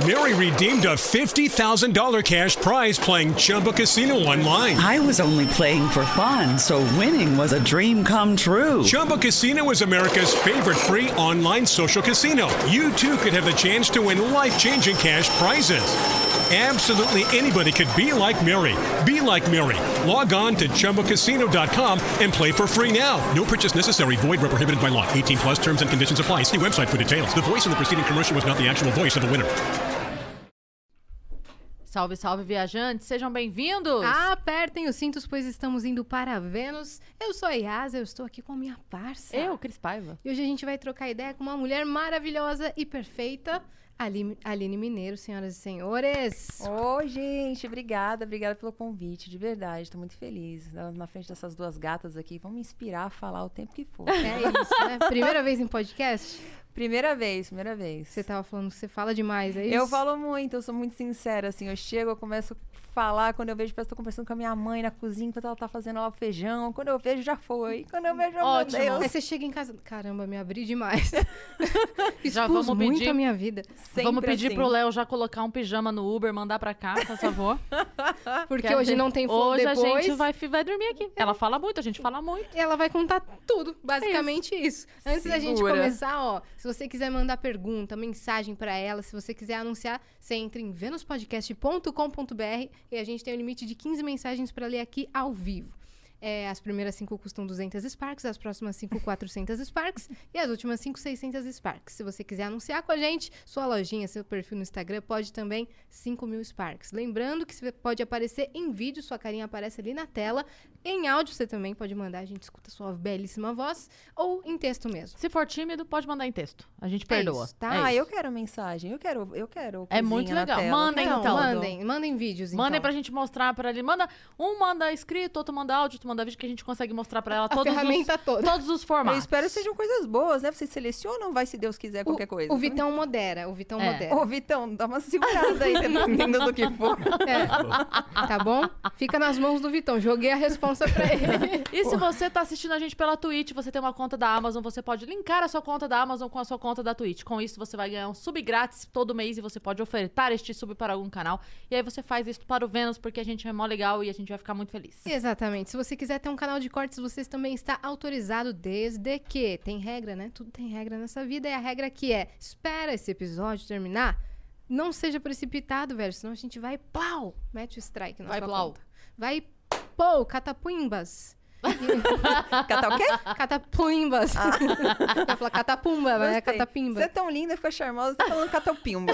Mary redeemed a $50,000 cash prize playing Chumba Casino online. I was only playing for fun, so winning was a dream come true. Chumba Casino is America's favorite free online social casino. You too could have the chance to win life-changing cash prizes. Absolutely anybody could be like Mary. Be like Mary. Log on to ChumbaCasino.com and play for free now. No purchase necessary. Void where prohibited by law. 18 plus terms and conditions apply. See website for details. The voice in the preceding commercial was not the actual voice of the winner. Salve, salve, viajantes. Sejam bem-vindos. Apertem os cintos, pois estamos indo para Vênus. Eu sou a Yasa, eu estou aqui com a minha parça. Eu, Cris Paiva. E hoje a gente vai trocar ideia com uma mulher maravilhosa e perfeita, Aline Mineiro, senhoras e senhores. Oi, gente, obrigada pelo convite, de verdade, estou muito feliz. Na frente dessas duas gatas aqui, vão me inspirar a falar o tempo que for. É isso, né? Primeira vez em podcast? Primeira vez. Você tava falando que você fala demais, é isso? Eu falo muito, eu sou muito sincera, assim, eu chego, eu começo a falar, quando eu vejo, parece que tô conversando com a minha mãe na cozinha, enquanto ela tá fazendo lá o feijão, quando eu vejo, já foi, quando eu vejo, meu Deus. Aí você chega em casa, caramba, me abri demais. Já vamos muito pedir a minha vida. Vamos pedir assim. pro Léo já colocar um pijama no Uber, mandar pra cá, por favor. Porque hoje não tem fogo hoje depois. a gente vai dormir aqui. Ela fala muito, a gente fala muito. Ela vai contar tudo, basicamente isso. Antes da gente Segura. começar, ó, se você quiser mandar pergunta, mensagem pra ela, se você quiser anunciar, você entra em venuspodcast.com.br e a gente tem um limite de 15 mensagens pra ler aqui ao vivo. As primeiras 5 custam 200 Sparks, as próximas 5, 400 Sparks e as últimas 5, 600 Sparks. Se você quiser anunciar com a gente, sua lojinha, seu perfil no Instagram, pode também 5.000 Sparks. Lembrando que você pode aparecer em vídeo, sua carinha aparece ali na tela. Em áudio você também pode mandar, a gente escuta sua belíssima voz, ou em texto mesmo. Se for tímido, pode mandar em texto. A gente perdoa. Isso, tá? Eu quero mensagem, eu quero É muito na legal. tela. Mandem então. Mandem vídeos, então. Mandem pra gente mostrar pra ele. Um manda escrito, outro manda áudio, outro manda vídeo, que a gente consegue mostrar pra ela A ferramenta toda. todos os formatos. Eu espero que sejam coisas boas, né? Vocês selecionam, vai, se Deus quiser, qualquer coisa. O Vitão modera, modera. Ô, Vitão, dá uma segurada aí, dependendo do que for. Tá bom? Fica nas mãos do Vitão. Joguei a responsa pra ele. E se você tá assistindo a gente pela Twitch, você tem uma conta da Amazon, você pode linkar a sua conta da Amazon com a sua conta da Twitch. Com isso, você vai ganhar um sub grátis todo mês e você pode ofertar este sub para algum canal. E aí você faz isso para o Vênus, porque a gente é mó legal e a gente vai ficar muito feliz. Exatamente. Se você quiser ter um canal de cortes, você também está autorizado, desde que tem regra, né? Tudo tem regra nessa vida. E a regra aqui espera esse episódio terminar. Não seja precipitado, velho. Senão a gente vai, plau, mete o strike na sua conta. Vai, pô, catapumbas. Catar o quê? Catapumbas. Eu ia falar catapumba, mas é catapimba. Você é tão linda, fica charmosa, você tá falando catapimba.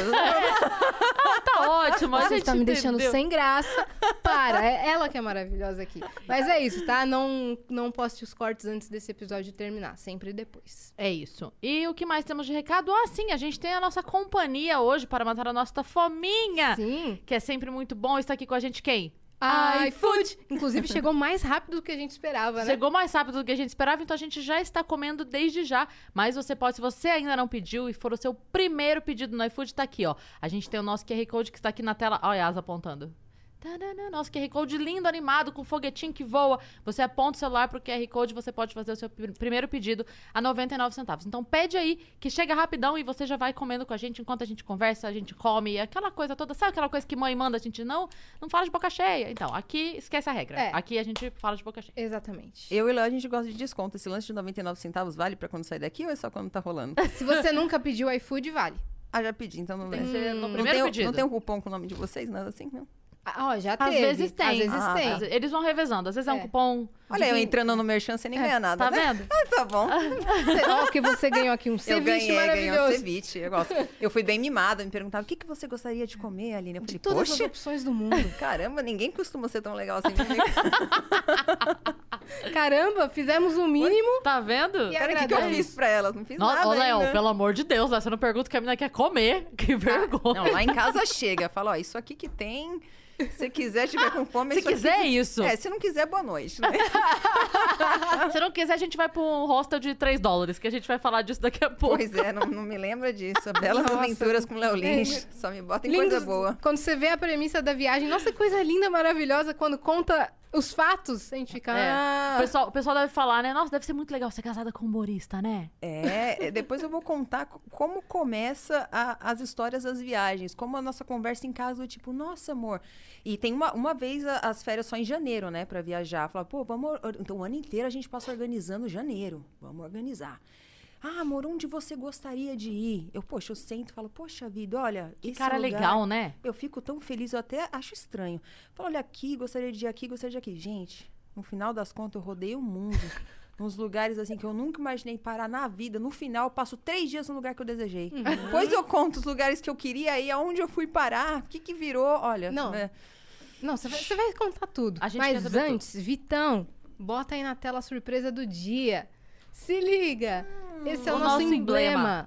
Tá ótimo, a Você gente tá me entendeu. deixando sem graça. Para, é ela que é maravilhosa aqui. Mas é isso, tá? Não poste os cortes antes desse episódio terminar, sempre depois. É isso. E o que mais temos de recado? Sim, a gente tem a nossa companhia hoje para matar a nossa fominha. Sim. Que é sempre muito bom. Está aqui com a gente quem? iFood! Inclusive, chegou mais rápido do que a gente esperava, né? Chegou mais rápido do que a gente esperava, então a gente já está comendo desde já. Mas você pode, se você ainda não pediu e for o seu primeiro pedido no iFood, tá aqui, ó. A gente tem o nosso QR Code que está aqui na tela. Olha a Asa apontando. Nosso QR Code lindo, animado, com foguetinho que voa. Você aponta o celular pro QR Code e você pode fazer o seu primeiro pedido a 99 centavos. Então pede aí, que chega rapidão e você já vai comendo com a gente enquanto a gente conversa, a gente come, aquela coisa toda. Sabe aquela coisa que mãe manda, a gente não fala de boca cheia? Então, aqui esquece a regra. Aqui a gente fala de boca cheia. Exatamente. Eu e Léo, a gente gosta de desconto. Esse lance de 99 centavos vale pra quando sair daqui ou é só quando tá rolando? Se você nunca pediu iFood, vale. Já pedi, então não Tem que lembro. ser no Não primeiro tem, pedido. não tem um cupom com o nome de vocês, nada assim, não? Já Às teve. vezes tem. Às vezes tem. Eles vão revezando. Às vezes é um cupom. Olha, eu entrando no Merchan sem nem ganhar nada, Tá né? vendo? Tá bom. Ó, que você ganhou aqui um Eu ceviche ganhei um maravilhoso. ceviche, eu gosto. Eu fui bem mimada, me perguntavam, o que você gostaria de comer, Aline? Eu falei, Todas as poxa, opções do mundo. caramba, ninguém costuma ser tão legal assim comigo. Caramba, fizemos o mínimo. Tá vendo? E Cara, o que eu agradece. fiz pra elas? Não fiz nada Ô, Léo, ainda. pelo amor de Deus, né? Você não pergunta o que a menina quer comer. Que vergonha. Não, lá em casa chega. Fala, ó, isso aqui que tem... Se quiser, tiver com fome... Se isso aqui quiser, que... isso. Se não quiser, boa noite, né? Se não quiser, a gente vai pra um hostel de $3, que a gente vai falar disso daqui a pouco. Pois é, não me lembra disso. Belas Nossa. aventuras com Léo Lins. Só me bota em Lindos, coisa boa. Quando você vê a premissa da viagem, nossa, que coisa linda, maravilhosa, quando conta os fatos, a gente fica... O pessoal deve falar, né? Nossa, deve ser muito legal ser casada com um humorista, né? Depois eu vou contar como começa as histórias das viagens. Como a nossa conversa em casa, do tipo, nossa, amor. E tem uma vez as férias só em janeiro, né? Pra viajar. Falar, pô, vamos... Então, o ano inteiro a gente passa organizando janeiro. Vamos organizar. Ah, amor, onde você gostaria de ir? Eu sento e falo, poxa vida, olha, esse cara lugar, legal, né? Eu fico tão feliz, eu até acho estranho. Falo, olha aqui, gostaria de ir aqui, gostaria de ir aqui. Gente, no final das contas, eu rodei o mundo. Nos lugares, assim, que eu nunca imaginei parar na vida. No final, eu passo 3 dias no lugar que eu desejei. Depois eu conto os lugares que eu queria ir, aonde eu fui parar, o que virou, olha... Não, você vai contar tudo. A gente quer Mas saber antes, Vitão, bota aí na tela a surpresa do dia. Se liga! Esse é o nosso emblema.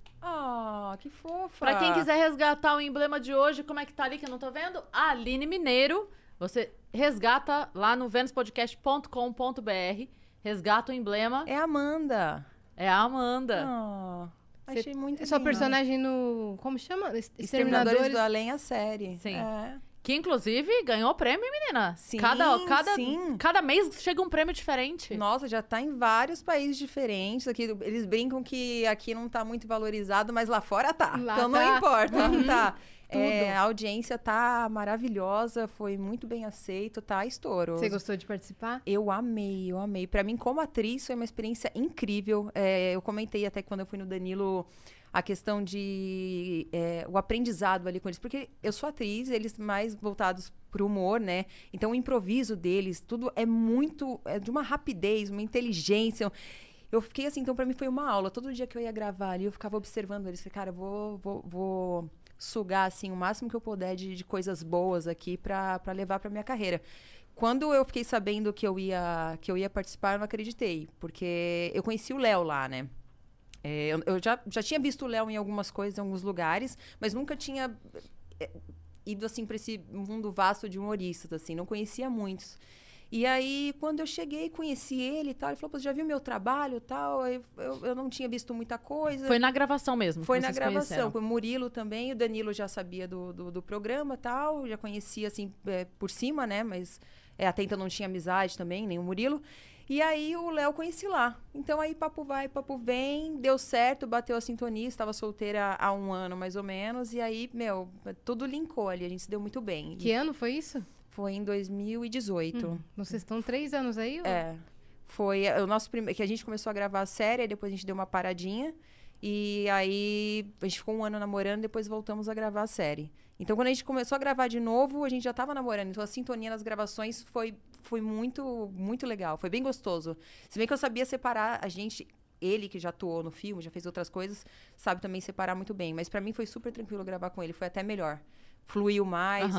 Ah, que fofa. Pra quem quiser resgatar o emblema de hoje, como é que tá ali que eu não tô vendo? A Aline Mineiro. Você resgata lá no venuspodcast.com.br. Resgata o emblema. É a Amanda. É a Amanda. Achei muito Sua lindo. personagem no... Como chama? Exterminadores do Além, a série. Sim. É. Que, inclusive, ganhou prêmio, menina. Sim, sim. Cada mês chega um prêmio diferente. Nossa, já tá em vários países diferentes. Aqui, eles brincam que aqui não tá muito valorizado, mas lá fora tá. Lá então tá. não importa, tá. Tudo. A audiência tá maravilhosa, foi muito bem aceito, tá estouro. Você gostou de participar? Eu amei. Pra mim, como atriz, foi uma experiência incrível. Eu comentei até quando eu fui no Danilo a questão de o aprendizado ali com eles. Porque eu sou atriz, eles mais voltados pro humor, né? Então, o improviso deles, tudo é muito... É de uma rapidez, uma inteligência. Eu fiquei assim, então pra mim foi uma aula. Todo dia que eu ia gravar ali, eu ficava observando eles. Falei, cara, vou sugar, assim, o máximo que eu puder de coisas boas aqui pra levar pra minha carreira. Quando eu fiquei sabendo que eu ia participar, eu não acreditei. Porque eu conheci o Léo lá, né? Eu já tinha visto o Léo em algumas coisas, em alguns lugares, mas nunca tinha ido, assim, pra esse mundo vasto de humoristas, assim. Não conhecia muitos. E aí, quando eu cheguei, conheci ele e tal, ele falou, pô, você já viu meu trabalho e tal? Eu não tinha visto muita coisa. Foi na gravação mesmo. Foi na gravação, com o Murilo também, o Danilo já sabia do programa e tal, já conhecia, assim, por cima, né? Mas até então não tinha amizade também, nem o Murilo. E aí, o Léo conheci lá. Então, aí, papo vai, papo vem, deu certo, bateu a sintonia, estava solteira há 1 ano, mais ou menos, e aí, tudo linkou ali, a gente se deu muito bem. Que ano foi isso? Foi em 2018. Vocês estão 3 anos aí? Ou... Foi o nosso primeiro... Que a gente começou a gravar a série, aí depois a gente deu uma paradinha. E aí, a gente ficou 1 ano namorando, depois voltamos a gravar a série. Então, quando a gente começou a gravar de novo, a gente já estava namorando. Então, a sintonia nas gravações foi muito, muito legal. Foi bem gostoso. Se bem que eu sabia separar a gente... Ele, que já atuou no filme, já fez outras coisas, sabe também separar muito bem. Mas pra mim foi super tranquilo gravar com ele. Foi até melhor. Fluiu mais.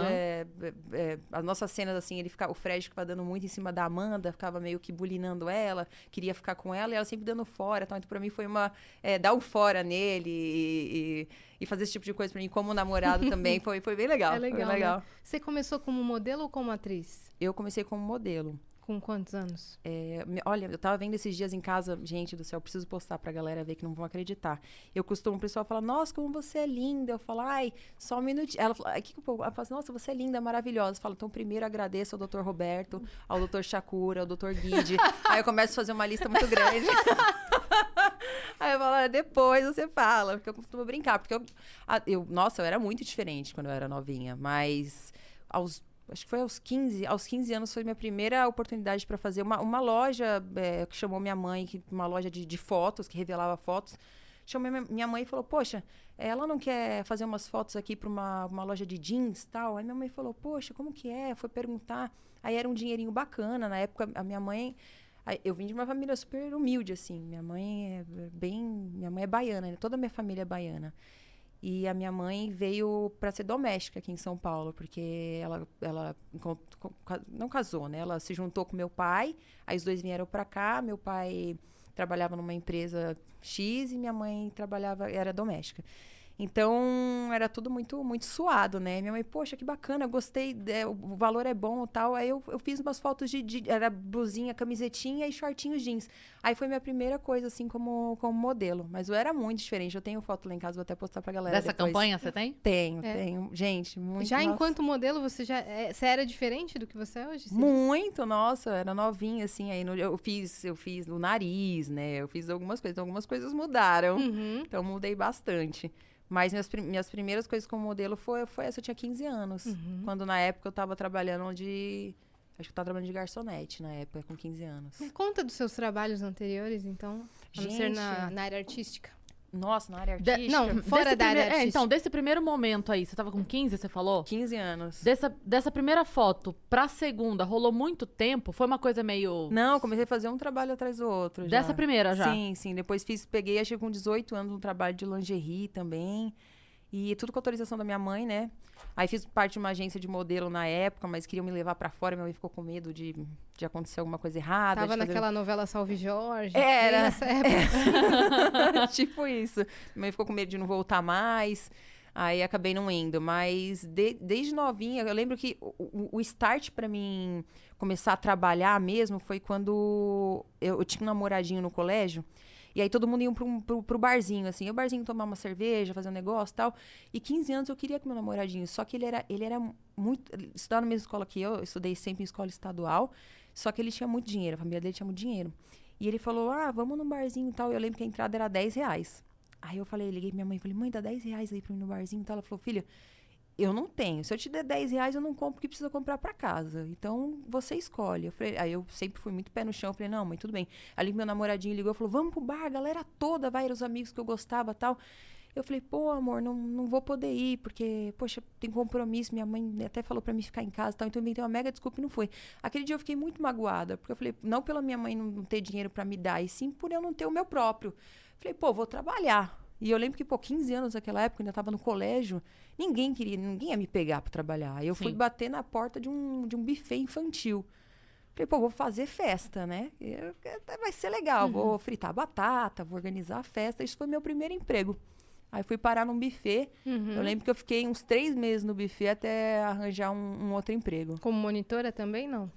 As nossas cenas, assim, o Fred ficava dando muito em cima da Amanda, ficava meio que bulinando ela, queria ficar com ela, e ela sempre dando fora. Então, pra mim, foi dar um fora nele e fazer esse tipo de coisa pra mim, como namorado também, foi bem legal. É legal, foi legal. Né? Você começou como modelo ou como atriz? Eu comecei como modelo. Com quantos anos? Olha, eu tava vendo esses dias em casa, gente do céu, eu preciso postar pra galera ver que não vão acreditar. O pessoal fala, nossa, como você é linda. Eu falo, ai, só um minutinho. Ela fala, ela fala assim, nossa, você é linda, maravilhosa. Eu falo, então primeiro agradeço ao Dr. Roberto, ao Dr. Shakura, ao Dr. Guide. Aí eu começo a fazer uma lista muito grande. Aí eu falo, depois você fala, porque eu costumo brincar. Porque eu era muito diferente quando eu era novinha, mas acho que foi aos 15 anos foi minha primeira oportunidade para fazer uma loja que chamou minha mãe, uma loja de fotos, que revelava fotos. Chamei minha mãe e falou, poxa, ela não quer fazer umas fotos aqui para uma loja de jeans e tal? Aí minha mãe falou, poxa, como que é? Foi perguntar. Aí era um dinheirinho bacana. Na época, a minha mãe... Eu vim de uma família super humilde, assim. Minha mãe é baiana, né? Toda a minha família é baiana. E a minha mãe veio para ser doméstica aqui em São Paulo, porque ela não casou, né? Ela se juntou com meu pai, aí os dois vieram para cá. Meu pai trabalhava numa empresa X e minha mãe era doméstica. Então, era tudo muito, muito suado, né? Minha mãe, poxa, que bacana, eu gostei, o valor é bom e tal. Aí eu fiz umas fotos era blusinha, camisetinha e shortinho jeans. Aí foi minha primeira coisa, assim, como modelo. Mas eu era muito diferente. Eu tenho foto lá em casa, vou até postar pra galera Dessa depois. campanha você tem? Tenho. Gente, muito. Já nossa. enquanto modelo, você era diferente do que você é hoje? Muito, nossa, eu era novinha, assim, aí eu fiz o nariz, né? Eu fiz algumas coisas mudaram. Então, mudei bastante. Mas minhas primeiras coisas como modelo foi essa, eu tinha 15 anos. Quando na época eu tava trabalhando acho que eu tava trabalhando de garçonete na época, com 15 anos. Conta dos seus trabalhos anteriores, então, a não ser na área artística. Nossa, na área artística? Não, fora da área artística. Então, desse primeiro momento aí, você tava com 15, você falou? 15 anos. Dessa primeira foto pra segunda, rolou muito tempo? Foi uma coisa meio... Não, comecei a fazer um trabalho atrás do outro. Dessa primeira já? Sim. Depois peguei, acho que com 18 anos, um trabalho de lingerie também. E tudo com autorização da minha mãe, né? Aí fiz parte de uma agência de modelo na época, mas queriam me levar pra fora. Minha mãe ficou com medo de acontecer alguma coisa errada. Tava naquela novela Salve Jorge. Era. Nessa época. Tipo isso. Minha mãe ficou com medo de não voltar mais. Aí acabei não indo. Mas desde novinha, eu lembro que o start pra mim começar a trabalhar mesmo foi quando eu tinha um namoradinho no colégio. E aí todo mundo ia pro barzinho, assim. O barzinho tomar uma cerveja, fazer um negócio e tal. E 15 anos eu queria com meu namoradinho. Só que ele era muito... Estudava na mesma escola que eu estudei sempre em escola estadual. Só que ele tinha muito dinheiro, a família dele tinha muito dinheiro. E ele falou, vamos num barzinho e tal. Eu lembro que a entrada era R$10. Aí eu liguei pra minha mãe e falei, mãe, dá R$10 aí pra mim no barzinho e tal. Ela falou, filha, eu não tenho. Se eu te der R$10, eu não compro o que precisa comprar pra casa. Então, você escolhe. Aí eu sempre fui muito pé no chão. Eu falei, não, mãe, tudo bem. Ali meu namoradinho ligou e falou, vamos pro bar, a galera toda, vai, os amigos que eu gostava e tal. Eu falei, pô, amor, não vou poder ir, porque, poxa, tem compromisso. Minha mãe até falou pra mim ficar em casa e tal. Então, eu inventei uma mega desculpa e não foi. Aquele dia eu fiquei muito magoada, porque eu falei, não pela minha mãe não ter dinheiro pra me dar, e sim por eu não ter o meu próprio. Falei, pô, vou trabalhar. E eu lembro que, 15 anos naquela época, eu ainda estava no colégio, ninguém ia me pegar para trabalhar. Aí eu fui bater na porta de um buffet infantil. Falei, pô, vou fazer festa, né? Vai ser legal, vou fritar batata, vou organizar a festa. Isso foi meu primeiro emprego. Aí fui parar num buffet. Eu lembro que eu fiquei uns 3 meses no buffet até arranjar um outro emprego. Como monitora também, não?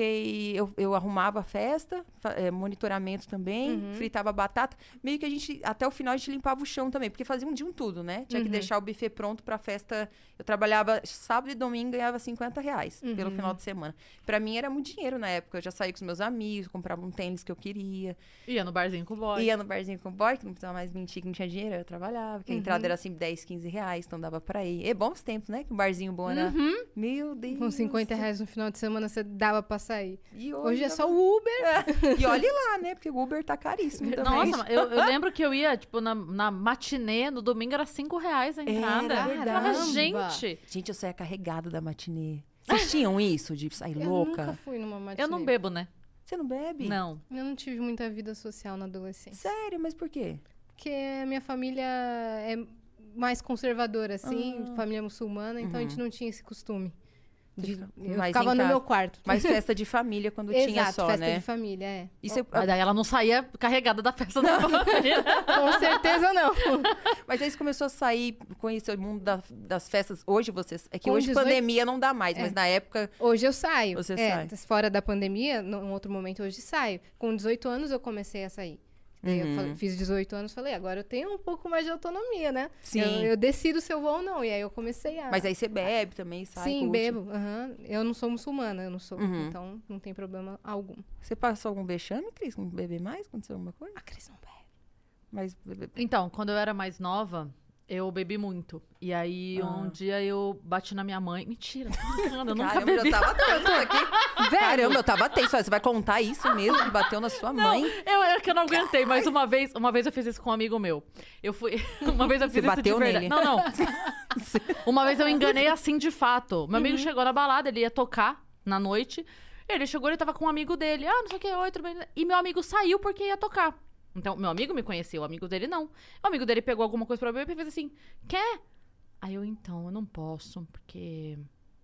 Eu arrumava a festa, monitoramento também, fritava batata. Meio que até o final, a gente limpava o chão também, porque fazia um dia um tudo, né? Tinha que deixar o buffet pronto pra festa. Eu trabalhava sábado e domingo, ganhava R$50 pelo final de semana. Pra mim era muito dinheiro na época. Eu já saía com os meus amigos, comprava um tênis que eu queria. Ia no barzinho com o boy. Ia no barzinho com o boy, que não precisava mais mentir que não tinha dinheiro, eu trabalhava. Que a entrada era assim, R$10, R$15, então dava pra ir. É bons tempos, né? Que o barzinho bom era... Meu Deus! Com R$50 no final de semana, você dava pra sair. E hoje é só o Uber. E olhe lá, né? Porque o Uber tá caríssimo também. Nossa, eu lembro que eu ia, tipo, na matinê, no domingo era R$5 a entrada. Era Eu falava, verdade. gente... Gente, eu saía carregada da matinê. Vocês tinham isso de sair louca? Eu nunca fui numa matinê. Eu não bebo, né? Você não bebe? Não. Eu não tive muita vida social na adolescência. Sério? Mas por quê? Porque a minha família é mais conservadora, assim, família muçulmana, então a gente não tinha esse costume. Eu Mais ficava em no casa. meu quarto. Mais festa de família quando tinha Exato, só, festa né? de família, é. E você- Mas daí ela não saía carregada da festa da família. Com certeza não. Mas aí você começou a sair, conhecer o mundo das festas. Hoje vocês... É que Com hoje 18 pandemia não dá mais, mas na época... Hoje eu saio. Você sai. Fora da pandemia, num outro momento hoje saio. Com 18 anos eu comecei a sair. Daí eu fiz 18 anos, falei, agora eu tenho um pouco mais de autonomia, né? Sim. Eu decido se eu vou ou não. E aí eu comecei a... Mas aí você bebe também, sai, Sim, curte. bebo. Eu não sou muçulmana, eu não sou. Então não tem problema algum. Você passou algum vexame, Cris? Com beber mais? Aconteceu alguma coisa? A Cris não bebe. Mas... Então, quando eu era mais nova, eu bebi muito. E aí, um dia eu bati na minha mãe. Mentira, tô brincando, eu nunca Caramba, bebi. eu tava tenso aqui. Caramba, eu tava tenso. Você vai contar isso mesmo? Que bateu na sua mãe? É que eu não aguentei, mas uma vez eu fiz isso com um amigo meu. Eu fui. Uma vez eu fiz Você isso bateu de verdade. nele? Não. Uma vez eu enganei assim de fato. Meu amigo chegou na balada, ele ia tocar na noite. Ele chegou, ele tava com um amigo dele. Não sei o que, oi, tudo bem. E meu amigo saiu porque ia tocar. Então, meu amigo me conhecia, o amigo dele não. O amigo dele pegou alguma coisa pra beber e fez assim: quer? Aí eu não posso, porque.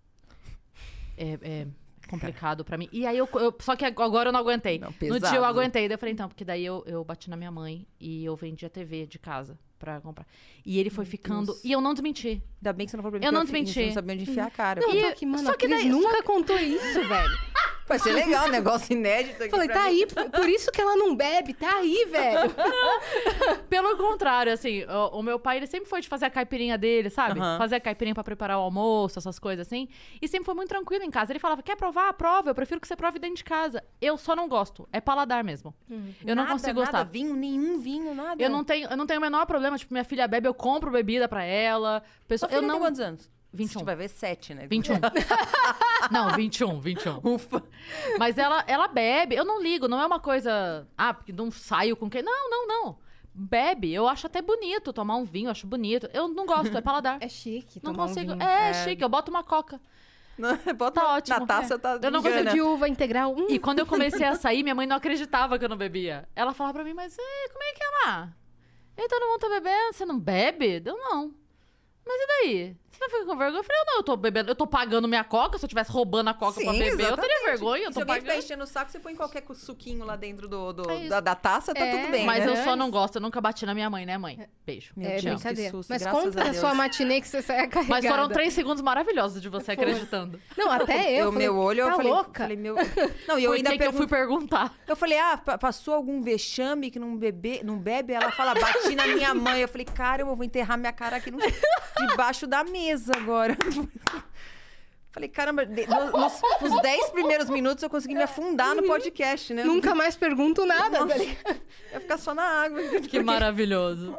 É complicado pra mim. E aí só que agora eu não aguentei. Não, No pesado, dia eu né? aguentei. Daí eu falei, então, porque daí eu bati na minha mãe e eu vendi a TV de casa. pra comprar. E ele foi ficando... E eu não desmenti. Ainda bem que você não falou pra mim. Eu não que desmenti. Você não sabia onde enfiar a cara. Não, E- eu tô aqui, mano, só a que Cris daí- nunca contou isso, velho. Vai ser legal, um negócio inédito aqui Falei, pra tá mim. aí, por isso que ela não bebe, tá aí, velho. Pelo contrário, assim, o meu pai, ele sempre foi de fazer a caipirinha dele, sabe? Aham. Fazer a caipirinha pra preparar o almoço, essas coisas assim. E sempre foi muito tranquilo em casa. Ele falava, quer provar? Prova. Eu prefiro que você prove dentro de casa. Eu só não gosto. É paladar mesmo. Eu não Nada, consigo nada, gostar. vinho, nenhum vinho, nada. Eu não tenho o menor problema. Tipo, minha filha bebe, eu compro bebida pra ela. Sua Eu filha não... tem quantos anos? 21. Você vai ver 7, né? 21. Não, 21. Ufa. Mas ela bebe. Eu não ligo. Não é uma coisa... Ah, porque não saio com quem... Não. Bebe. Eu acho até bonito tomar um vinho. Eu acho bonito. Eu não gosto. É paladar. É chique Não tomar consigo. um vinho. É chique. Eu boto uma coca. Bota Tá ótimo. na taça, tá Eu não ligando. consigo De uva integral. E quando eu comecei a sair, minha mãe não acreditava que eu não bebia. Ela falava pra mim, mas como é que é lá? E todo mundo tá bebendo, você não bebe? Eu não. Mas e daí? Você não fica com vergonha? Eu falei, não, eu tô bebendo, eu tô pagando minha coca. Se eu tivesse roubando a coca pra Sim, beber, eu teria exatamente. vergonha, eu Se tô alguém ficar pagando. enchendo o saco, você põe qualquer suquinho lá dentro É isso. da taça, tá tudo bem, Mas né? eu só não gosto, eu nunca bati na minha mãe, né, mãe? Beijo. Meu É Deus, brincadeira. que susto, Mas graças conta a a Deus. sua matinê que você saia carregada. Mas foram 3 segundos maravilhosos de você acreditando. Não, até eu. Falei, meu olho, tá eu falei, louca? falei, meu... Não, e eu Por ainda que eu fui perguntar? Eu falei, passou algum vexame que não bebe? Ela fala, bati na minha mãe. Eu falei, cara, eu vou enterrar minha cara aqui debaixo da mesa agora. Falei, caramba, nos 10 primeiros minutos eu consegui me afundar no podcast, né? Nunca mais pergunto nada. Nossa, tá ligado? eu ia ficar só na água. Que maravilhoso.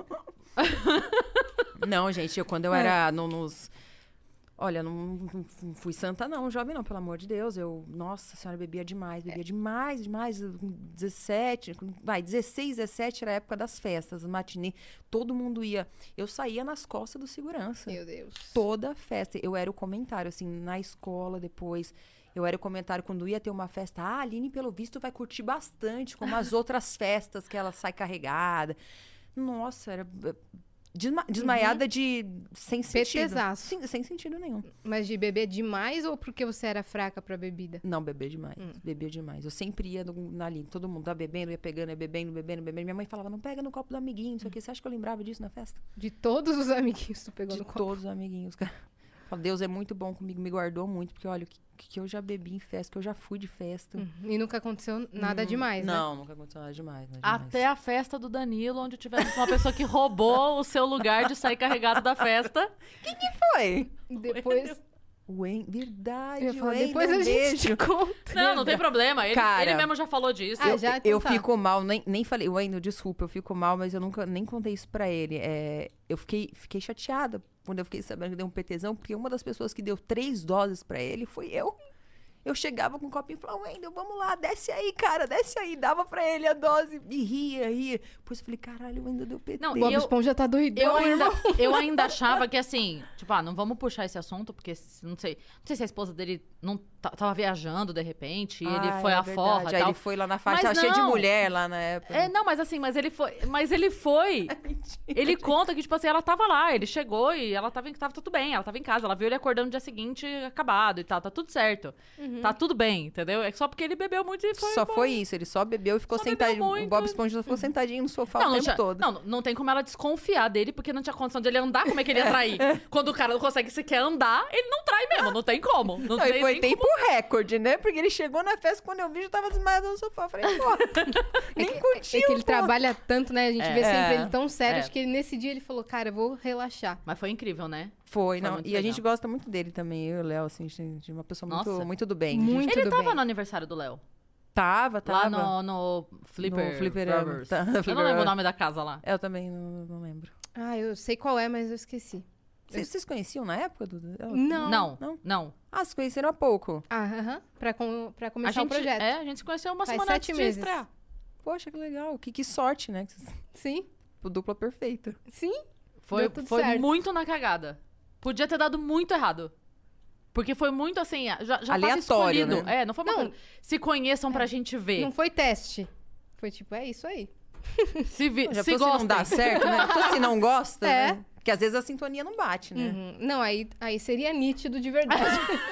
Não, gente, quando eu era nos... Olha, não fui santa não, jovem não, pelo amor de Deus. Nossa senhora, bebia demais. 17, 16, 17 era a época das festas, matinê. Todo mundo ia. Eu saía nas costas do segurança. Meu Deus. Toda festa. Eu era o comentário, assim, na escola depois. Eu era o comentário quando ia ter uma festa. Ah, a Aline, pelo visto, vai curtir bastante, como as outras festas que ela sai carregada. Nossa, era... Desmaiada sem sentido. Petezaço. Sim, sem sentido nenhum. Mas de beber demais ou porque você era fraca pra bebida? Não, beber demais. Beber demais. Eu sempre ia na linha. Todo mundo tá bebendo, ia pegando, ia bebendo. Minha mãe falava, não pega no copo do amiguinho, não sei o quê. Você acha que eu lembrava disso na festa? De todos os amiguinhos tu pegou De no copo. todos os amiguinhos, cara. Falo, Deus é muito bom comigo, me guardou muito. Porque, olha, o que eu já bebi em festa, que eu já fui de festa. E nunca aconteceu nada demais, né? Não, nunca aconteceu nada demais. Até a festa do Danilo, onde tivemos uma pessoa que roubou o seu lugar de sair carregado da festa. Foi. Depois... Verdade, Eu ia falar, Wendel, depois a um gente beijo. te conta. Não tem problema. Cara, Ele mesmo já falou disso. Ah, já? Então Eu tá. fico mal, nem falei, Wendel, desculpa, eu fico mal, mas eu nunca nem contei isso pra ele. Eu fiquei chateada quando eu fiquei sabendo que deu um PTzão, porque uma das pessoas que deu 3 doses pra ele foi eu. Eu chegava com um copinho e falava, Wendel, vamos lá, desce aí, cara, desce aí. Dava pra ele a dose e ria. Depois eu falei, caralho, o Wendel deu PT. Não, Bob eu- Esponja tá doidão, irmão. Eu ainda achava que assim, tipo, não vamos puxar esse assunto, porque não sei se a esposa dele não tava viajando de repente, e ele foi à forra e Aí tal. ele foi lá na faixa, Mas tava cheio de não. mulher lá na época. Não, mas assim, mas ele foi. Ele conta que, tipo assim, ela tava lá, ele chegou e ela tava tudo bem, ela tava em casa, ela viu ele acordando no dia seguinte acabado e tal, tá tudo certo. Tá tudo bem, entendeu? É só porque ele bebeu muito e foi. Só foi isso, ele só bebeu e ficou Só bebeu sentadinho. O muito. Bob Esponja ficou sentadinho no sofá o Não, tempo tinha, todo. não tem como ela desconfiar dele, porque não tinha condição de ele andar, como é que ele ia trair? Quando o cara não consegue sequer andar, ele não trai mesmo, não tem como. Não Não, e tem foi nem tempo recorde, né? Porque ele chegou na festa, quando eu vi, já tava desmaiado no sofá. Eu falei, pô, nem curtiu, É que ele pô. trabalha tanto, né? A gente vê sempre ele tão sério. É. Acho que ele, nesse dia ele falou, cara, eu vou relaxar. Mas foi incrível, né? Foi, não. muito E a legal. gente gosta muito dele também, eu e o Léo, assim, de uma pessoa muito, Nossa. muito do bem. Muito Ele do tava bem. no aniversário do Léo. Tava. Lá no Flipper. No Flipperama. Brothers. Tá, Eu não Flipperama. lembro o nome da casa lá. Eu também não lembro. Ah, eu sei qual é, mas eu esqueci. Vocês conheciam na época? Não. Não. Ah, vocês conheceram há pouco. Ah, aham. Pra A começar o projeto. a gente se conheceu uma Faz semana 7 antes de meses. estrear. Poxa, que legal. Que sorte, né? Sim, Dupla perfeita. sim. Foi Deu tudo certo. muito na cagada. Podia ter dado muito errado. Porque foi muito assim, já tava Aleatório, escolhido. né? Não foi uma Não. coisa. Se conheçam pra gente ver. Não foi teste. Foi tipo, é isso aí. Se Já se pensou se gostam. não dá certo, né? Só se não gosta, É. né? Porque às vezes a sintonia não bate, né? Uhum. Não, aí seria nítido de verdade.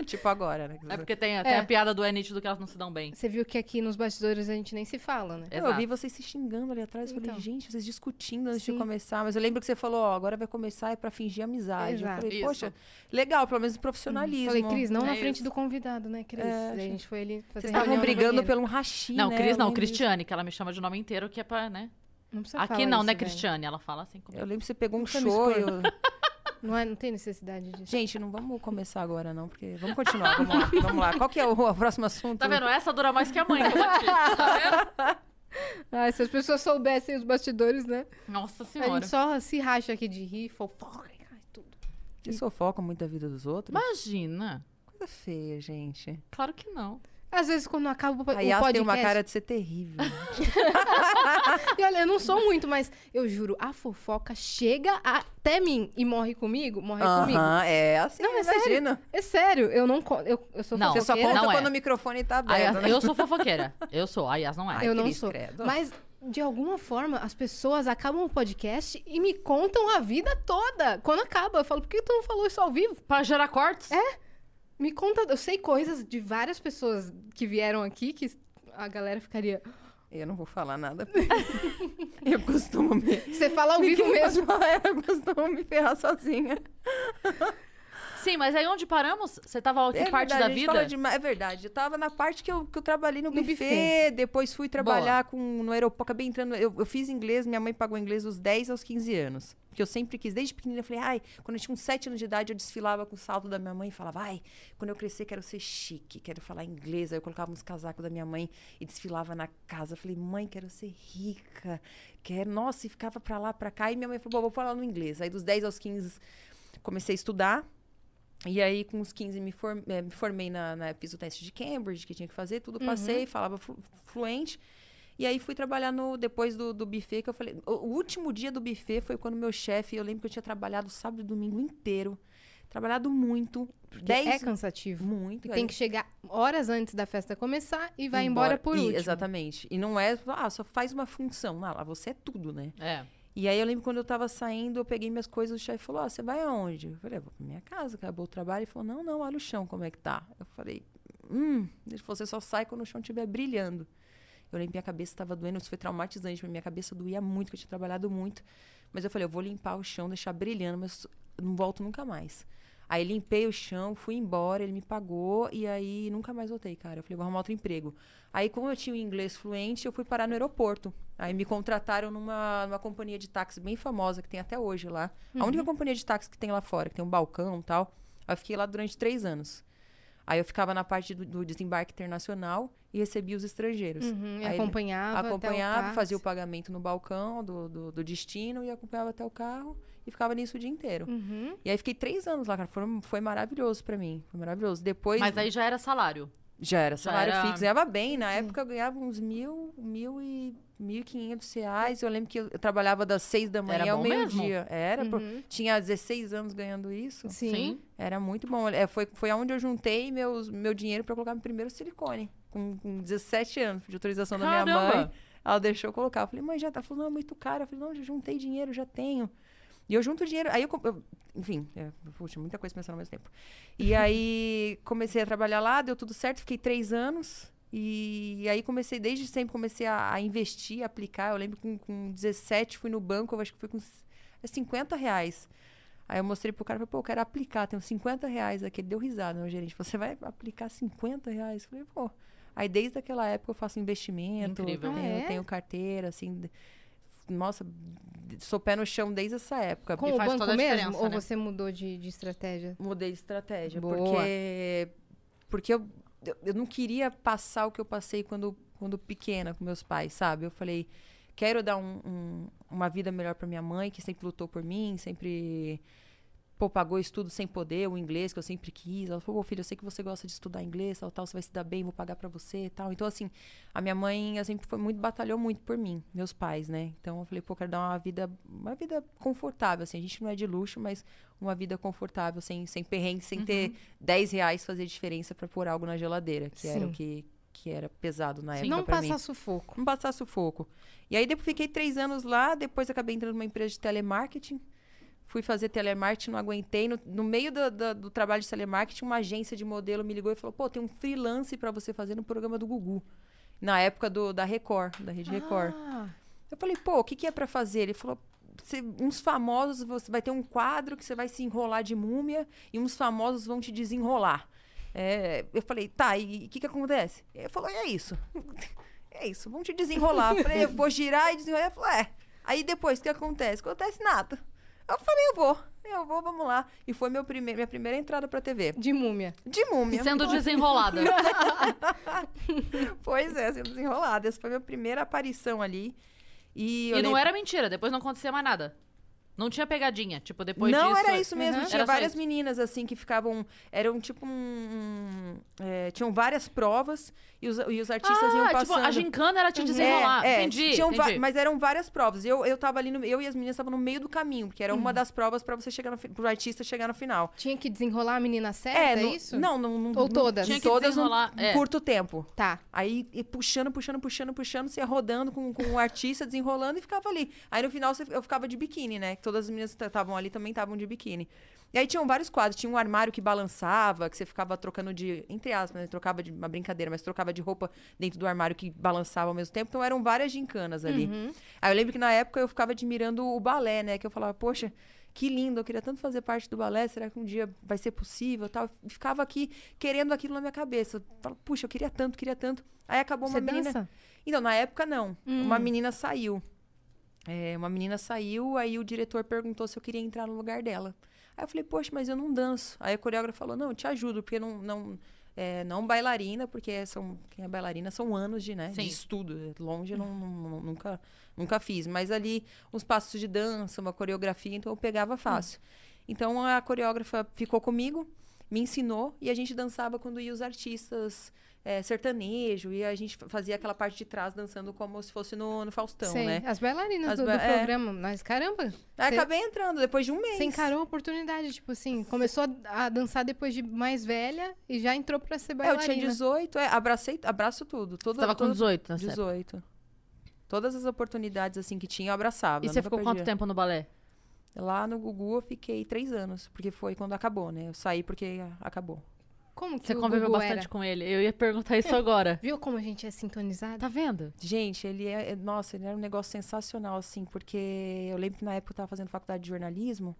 Tipo agora, né? É porque tem a piada do é nítido que elas não se dão bem. Você viu que aqui nos bastidores a gente nem se fala, né? Eu vi vocês se xingando ali atrás. Eu falei, Então. gente, vocês discutindo antes de Sim. começar. Mas eu lembro que você falou, ó, agora vai começar é pra fingir amizade. Exato. Eu falei, Isso. poxa, legal, pelo menos profissionalismo. Falei, Cris, não É na frente isso. do convidado, né, Cris? Daí a gente foi ali fazer Vocês estavam reunião no brigando banheiro. pelo rachi, Não, né? Cris Eu não, lembro disso. Cristiane, que ela me chama de nome inteiro, que é pra, né? Não precisa Aqui falar não, isso, né, velho. Cristiane? Ela fala assim comigo. Eu lembro que você pegou um Nunca me show. expor. Não tem necessidade disso. Gente, não vamos começar agora, não, porque... Vamos continuar, vamos lá. Vamos lá. Qual que é o próximo assunto? Tá vendo? Essa dura mais que a mãe que eu bati. Tá Ah, se as pessoas soubessem os bastidores, né? vendo? Nossa A senhora. gente só se racha aqui de rir, fofoca, ai, tudo. Vocês fofocam muito a vida dos outros? Imagina. Coisa feia, gente. Claro que não. Às vezes, quando acaba o A podcast... Yas tem uma cara de ser terrível. E olha, eu não sou muito, mas eu juro, a fofoca chega até mim e morre comigo, morre comigo. Aham, é assim, Não, é imagina. É sério, eu não... Eu sou Não, Você só fofoqueira. conta Não é. quando o microfone tá A aberto, Yas- né? eu sou fofoqueira. Eu sou. A Yas não é. Ai, Eu não Cris, sou. credo. Mas, de alguma forma, as pessoas acabam o podcast e me contam a vida toda. Quando acaba, eu falo, por que tu não falou isso ao vivo? Pra gerar cortes? Me conta, eu sei coisas de várias pessoas que vieram aqui que a galera ficaria... Eu não vou falar nada. Eu costumo me... Você fala ao vivo mesmo. Eu costumo me ferrar sozinha. Sim, mas aí onde paramos? Você tava que parte verdade, da a gente vida? fala é verdade. Eu tava na parte que eu trabalhei no buffet, buffet. depois fui trabalhar no aeroporto, acabei entrando... Eu fiz inglês, minha mãe pagou inglês dos 10 aos 15 anos. Porque eu sempre quis, desde pequenina, eu falei, ai, quando eu tinha uns 7 anos de idade, eu desfilava com o salto da minha mãe e falava, ai, quando eu crescer, quero ser chique, quero falar inglês. Aí eu colocava uns casacos da minha mãe e desfilava na casa. Eu falei, mãe, quero ser rica, quero... Nossa, e ficava pra lá, pra cá. E minha mãe falou, bom, vou falar no inglês. Aí dos 10 aos 15, comecei a estudar. E aí, com os 15, me formei fiz o teste de Cambridge, que tinha que fazer, tudo passei, falava fluente. E aí, fui trabalhar depois do buffet, que eu falei... O último dia do buffet foi quando meu chefe... Eu lembro que eu tinha trabalhado sábado e domingo inteiro. Trabalhado muito. É cansativo. Muito. Tem que chegar horas antes da festa começar e vai embora por último. Exatamente. E não é... só faz uma função. Não, lá você é tudo, né? É. E aí, eu lembro quando eu tava saindo, eu peguei minhas coisas, o chefe falou, você vai aonde? Eu falei, vou pra minha casa, acabou o trabalho. Ele falou, não, olha o chão, como é que tá. Eu falei, Ele falou, você só sai quando o chão estiver brilhando. Eu lembro que minha cabeça estava doendo, isso foi traumatizante, minha cabeça doía muito, que eu tinha trabalhado muito. Mas eu falei, eu vou limpar o chão, deixar brilhando, mas não volto nunca mais. Aí limpei o chão, fui embora, ele me pagou e aí nunca mais voltei, cara. Eu falei, vou arrumar outro emprego. Aí, como eu tinha o inglês fluente, eu fui parar no aeroporto. Aí me contrataram numa companhia de táxi bem famosa, que tem até hoje lá. A única companhia de táxi que tem lá fora, que tem um balcão e tal. Aí eu fiquei lá durante 3 anos. Aí eu ficava na parte do desembarque internacional e recebia os estrangeiros. E Aí acompanhava até o táxi. fazia o pagamento no balcão do destino e acompanhava até o carro e ficava nisso o dia inteiro. E aí fiquei 3 anos lá, cara. Foi maravilhoso pra mim. Foi maravilhoso. Depois... Mas aí já era salário. Já era salário era- fixo. Ganhava bem. Na época eu ganhava uns 1.500 reais. Eu lembro que eu trabalhava das 6 da manhã Era ao bom meio-dia. Tinha 16 anos ganhando isso. Sim. Era muito bom. Foi onde eu juntei meu dinheiro pra colocar meu primeiro silicone. Com 17 anos, de autorização da minha Caramba! mãe. Ela deixou eu colocar. Eu falei, mãe, já tá. Ela falou, não, é muito caro. Eu falei, não, já juntei dinheiro, já tenho. E eu junto dinheiro. Aí enfim, puxa, muita coisa pensando ao mesmo tempo. E aí comecei a trabalhar lá, deu tudo certo, fiquei 3 anos. E aí desde sempre comecei a investir, a aplicar. Eu lembro que com 17 fui no banco, eu acho que fui com 50 reais. Aí eu mostrei pro cara, falei, pô, eu quero aplicar, tenho 50 reais aqui. Ele deu risada, meu gerente. Você vai aplicar 50 reais? Eu falei, pô. Aí desde aquela época eu faço investimento, Incrível. tenho carteira, assim. Nossa, sou pé no chão desde essa época. Com E o faz banco toda a mesmo? diferença, Ou né? você mudou de estratégia? Mudei de estratégia. Boa. Porque eu não queria passar o que eu passei quando pequena com meus pais, sabe? Eu falei, quero dar uma vida melhor pra minha mãe, que sempre lutou por mim, sempre pagou estudo sem poder, o inglês que eu sempre quis. Ela falou, filho, eu sei que você gosta de estudar inglês, tal, você vai se dar bem, vou pagar pra você e tal. Então, assim, a minha mãe sempre batalhou muito por mim, meus pais, né? Então, eu falei, quero dar uma vida confortável, assim. A gente não é de luxo, mas uma vida confortável, sem perrengue, sem ter 10 reais fazer diferença pra pôr algo na geladeira, que era o que era pesado na época Não pra mim. passar sufoco. Não passar sufoco. E aí, depois fiquei 3 anos lá, depois acabei entrando numa empresa de telemarketing. Fui fazer telemarketing, não aguentei. No meio do trabalho de telemarketing, uma agência de modelo me ligou e falou, pô, tem um freelance pra você fazer no programa do Gugu. Na época da Record, da Rede Record. Eu falei, pô, o que é pra fazer? Ele falou, uns famosos, você vai ter um quadro que você vai se enrolar de múmia e uns famosos vão te desenrolar. Eu falei, tá, e o que acontece? Ele falou, é isso. É isso, vamos te desenrolar. Eu falei, eu vou girar e desenrolar. Ele falou, Aí depois, o que acontece? Acontece nada. Eu falei, eu vou, vamos lá. E foi minha primeira entrada pra TV. De múmia. De múmia. Sendo desenrolada. Pois é, sendo desenrolada. Essa foi a minha primeira aparição ali. E não era mentira, depois não acontecia mais nada. Não tinha pegadinha, tipo, depois não, disso... era isso mesmo. Tinha Era só várias isso. meninas, assim, que ficavam... Eram, tipo, tinham várias provas e os artistas iam passando. tipo, a gincana era te desenrolar. Entendi, entendi. Mas eram várias provas. Eu tava ali, eu e as meninas estavam no meio do caminho, porque era uma das provas pra você chegar pro artista chegar no final. Tinha que desenrolar a menina certa, é isso? Não. Ou todas? Tinha que todas desenrolar, num curto tempo. Tá. Aí puxando, você ia rodando com o artista, desenrolando e ficava ali. Aí no final eu ficava de biquíni, né? Todas as meninas que estavam ali também estavam de biquíni. E aí tinham vários quadros. Tinha um armário que balançava, que você ficava trocando entre aspas, né? Trocava de uma brincadeira, mas trocava de roupa dentro do armário que balançava ao mesmo tempo. Então eram várias gincanas ali. Aí eu lembro que na época eu ficava admirando o balé, né? Que eu falava, poxa, que lindo, eu queria tanto fazer parte do balé, será que um dia vai ser possível, tal? Eu ficava aqui querendo aquilo na minha cabeça. Eu falava, puxa, eu queria tanto. Aí acabou uma menina... Dança? Então, na época, não. Uma menina saiu. Aí o diretor perguntou se eu queria entrar no lugar dela. Aí eu falei, poxa, mas eu não danço. Aí a coreógrafa falou, não, eu te ajudo, porque não bailarina, porque quem é bailarina são anos de estudo. Longe eu nunca fiz. Mas ali, uns passos de dança, uma coreografia, então eu pegava fácil. Então a coreógrafa ficou comigo, me ensinou, e a gente dançava quando ia os artistas sertanejo, e a gente fazia aquela parte de trás dançando como se fosse no Faustão, Sei. né? As bailarinas do programa. Mas caramba. Aí acabei entrando depois de um mês. Você encarou a oportunidade, tipo assim, começou a dançar depois de mais velha e já entrou pra ser bailarina. Eu tinha 18, abraço tudo. Você tava com 18, né? 18. Todas as oportunidades, assim, que tinha, eu abraçava. E você ficou quanto tempo no balé? Lá no Gugu eu fiquei 3 anos, porque foi quando acabou, né? Eu saí porque acabou. Como que Você o conviveu Gugu bastante era? com ele. Eu ia perguntar isso agora. Viu como a gente é sintonizado? Tá vendo? Gente, nossa, ele era um negócio sensacional, assim, porque eu lembro que na época eu tava fazendo faculdade de jornalismo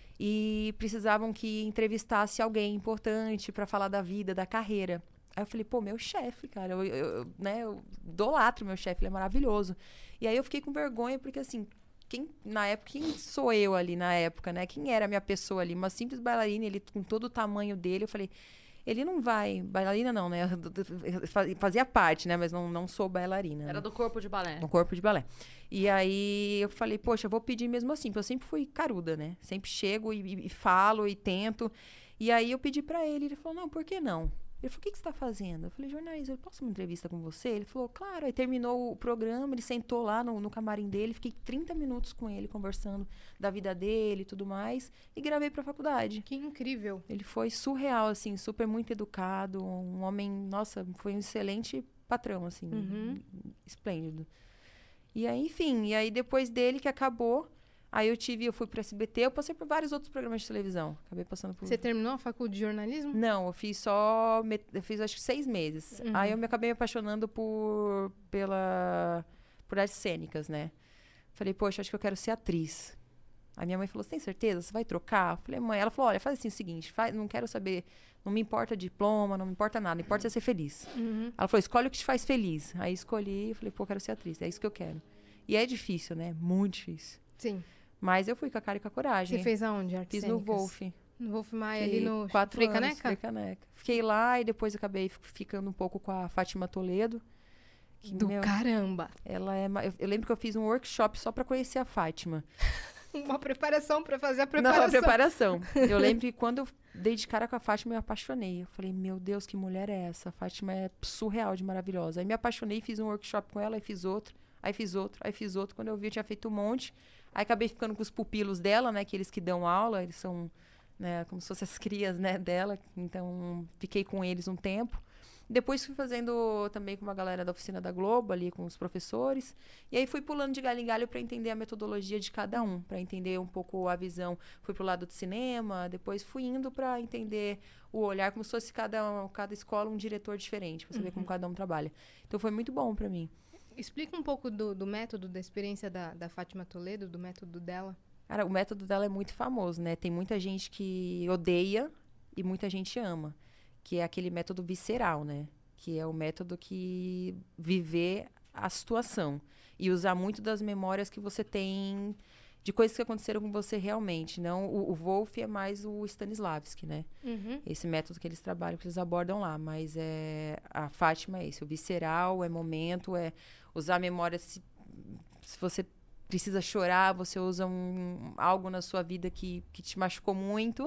e precisavam que entrevistasse alguém importante pra falar da vida, da carreira. Aí eu falei, pô, meu chefe, cara, eu idolatro meu chefe, ele é maravilhoso. E aí eu fiquei com vergonha, porque assim, quem sou eu ali na época, né? Quem era a minha pessoa ali? Uma simples bailarina, ele com todo o tamanho dele, eu falei, ele não vai... Bailarina não, né? Fazia parte, né? Mas não sou bailarina. Era né? do corpo de balé. No corpo de balé. E aí eu falei, poxa, eu vou pedir mesmo assim, porque eu sempre fui caruda, né? Sempre chego e falo e tento. E aí eu pedi pra ele falou, não, por que não? Ele falou, o que você tá fazendo? Eu falei, jornalista, eu posso uma entrevista com você? Ele falou, claro. Aí terminou o programa, ele sentou lá no camarim dele, fiquei 30 minutos com ele, conversando da vida dele e tudo mais, e gravei pra faculdade. Que incrível. Ele foi surreal, assim, super muito educado, um homem, nossa, foi um excelente patrão, assim, esplêndido. E aí, enfim, e aí depois dele que acabou, aí eu fui pro SBT, eu passei por vários outros programas de televisão. Acabei passando por... Você terminou a faculdade de jornalismo? Não, eu fiz acho que 6 meses. Aí eu acabei me apaixonando por artes cênicas, né? Falei, poxa, acho que eu quero ser atriz. A minha mãe falou, você tem certeza? Você vai trocar? Eu falei, mãe, ela falou, olha, faz assim o seguinte, não quero saber, não me importa diploma, não me importa nada, importa você ser feliz. Ela falou, escolhe o que te faz feliz. Aí escolhi e falei, pô, eu quero ser atriz, é isso que eu quero. E é difícil, né? Muito difícil. Sim. Mas eu fui com a cara e com a coragem. Você fez aonde, artes Fiz cênicas? no Wolf. No Wolf Maia, Fiquei ali no 4 Frei anos, Caneca? Frei Caneca. Fiquei lá e depois acabei ficando um pouco com a Fátima Toledo. Que, Caramba! Ela eu lembro que eu fiz um workshop só pra conhecer a Fátima. Uma preparação pra fazer a Não, preparação. a preparação. Eu lembro que quando eu dei de cara com a Fátima, eu me apaixonei. Eu falei, meu Deus, que mulher é essa? A Fátima é surreal de maravilhosa. Aí me apaixonei, fiz um workshop com ela, aí fiz outro. Quando eu vi, eu tinha feito um monte. Aí acabei ficando com os pupilos dela, né? Aqueles que dão aula, eles são, né, como se fossem as crias, né, dela. Então, fiquei com eles um tempo. Depois fui fazendo também com uma galera da oficina da Globo, ali com os professores. E aí fui pulando de galho em galho para entender a metodologia de cada um, para entender um pouco a visão. Fui pro lado do cinema, depois fui indo para entender o olhar, como se fosse cada escola um diretor diferente, para saber como cada um trabalha. Então foi muito bom para mim. Explica um pouco do método, da experiência da Fátima Toledo, do método dela. Cara, o método dela é muito famoso, né? Tem muita gente que odeia e muita gente ama. Que é aquele método visceral, né? Que é o método que viver a situação. E usar muito das memórias que você tem de coisas que aconteceram com você realmente. Não, o Wolff é mais o Stanislavski, né? Esse método que eles trabalham, que eles abordam lá. Mas a Fátima é esse. O visceral, é momento, é usar a memória. Se você precisa chorar, você usa algo na sua vida que te machucou muito.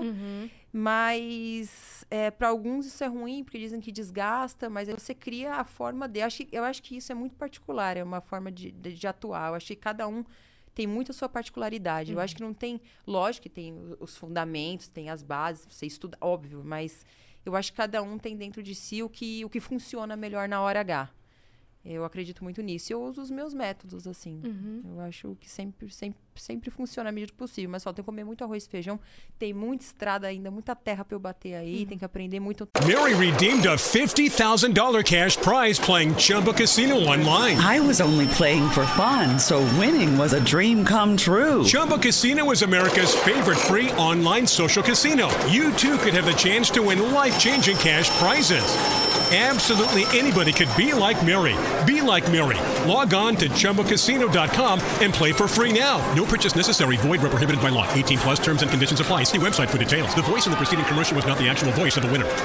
Mas para alguns isso é ruim, porque dizem que desgasta, mas aí você cria a forma de... Eu acho que isso é muito particular, é uma forma de atuar. Eu acho que cada um tem muito a sua particularidade. Eu acho que não tem... Lógico que tem os fundamentos, tem as bases, você estuda, óbvio, mas eu acho que cada um tem dentro de si o que funciona melhor na hora H. Eu acredito muito nisso. Eu uso os meus métodos, assim. Eu acho que sempre funciona à medida do possível. Mas só tem que comer muito arroz e feijão. Tem muita estrada ainda, muita terra pra eu bater aí. Tem que aprender muito. Mary redeemed a $50,000 cash prize playing Chumba Casino online. I was only playing for fun, so winning was a dream come true. Chumba Casino is America's favorite free online social casino. You too could have the chance to win life-changing cash prizes. Absolutely anybody could be like Mary. Be like Mary. Log on to ChumbaCasino.com and play for free now. No purchase necessary. Void where prohibited by law. 18 plus terms and conditions apply. See website for details. The voice in the preceding commercial was not the actual voice of the winner.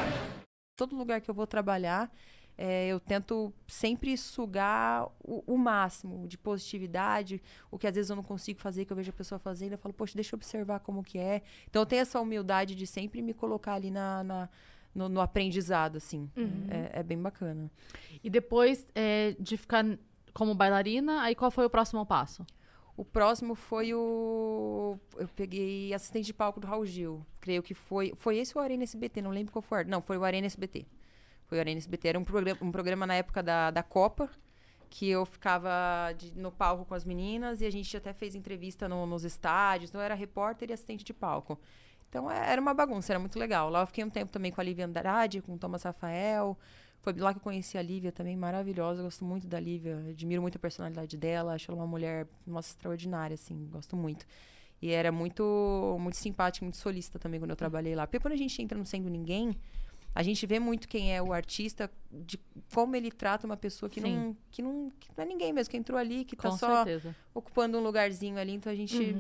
Todo lugar que eu vou trabalhar, eu tento sempre sugar o máximo de positividade, o que às vezes eu não consigo fazer, que eu vejo a pessoa fazendo, eu falo, poxa, deixa eu observar como que é. Então eu tenho essa humildade de sempre me colocar ali no aprendizado, assim. É bem bacana. E depois de ficar como bailarina, aí qual foi o próximo passo? O próximo foi eu peguei assistente de palco do Raul Gil. Creio que foi esse o Arena SBT, não lembro qual foi. Não, foi o Arena SBT. Foi o Arena SBT. Era um programa na época da Copa, que eu ficava no palco com as meninas e a gente até fez entrevista nos estádios. Então, eu era repórter e assistente de palco. Então, era uma bagunça, era muito legal. Lá eu fiquei um tempo também com a Lívia Andrade, com o Thomas Rafael. Foi lá que eu conheci a Lívia também, maravilhosa. Eu gosto muito da Lívia, admiro muito a personalidade dela. Acho ela uma mulher, nossa, extraordinária, assim, gosto muito. E era muito, muito simpática, muito solícita também quando eu trabalhei lá. Porque quando a gente entra no Sendo Ninguém, a gente vê muito quem é o artista, de como ele trata uma pessoa que não é ninguém mesmo, que entrou ali, que tá só ocupando um lugarzinho ali. Então a gente...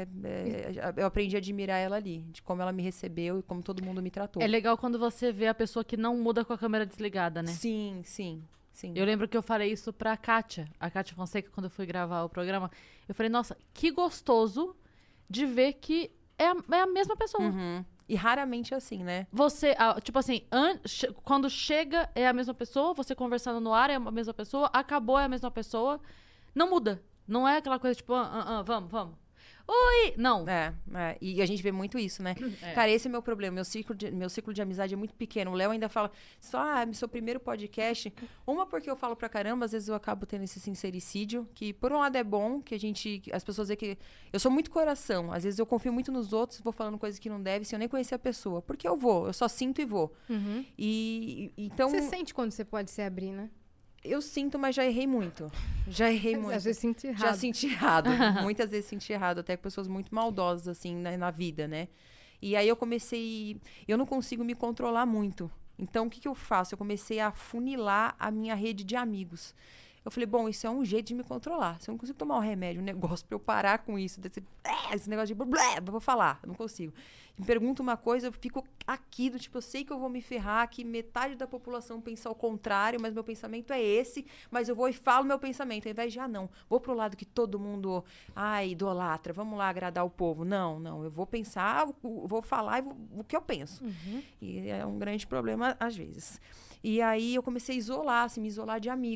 eu aprendi a admirar ela ali, de como ela me recebeu e como todo mundo me tratou. É legal quando você vê a pessoa que não muda com a câmera desligada, né? Sim. Eu lembro que eu falei isso pra Kátia, a Kátia Fonseca, quando eu fui gravar o programa. Eu falei, nossa, que gostoso de ver que é a mesma pessoa. E raramente é assim, né? Você, tipo assim, quando chega é a mesma pessoa, você conversando no ar é a mesma pessoa, acabou é a mesma pessoa, não muda. Não é aquela coisa tipo, vamos. Oi! Não. E a gente vê muito isso, né? Cara, esse é o meu problema. Meu ciclo de amizade é muito pequeno. O Léo ainda fala, seu primeiro podcast. Uma porque eu falo pra caramba, às vezes eu acabo tendo esse sincericídio, que por um lado é bom, que as pessoas veem que... Eu sou muito coração. Às vezes eu confio muito nos outros, vou falando coisas que não deve, sem eu nem conhecer a pessoa. Porque eu só sinto e vou. Então... Você sente quando você pode se abrir, né? Eu sinto, mas já errei muito. Às vezes senti errado. Já senti errado. Muitas vezes senti errado. Até com pessoas muito maldosas, assim, na vida, né? E aí eu comecei... Eu não consigo me controlar muito. Então, o que eu faço? Eu comecei a funilar a minha rede de amigos. Eu falei, bom, isso é um jeito de me controlar. Se eu não consigo tomar um remédio, um negócio pra eu parar com isso, esse negócio de blé, vou falar, eu não consigo. Me pergunta uma coisa, eu fico aqui do tipo, eu sei que eu vou me ferrar, que metade da população pensa ao contrário, mas meu pensamento é esse, mas eu vou e falo meu pensamento, ao invés de, não, vou pro lado que todo mundo, idolatra, vamos lá agradar o povo. Não, eu vou pensar, vou falar o que eu penso. E é um grande problema às vezes. E aí eu comecei a isolar, me isolar de amigos.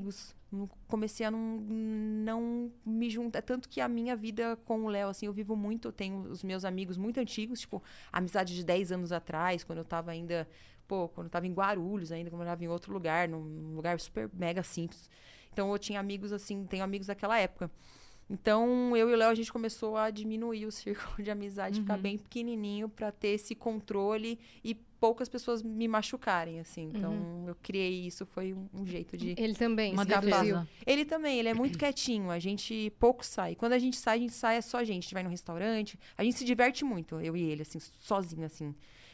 comecei a não me juntar. Tanto que a minha vida com o Léo, assim, eu vivo muito. Eu tenho os meus amigos muito antigos, tipo, amizade de 10 anos atrás, quando eu tava ainda, quando eu tava em Guarulhos ainda, quando eu morava em outro lugar, num lugar super mega simples. Então eu tinha amigos, assim, tenho amigos daquela época. Então, eu e o Léo, a gente começou a diminuir o círculo de amizade, ficar bem pequenininho pra ter esse controle e poucas pessoas me machucarem, assim. Então, eu criei isso, foi um jeito de... Ele também Uma se reduziu. defesa. Ele também, ele é muito quietinho, a gente pouco sai. Quando a gente sai é só a gente vai no restaurante, a gente se diverte muito, eu e ele, assim, sozinho, assim.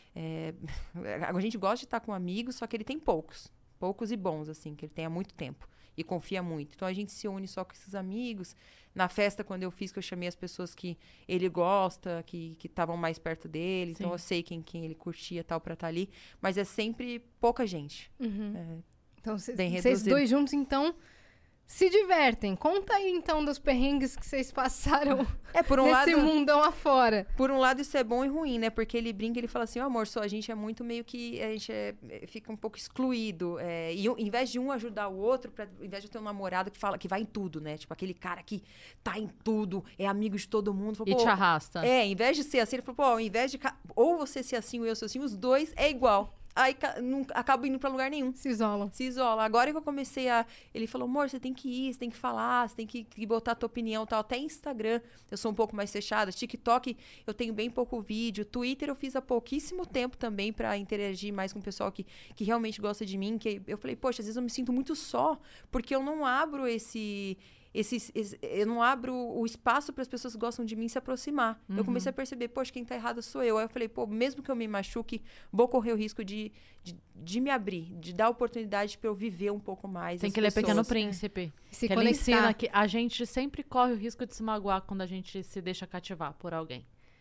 A gente gosta de estar com amigos, só que ele tem poucos e bons, assim, que ele tem há muito tempo e confia muito. Então, a gente se une só com esses amigos. Na festa, quando eu fiz, que eu chamei as pessoas que ele gosta, que estavam mais perto dele. Sim. Então, eu sei quem ele curtia tal pra estar ali. Mas é sempre pouca gente. Então, Bem vocês reduzido. dois juntos, então, se divertem. Conta aí, então, dos perrengues que vocês passaram Por um nesse lado... mundão afora. Por um lado, isso é bom e ruim, né? Porque ele brinca, ele fala assim, amor, a gente é muito meio que... A gente fica um pouco excluído. E em vez de um ajudar o outro, em vez de eu ter um namorado que vai em tudo, né? Tipo, aquele cara que tá em tudo, é amigo de todo mundo. Fala, E te arrasta. em vez de ser assim, ele falou, ao invés de... Ou você ser assim ou eu ser assim, os dois é igual. Aí não acaba indo pra lugar nenhum. Se isolam. Se isola. Agora que eu comecei a... Ele falou, amor, você tem que ir, você tem que falar, você tem que botar a tua opinião e tal. Até Instagram eu sou um pouco mais fechada. TikTok eu tenho bem pouco vídeo. Twitter eu fiz há pouquíssimo tempo também pra interagir mais com o pessoal que realmente gosta de mim. Que eu falei, poxa, às vezes eu me sinto muito só, porque eu não abro eu não abro o espaço para as pessoas que gostam de mim se aproximar. Eu comecei a perceber, poxa, quem tá errado sou eu. Aí eu falei, mesmo que eu me machuque, vou correr o risco de me abrir, de dar oportunidade para eu viver um pouco mais. Tem as que ler Pequeno pessoas. Príncipe. Se que ele conectar. ensina que a gente sempre corre o risco de se magoar quando a gente se deixa cativar por alguém.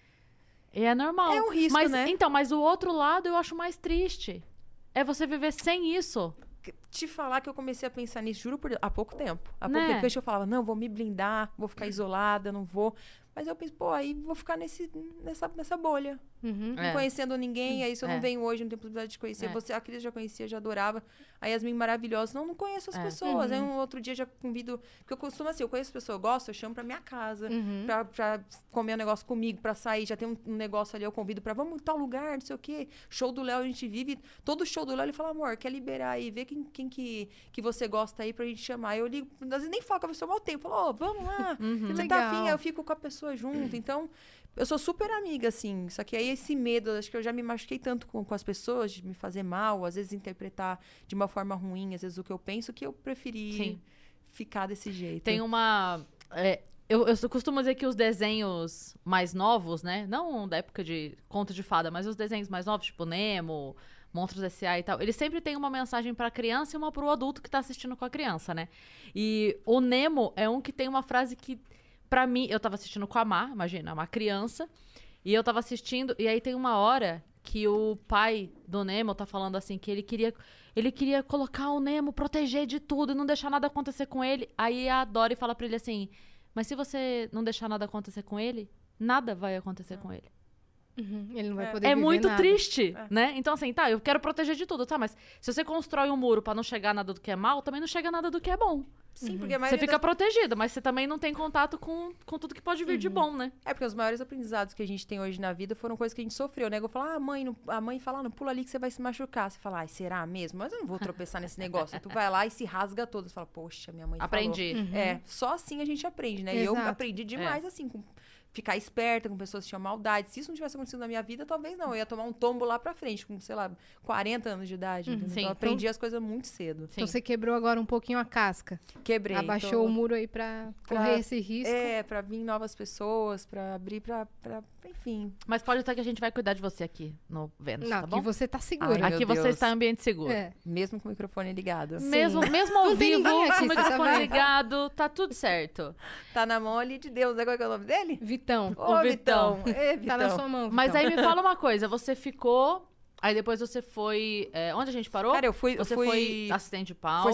E é normal. É um risco, mas, né? Então, mas o outro lado eu acho mais triste. É você viver sem isso. Te falar que eu comecei a pensar nisso, juro por Deus, há pouco tempo. Há pouco Né? tempo que eu falava, não, vou me blindar, vou ficar isolada, não vou. Mas eu penso, aí vou ficar nessa bolha. Não conhecendo ninguém, aí se eu não venho hoje, não tenho possibilidade de conhecer. Você, a Cris já conhecia, já adorava. A Yasmin maravilhosa. Não conheço as pessoas. Aí um outro dia já convido. Porque eu costumo assim, eu conheço as pessoas, eu gosto, eu chamo pra minha casa, pra comer um negócio comigo, pra sair. Já tem um negócio ali, eu convido pra vamos em tal lugar, não sei o quê. Show do Léo, a gente vive. Todo show do Léo, ele fala, amor, quer liberar aí, vê quem que você gosta aí pra gente chamar. Eu ligo, às vezes nem falo com a pessoa, mal tempo. Falo, vamos lá. Você tá afim? Aí eu fico com a pessoa junto. Então, eu sou super amiga, assim. Só que aí esse medo, acho que eu já me machuquei tanto com as pessoas, de me fazer mal, às vezes interpretar de uma forma ruim, às vezes o que eu penso, que eu preferi ficar desse jeito. Tem uma... Eu costumo dizer que os desenhos mais novos, né? Não da época de conto de fada, mas os desenhos mais novos, tipo Nemo, Monstros S.A. e tal, eles sempre têm uma mensagem pra criança e uma pro adulto que tá assistindo com a criança, né? E o Nemo é um que tem uma frase que, pra mim, eu tava assistindo com a Mar, imagina, uma criança, e eu tava assistindo, e aí tem uma hora que o pai do Nemo tá falando assim, que ele queria colocar o Nemo, proteger de tudo e não deixar nada acontecer com ele. Aí a Dory fala pra ele assim, mas se você não deixar nada acontecer com ele, nada vai acontecer com ele. Ele não vai poder É viver muito nada. triste, né? Então, assim, tá, eu quero proteger de tudo, tá? Mas se você constrói um muro pra não chegar nada do que é mal, também não chega nada do que é bom. Sim, porque a Você maioria fica protegido, mas você também não tem contato com tudo que pode vir de bom, né? É porque os maiores aprendizados que a gente tem hoje na vida foram coisas que a gente sofreu, né? Eu falo, a mãe fala, não pula ali que você vai se machucar. Você fala, será mesmo? Mas eu não vou tropeçar nesse negócio. Tu vai lá e se rasga todo. Você fala, poxa, minha mãe Aprendi. falou. Só assim a gente aprende, né? E eu Exato. aprendi demais, assim, com ficar esperta com pessoas que tinham maldade. Se isso não tivesse acontecido na minha vida, talvez não. Eu ia tomar um tombo lá pra frente, com, sei lá, 40 anos de idade. Entendeu? Sim. Então eu aprendi as coisas muito cedo. Então você quebrou agora um pouquinho a casca. Quebrei. Abaixou o muro aí pra correr esse risco. Pra vir novas pessoas, pra abrir enfim. Mas pode estar que a gente vai cuidar de você aqui no Vênus, Não, tá aqui bom? você tá segura. Ai, Aqui meu você Deus. está em ambiente seguro. É. Mesmo com o microfone ligado. Mesmo ao Não tem vivo, ninguém aqui, com o você tá microfone vendo? ligado, tá tudo certo. Tá na mão ali de Deus. Qual que é o nome dele? Vitão, Ô, Vitão. Ê, tá na sua mão. Mas Vitão. aí me fala uma coisa, você ficou... Aí depois você foi... onde a gente parou? Cara, eu fui... Você foi assistente de palco.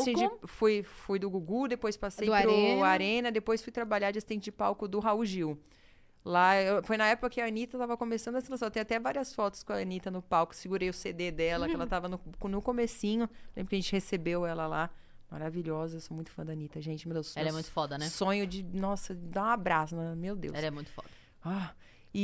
Fui do Gugu, depois passei Do pro Arena. Arena, depois fui trabalhar de assistente de palco do Raul Gil. Lá, foi na época que a Anitta tava começando a se lançar. Tem até várias fotos com a Anitta no palco. Segurei o CD dela, que ela tava no comecinho. Lembro que a gente recebeu ela lá. Maravilhosa, sou muito fã da Anitta, gente. Meu Deus. Ela é muito foda, né? Sonho de, nossa, dar um abraço, né? Meu Deus. Ela é muito foda. Ah,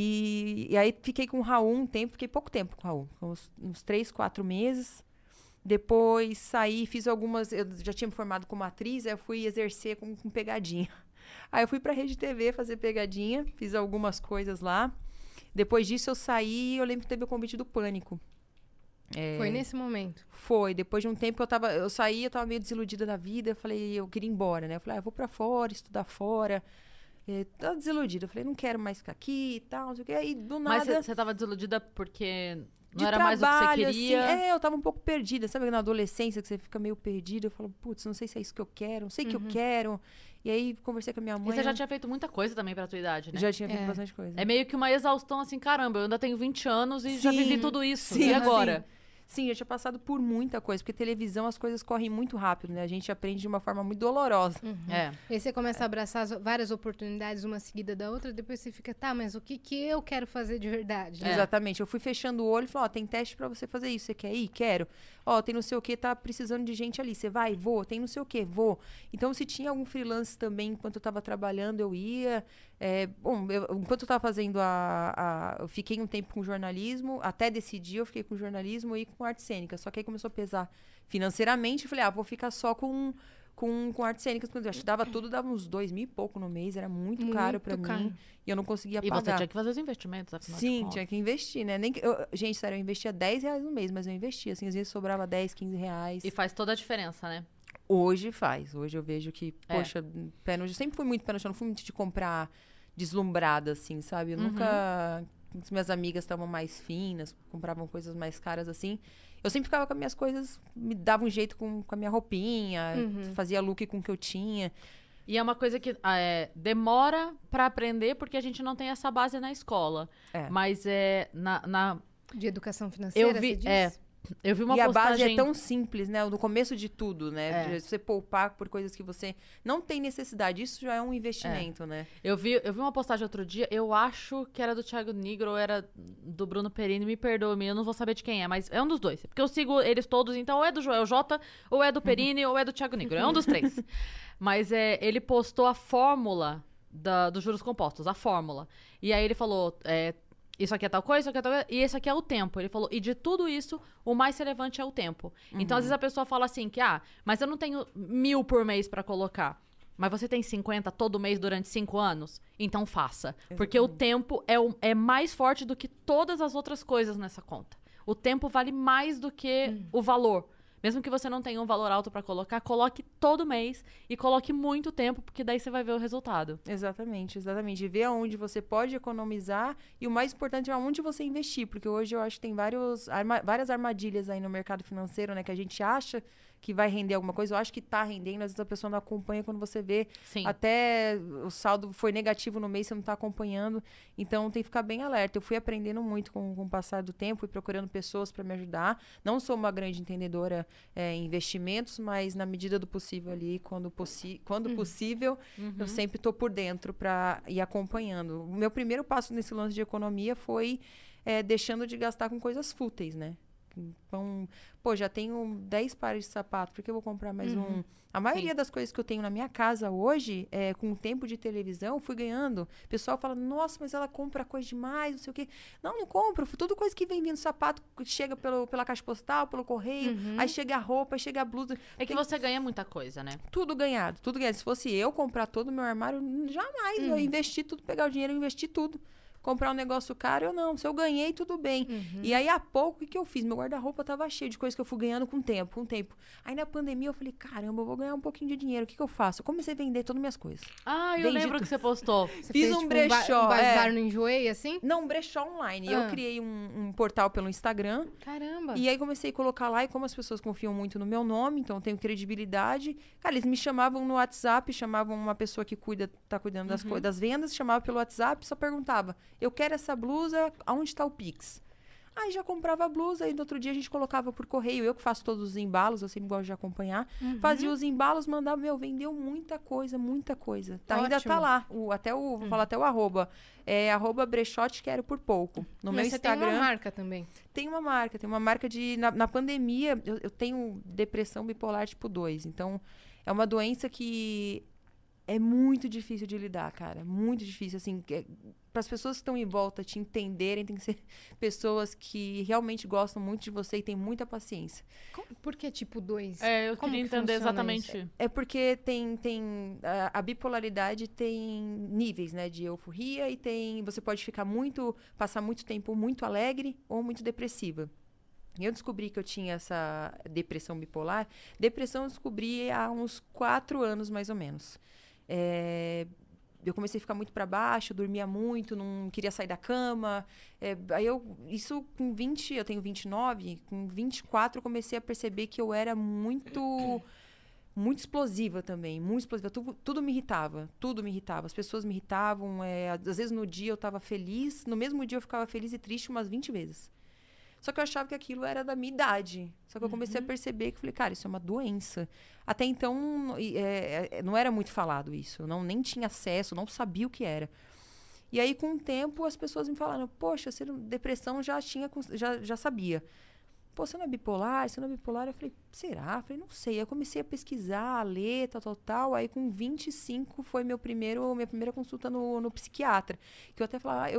e aí fiquei com o Raul um tempo, fiquei pouco tempo com o Raul, uns 3, 4 meses. Depois saí, fiz algumas, eu já tinha me formado como atriz, aí eu fui exercer com pegadinha. Aí eu fui pra Rede TV fazer pegadinha, fiz algumas coisas lá. Depois disso eu saí e eu lembro que teve o convite do Pânico. Foi nesse momento. Foi, depois de um tempo eu saí, eu tava meio desiludida da vida, eu falei, eu queria ir embora, né? Eu falei, eu vou pra fora, estudar fora. Tava desiludida, eu falei, não quero mais ficar aqui e tal, não sei o quê. Aí do Mas nada... você tava desiludida porque não de era mais o que você trabalho, queria? assim, eu tava um pouco perdida. Sabe na adolescência que você fica meio perdida? Eu falo, putz, não sei se é isso que eu quero, não sei o que eu quero. E aí conversei com a minha E mãe. você já tinha feito muita coisa também pra tua idade, né? Já tinha feito bastante coisa. É meio que uma exaustão assim, caramba, eu ainda tenho 20 anos e já vivi tudo isso. Sim, E agora? Sim, eu tinha passado por muita coisa, porque televisão as coisas correm muito rápido, né? A gente aprende de uma forma muito dolorosa. É. E aí você começa a abraçar várias oportunidades, uma seguida da outra, depois você fica, tá, mas o que eu quero fazer de verdade? É. Exatamente. Eu fui fechando o olho e falei, ó, tem teste pra você fazer isso. Você quer ir? Quero. Ó, tem não sei o que, tá precisando de gente ali. Você vai? Vou. Tem não sei o que, vou. Então, se tinha algum freelance também, enquanto eu tava trabalhando, eu ia. Enquanto eu tava fazendo eu fiquei um tempo com jornalismo, até decidir, eu fiquei com jornalismo e com arte cênica. Só que aí começou a pesar financeiramente. Eu falei, vou ficar só com artes cênicas. Acho que dava uns 2.000 e pouco no mês. Era muito caro pra mim. E eu não conseguia E pagar. você tinha que fazer os investimentos, afinal de Sim, contas. tinha que investir, né? Gente, sério, eu investia R$10 no mês, mas eu investia. Assim, às vezes sobrava 10, 15 reais. E faz toda a diferença, né? Hoje faz. Hoje eu vejo que, É. poxa, pé no chão. Sempre fui muito pé no chão. Não fui muito de comprar deslumbrada, assim, sabe? Eu nunca... As minhas amigas estavam mais finas, compravam coisas mais caras, assim. Eu sempre ficava com as minhas coisas, me dava um jeito com a minha roupinha, fazia look com o que eu tinha. E é uma coisa que demora pra aprender, porque a gente não tem essa base na escola. É. Mas De educação financeira, eu vi, você diz? eu vi uma E a postagem... base é tão simples, né? No começo de tudo, né? É. De você poupar por coisas que você não tem necessidade. Isso já é um investimento, né? Eu vi uma postagem outro dia, eu acho que era do Thiago Nigro ou era do Bruno Perini, me perdoe, eu não vou saber de quem é, mas é um dos dois. Porque eu sigo eles todos, então ou é do Joel J, ou é do Perini, ou é do Thiago Nigro. É um dos três. Mas ele postou a fórmula dos juros compostos, a fórmula. E aí ele falou... isso aqui é tal coisa, isso aqui é tal coisa, e esse aqui é o tempo. Ele falou, e de tudo isso, o mais relevante é o tempo. Então, às vezes a pessoa fala assim, mas eu não tenho 1.000 por mês pra colocar. Mas você tem 50 todo mês durante 5 anos? Então faça. Porque o tempo é mais forte do que todas as outras coisas nessa conta. O tempo vale mais do que o valor. Mesmo que você não tenha um valor alto pra colocar, coloque todo mês e coloque muito tempo, porque daí você vai ver o resultado. Exatamente, exatamente. E ver aonde você pode economizar e o mais importante é aonde você investir, porque hoje eu acho que tem várias armadilhas aí no mercado financeiro, né, que a gente acha que vai render alguma coisa, eu acho que tá rendendo, às vezes a pessoa não acompanha quando você vê, Sim. até o saldo foi negativo no mês, você não tá acompanhando, então tem que ficar bem alerta. Eu fui aprendendo muito com o passar do tempo e procurando pessoas para me ajudar. Não sou uma grande entendedora em investimentos, mas na medida do possível ali, quando possível, eu sempre tô por dentro para ir acompanhando. O meu primeiro passo nesse lance de economia foi deixando de gastar com coisas fúteis, né? Então, já tenho 10 pares de sapato, por que eu vou comprar mais um? A maioria das coisas que eu tenho na minha casa hoje, com o tempo de televisão, fui ganhando. O pessoal fala, nossa, mas ela compra coisa demais, não sei o quê. Não compro. Tudo coisa que vem vindo sapato, chega pela caixa postal, pelo correio, aí chega a roupa, aí chega a blusa. É que você ganha muita coisa, né? Tudo ganhado, tudo ganhado. Se fosse eu comprar todo o meu armário, jamais eu ia investir tudo, pegar o dinheiro e investir tudo. Comprar um negócio caro, eu não. Se eu ganhei, tudo bem. E aí, há pouco, o que eu fiz? Meu guarda-roupa tava cheio de coisas que eu fui ganhando com o tempo, Aí, na pandemia, eu falei, caramba, eu vou ganhar um pouquinho de dinheiro. O que eu faço? Eu comecei a vender todas as minhas coisas. Ah, eu Vendi lembro que você postou. Você fiz fez, um tipo, brechó, um bazar no Enjoei, assim? Não, um brechó online. Eu criei um portal pelo Instagram. Caramba. E aí, comecei a colocar lá. E como as pessoas confiam muito no meu nome, então eu tenho credibilidade. Cara, eles me chamavam no WhatsApp, chamavam uma pessoa que tá cuidando das vendas, chamava pelo WhatsApp, só perguntava, eu quero essa blusa, aonde está o Pix? Aí já comprava a blusa, aí no outro dia a gente colocava por correio. Eu que faço todos os embalos, eu sempre gosto de acompanhar. Fazia os embalos, mandava, vendeu muita coisa, muita coisa. Ainda tá lá, vou falar até o arroba. É @brechote quero por pouco. No meu Mas você Instagram. tem uma marca também. Tem uma marca de... Na pandemia, eu tenho depressão bipolar tipo 2. Então, é uma doença que é muito difícil de lidar, cara. Muito difícil, assim. Para as pessoas que estão em volta te entenderem, tem que ser pessoas que realmente gostam muito de você e têm muita paciência. Por que tipo 2? Eu Como queria que entender funciona exatamente. isso? É porque a bipolaridade tem níveis, né, de euforia e você pode passar muito tempo muito alegre ou muito depressiva. Eu descobri que eu tinha essa depressão bipolar. Depressão eu descobri há uns 4 anos, mais ou menos. Eu comecei a ficar muito para baixo, dormia muito, não queria sair da cama. Isso com 20, eu tenho 29, com 24 eu comecei a perceber que eu era muito explosiva também, muito explosiva. Tudo me irritava, as pessoas me irritavam. Às vezes no dia eu estava feliz, no mesmo dia eu ficava feliz e triste umas 20 vezes. Só que eu achava que aquilo era da minha idade. Só que eu comecei a perceber que, falei, cara, isso é uma doença. Até então, não era muito falado isso. Eu nem tinha acesso, não sabia o que era. E aí, com o tempo, as pessoas me falaram, poxa, depressão já sabia. Pô, você não é bipolar? Você não é bipolar? Eu falei, será? Eu falei, não sei. Aí eu comecei a pesquisar, a ler, tal. Aí, com 25, foi minha primeira consulta no psiquiatra. Que eu até falava,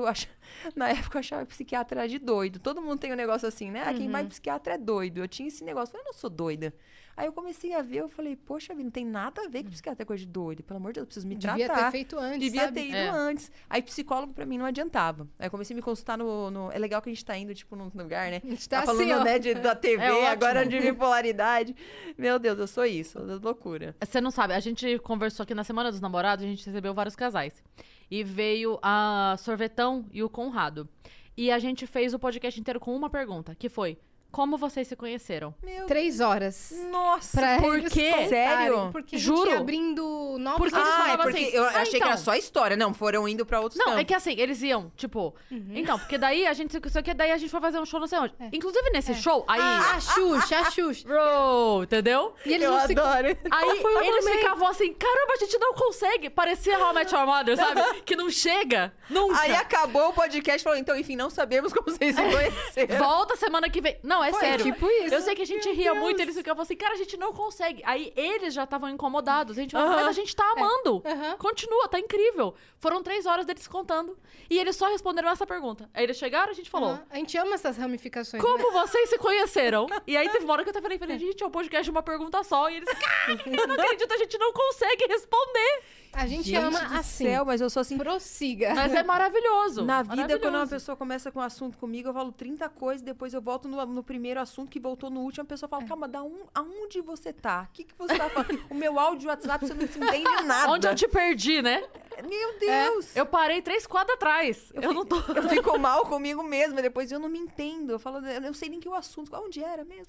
na época eu achava que psiquiatra era de doido. Todo mundo tem um negócio assim, né? Quem vai pro psiquiatra é doido. Eu tinha esse negócio. Eu falei, eu não sou doida. Aí eu comecei a ver, eu falei, poxa vida, não tem nada a ver com psiquiatra, é coisa de doido. Pelo amor de Deus, eu preciso me tratar. Devia ter feito antes, Devia ter ido antes. Aí psicólogo pra mim não adiantava. Aí eu comecei a me consultar É legal que a gente tá indo, tipo, num lugar, né? A gente tá falando, assim, né, da TV, ótimo. agora de bipolaridade. Meu Deus, eu sou isso, loucura. Você não sabe, a gente conversou aqui na Semana dos Namorados, a gente recebeu vários casais. E veio a Sorvetão e o Conrado. E a gente fez o podcast inteiro com uma pergunta, que foi: como vocês se conheceram? 3 horas. Nossa, por eles quê? contarem, Sério? Porque a gente Juro. ia abrindo novos Porque eles assuntos. falavam porque assim, eu achei que então. era só história. Não, foram indo pra outros Não, campos. é que assim, eles iam, tipo... Então, porque daí a gente... Isso aqui, daí a gente foi fazer um show não sei onde. Inclusive, nesse show, aí... A Xuxa. Bro, entendeu? E eles Eu não se... adoro. Aí eles ficavam assim, caramba, a gente não consegue. Parecia How I Met Your Mother, sabe? Que não chega, nunca. Aí acabou o podcast e falou, então, enfim, não sabemos como vocês se conheceram. Volta semana que vem. Não, é Foi sério. tipo isso. Eu sei que a gente ria muito, eles ficavam assim, cara, a gente não consegue. Aí eles já estavam incomodados. A gente falou, mas a gente tá amando. Continua, tá incrível. Foram 3 horas deles contando. E eles só responderam essa pergunta. Aí eles chegaram, a gente falou, A gente ama essas ramificações. né? como vocês se conheceram? E aí teve uma hora que eu até falei, gente, é um podcast de uma pergunta só. E eles, cara, eu não acredito, a gente não consegue responder. A gente Gente ama do assim. céu, mas eu sou assim. Prossiga. Mas é maravilhoso. Na vida, quando uma Maravilhoso. pessoa começa com um assunto comigo, eu falo 30 coisas, depois eu volto no primeiro assunto que voltou no último, a pessoa fala, calma, aonde você tá? O que você tá falando? O meu áudio WhatsApp, você não se entende nada. Onde eu te perdi, né? Meu Deus! Eu parei 3 quadros atrás. Eu não tô... Eu fico mal comigo mesma, depois eu não me entendo. Eu falo, eu não sei nem que o assunto, onde era mesmo?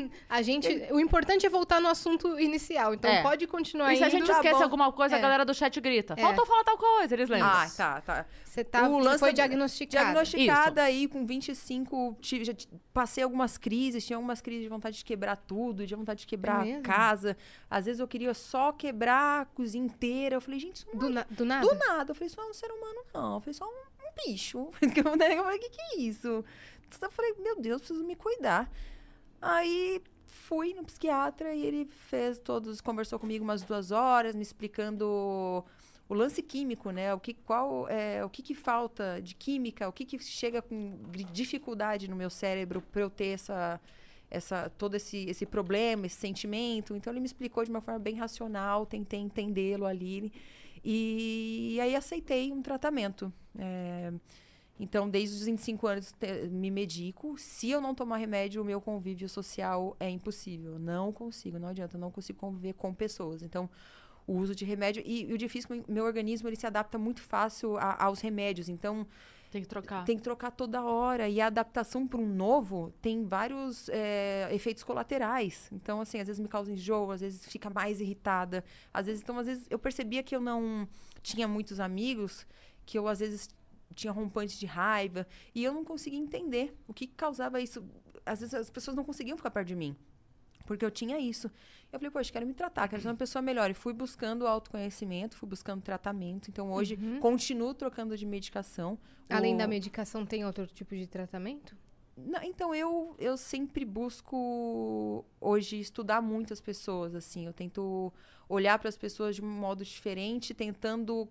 O importante é voltar no assunto inicial. Então É. pode continuar E se a indo. gente Tá esquece bom. alguma coisa, a galera do chat grita. Faltou falar tal coisa, eles lembram. Tá. Você O lance foi é- diagnosticada. Diagnosticada aí com 25, passei algumas crises, tinha algumas crises de vontade de quebrar tudo, de vontade de quebrar mesmo? a casa. Às vezes eu queria só quebrar a cozinha inteira. Eu falei, gente, isso não é Do nada? do nada. Eu falei, isso não é um ser humano, não. Eu falei, só um bicho. Eu falei, o que é isso? Então, eu falei, meu Deus, preciso me cuidar. Aí fui no psiquiatra e ele conversou comigo umas 2 horas, me explicando o lance químico, né? O que falta de química, o que chega com dificuldade no meu cérebro para eu ter todo esse problema, esse sentimento. Então ele me explicou de uma forma bem racional, tentei entendê-lo ali. E aí aceitei um tratamento. Então, desde os 25 anos, me medico. Se eu não tomar remédio, o meu convívio social é impossível. Não consigo, não adianta. Eu não consigo conviver com pessoas. Então, o uso de remédio... E o difícil, meu organismo, ele se adapta muito fácil aos remédios. Então, Tem que trocar. tem que trocar toda hora. E a adaptação para um novo tem vários efeitos colaterais. Então, assim, às vezes me causa enjoo, às vezes fica mais irritada. Às vezes eu percebia que eu não tinha muitos amigos, que eu, às vezes... tinha rompante de raiva. E eu não conseguia entender o que causava isso. Às vezes as pessoas não conseguiam ficar perto de mim. Porque eu tinha isso. Eu falei, poxa, quero me tratar, quero ser uma pessoa melhor. E fui buscando autoconhecimento, fui buscando tratamento. Então, hoje, continuo trocando de medicação. Além da medicação, tem outro tipo de tratamento? Não, então, eu sempre busco, hoje, estudar muito as pessoas, assim. Eu tento olhar para as pessoas de um modo diferente, tentando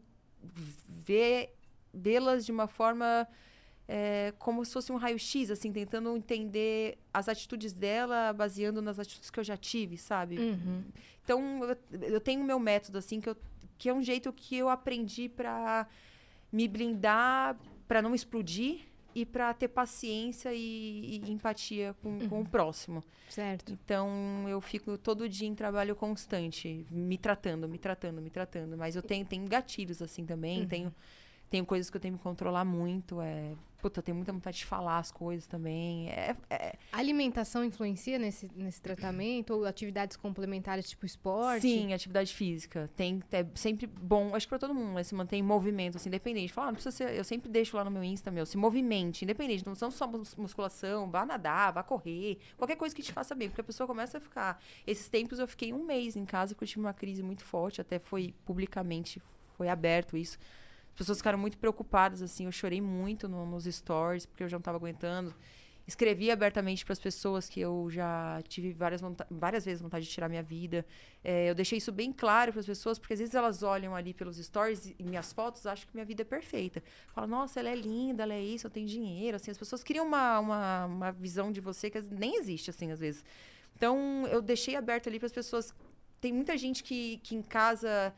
vê-las de uma forma... como se fosse um raio-x, assim, tentando entender as atitudes dela, baseando nas atitudes que eu já tive, sabe? Então, eu tenho o meu método, assim, que é um jeito que eu aprendi para me blindar, para não explodir e para ter paciência e empatia com o próximo. Certo. Então, eu fico todo dia em trabalho constante, me tratando. Mas eu tenho gatilhos, assim, também, tenho coisas que eu tenho que me controlar muito. Eu tenho muita vontade de falar as coisas também. A alimentação influencia nesse tratamento? Ou atividades complementares, tipo esporte? Sim, atividade física. É sempre bom, acho que pra todo mundo, né? Se manter em movimento, assim, independente. Não precisa ser, eu sempre deixo lá no meu Insta, se movimente, independente. Não são só musculação, vá nadar, vá correr. Qualquer coisa que te faça bem. Porque a pessoa começa a ficar... Esses tempos eu fiquei 1 mês em casa, porque eu tive uma crise muito forte. Até foi publicamente, foi aberto isso. As pessoas ficaram muito preocupadas, assim. Eu chorei muito nos stories, porque eu já não estava aguentando. Escrevi abertamente para as pessoas que eu já tive várias vezes vontade de tirar minha vida. Eu deixei isso bem claro para as pessoas, porque às vezes elas olham ali pelos stories e minhas fotos, acham que minha vida é perfeita. Falam, nossa, ela é linda, ela é isso, ela tem dinheiro. Assim, as pessoas criam uma visão de você que nem existe, assim, às vezes. Então, eu deixei aberto ali para as pessoas. Tem muita gente que em casa...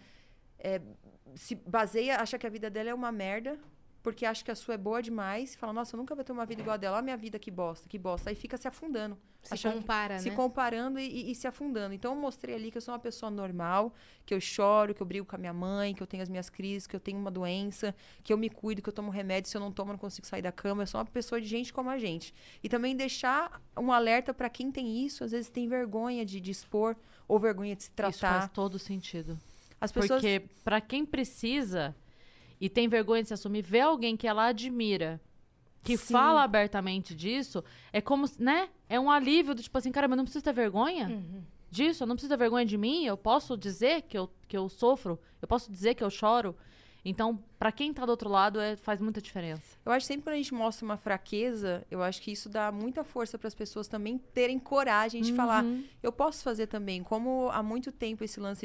se baseia, acha que a vida dela é uma merda, porque acha que a sua é boa demais, e fala, nossa, eu nunca vou ter uma vida igual a dela, olha a minha vida, que bosta. Aí fica se afundando. Se comparando e se afundando. Então, eu mostrei ali que eu sou uma pessoa normal, que eu choro, que eu brigo com a minha mãe, que eu tenho as minhas crises, que eu tenho uma doença, que eu me cuido, que eu tomo remédio, se eu não tomo, eu não consigo sair da cama. Eu sou uma pessoa de gente como a gente. E também deixar um alerta para quem tem isso, às vezes tem vergonha de expor, ou vergonha de se tratar. Isso faz todo sentido. As pessoas... Porque pra quem precisa e tem vergonha de se assumir, ver alguém que ela admira, que Sim. fala abertamente disso, é como, né? É um alívio do tipo assim, cara, mas eu não preciso ter vergonha disso, eu não preciso ter vergonha de mim, eu posso dizer que eu sofro, eu posso dizer que eu choro. Então, pra quem tá do outro lado, faz muita diferença. Eu acho que sempre quando a gente mostra uma fraqueza, eu acho que isso dá muita força para as pessoas também terem coragem de falar, eu posso fazer também. Como há muito tempo esse lance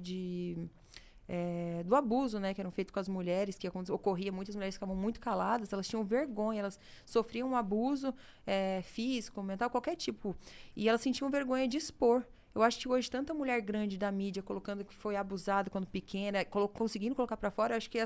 do abuso, né, que eram feito com as mulheres, que ocorria, muitas mulheres ficavam muito caladas, elas tinham vergonha, elas sofriam um abuso físico, mental, qualquer tipo. E elas sentiam vergonha de expor. Eu acho que hoje tanta mulher grande da mídia colocando que foi abusada quando pequena, conseguindo colocar pra fora, eu acho que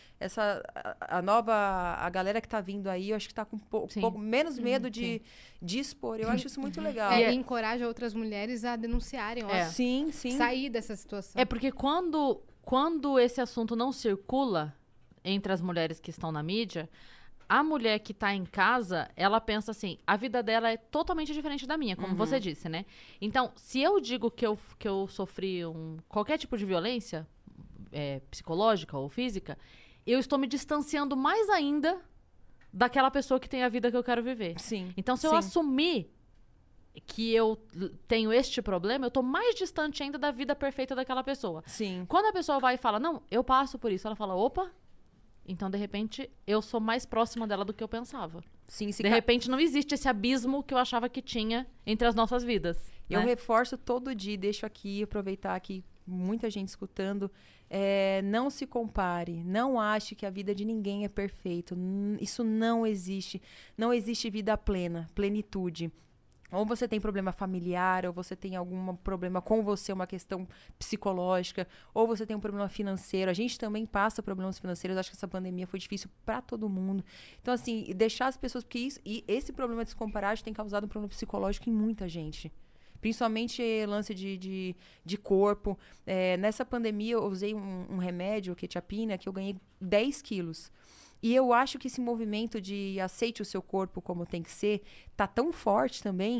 a galera que tá vindo aí, eu acho que tá com um pouco menos medo de expor. Eu acho isso muito legal. E encoraja outras mulheres a denunciarem, Sim. sair dessa situação. É porque quando esse assunto não circula entre as mulheres que estão na mídia, a mulher que tá em casa, ela pensa assim, a vida dela é totalmente diferente da minha, como você disse, né? Então, se eu digo que eu sofri qualquer tipo de violência, psicológica ou física, eu estou me distanciando mais ainda daquela pessoa que tem a vida que eu quero viver. Sim. Então, se eu assumir que eu tenho este problema, eu tô mais distante ainda da vida perfeita daquela pessoa. Sim. Quando a pessoa vai e fala, não, eu passo por isso, ela fala, opa, então, de repente, eu sou mais próxima dela do que eu pensava. Sim, de repente, não existe esse abismo que eu achava que tinha entre as nossas vidas. Eu né? reforço todo dia, deixo aqui, aproveitar aqui, muita gente escutando. Não se compare, não ache que a vida de ninguém é perfeita. Isso não existe. Não existe vida plena, plenitude. Ou você tem problema familiar, ou você tem algum problema com você, uma questão psicológica, ou você tem um problema financeiro. A gente também passa problemas financeiros. Acho que essa pandemia foi difícil para todo mundo. Então, assim, deixar as pessoas... Porque esse problema de se comparar tem causado um problema psicológico em muita gente. Principalmente lance de corpo. Nessa pandemia, eu usei um remédio, quetiapina, que eu ganhei 10 quilos. E eu acho que esse movimento de aceite o seu corpo como tem que ser, tá tão forte também,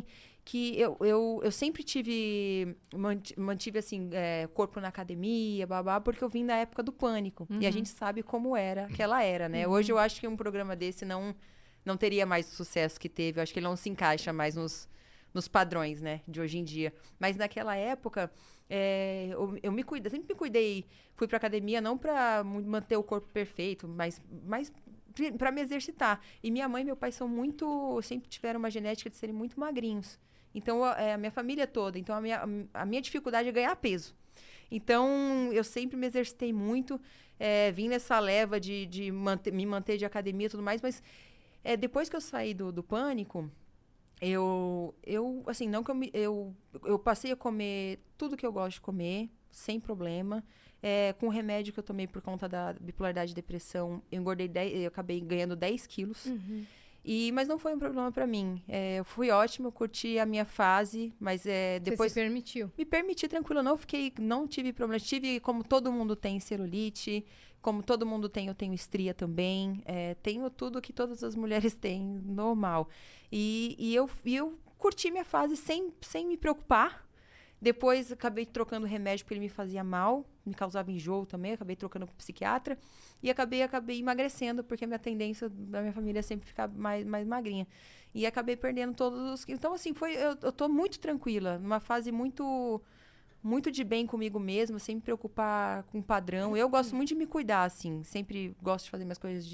que eu sempre mantive, assim, corpo na academia, babá, porque eu vim da época do pânico. E a gente sabe como era aquela era, né? Hoje eu acho que um programa desse não teria mais o sucesso que teve. Eu acho que ele não se encaixa mais nos padrões, né, de hoje em dia. Mas naquela época, eu sempre me cuidei. Fui pra academia não pra manter o corpo perfeito, mas para me exercitar. E minha mãe e meu pai sempre tiveram uma genética de serem muito magrinhos. Então, a minha família toda. Então, a minha dificuldade é ganhar peso. Então, eu sempre me exercitei muito. Vim nessa leva de me manter de academia e tudo mais. Mas, depois que eu saí do pânico, assim, não que eu passei a comer tudo que eu gosto de comer, sem problema. Com o remédio que eu tomei por conta da bipolaridade e depressão, eu engordei eu acabei ganhando 10 quilos. Mas não foi um problema pra mim. Eu fui ótima, eu curti a minha fase, mas depois... Você se permitiu? Me permiti, tranquilo. Não tive problema. Tive, como todo mundo tem, celulite. Como todo mundo tem, eu tenho estria também. Tenho tudo que todas as mulheres têm, normal. E eu curti minha fase sem me preocupar. Depois, acabei trocando remédio porque ele me fazia mal, me causava enjoo também, acabei trocando com o psiquiatra e acabei emagrecendo, porque a minha tendência da minha família é sempre ficar mais magrinha. E acabei perdendo todos os... Então, assim, eu tô muito tranquila, numa fase muito de bem comigo mesma, sem me preocupar com o padrão. Eu gosto muito de me cuidar, assim, sempre gosto de fazer minhas coisas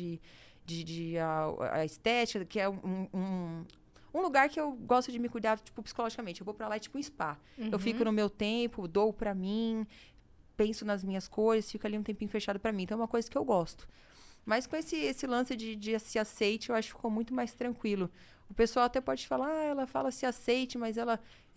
a estética, que é um lugar que eu gosto de me cuidar, tipo, psicologicamente. Eu vou pra lá, tipo, um spa. Eu fico no meu tempo, dou pra mim, penso nas minhas coisas, fico ali um tempinho fechado pra mim. Então, é uma coisa que eu gosto. Mas com esse lance de se aceite, eu acho que ficou muito mais tranquilo. O pessoal até pode falar, ela fala se aceite, mas ela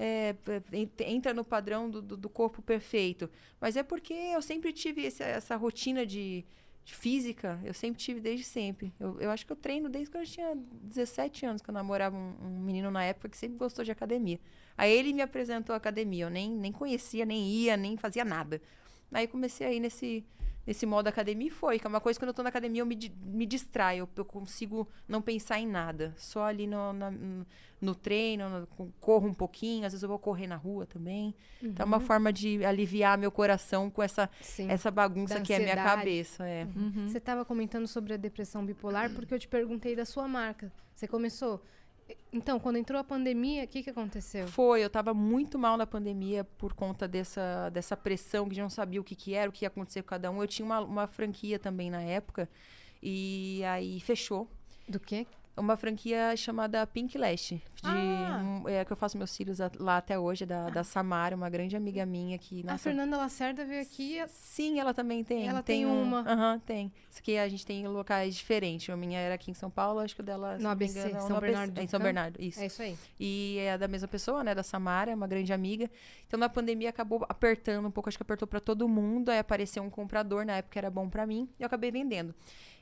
entra no padrão do corpo perfeito. Mas é porque eu sempre tive essa rotina de física, eu sempre tive desde sempre. Eu acho que eu treino desde que eu tinha 17 anos, que eu namorava um menino na época que sempre gostou de academia. Aí ele me apresentou a academia, eu nem conhecia, nem ia, nem fazia nada. Aí comecei a ir nesse modo academia e foi. Que é uma coisa que quando eu tô na academia eu me distraio, eu consigo não pensar em nada. Só ali no treino, corro um pouquinho, às vezes eu vou correr na rua também. Então é uma forma de aliviar meu coração com essa bagunça que é a minha cabeça. Você estava comentando sobre a depressão bipolar porque eu te perguntei da sua marca. Você começou... Então, quando entrou a pandemia, o que aconteceu? Eu tava muito mal na pandemia por conta dessa pressão, que já não sabia o que era, o que ia acontecer com cada um. Eu tinha uma franquia também na época, e aí fechou. Do quê? Uma franquia chamada Pink Lash, que eu faço meus cílios lá até hoje, da Samara, uma grande amiga minha que... A Fernanda Lacerda veio aqui... Sim, ela também tem. Ela tem uma. Tem. Isso aqui a gente tem em locais diferentes. A minha era aqui em São Paulo, acho que o dela... No ABC, São Bernardo. Em São Bernardo, isso. É isso aí. E é da mesma pessoa, né, da Samara, uma grande amiga. Então, na pandemia, acabou apertando um pouco, acho que apertou pra todo mundo. Aí apareceu um comprador, na época era bom pra mim, e eu acabei vendendo.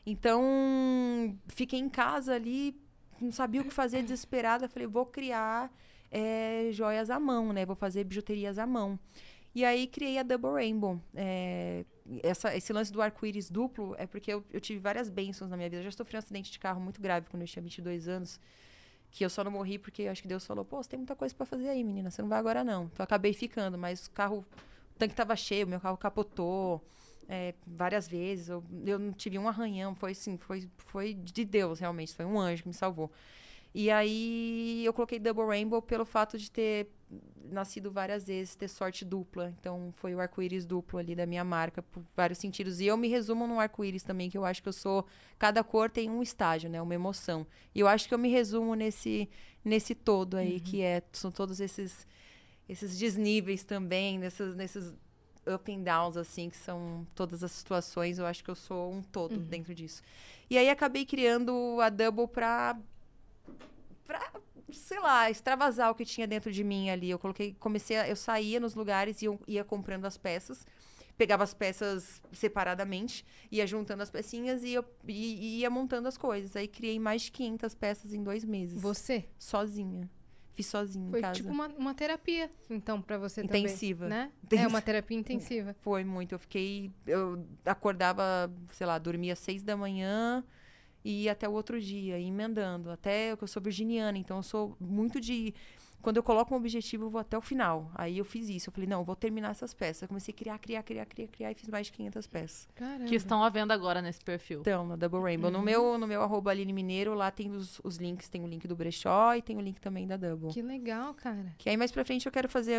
Então, fiquei em casa ali, não sabia o que fazer, desesperada. Falei, vou criar joias à mão, né? Vou fazer bijuterias à mão. E aí, criei a Double Rainbow. Esse lance do arco-íris duplo é porque eu tive várias bênçãos na minha vida. Eu já sofri um acidente de carro muito grave quando eu tinha 22 anos. Que eu só não morri porque acho que Deus falou, você tem muita coisa pra fazer aí, menina. Você não vai agora, não. Então, eu acabei ficando. Mas o tanque tava cheio, meu carro capotou. Várias vezes, eu não tive um arranhão, foi de Deus, realmente, foi um anjo que me salvou. E aí, eu coloquei Double Rainbow pelo fato de ter nascido várias vezes, ter sorte dupla. Então, foi o arco-íris duplo ali da minha marca, por vários sentidos. E eu me resumo num arco-íris também, que eu acho que eu sou... Cada cor tem um estágio, né? Uma emoção. E eu acho que eu me resumo nesse todo aí, que são todos esses desníveis também, nesses up and downs, assim, que são todas as situações. Eu acho que eu sou um todo dentro disso. E aí, acabei criando a Double pra sei lá, extravasar o que tinha dentro de mim ali. Eu saía nos lugares e ia comprando as peças, pegava as peças separadamente, ia juntando as pecinhas e ia montando as coisas. Aí, criei mais de 500 peças em 2 meses. Você? Sozinha. Fiz sozinha em casa. Foi tipo uma terapia, então, pra você intensiva. também, né? É uma terapia intensiva. Foi muito. Eu acordava, sei lá, dormia às 6 da manhã e ia até o outro dia, emendando. Até que eu sou virginiana, então eu sou muito de quando eu coloco um objetivo, eu vou até o final. Aí eu fiz isso. Eu falei, não, eu vou terminar essas peças. Eu comecei a criar e fiz mais de 500 peças. Caramba. Que estão à venda agora nesse perfil. Então, na Double Rainbow. No meu @, Aline Mineiro, lá tem os links. Tem o link do brechó e tem o link também da Double. Que legal, cara. Que aí mais pra frente eu quero fazer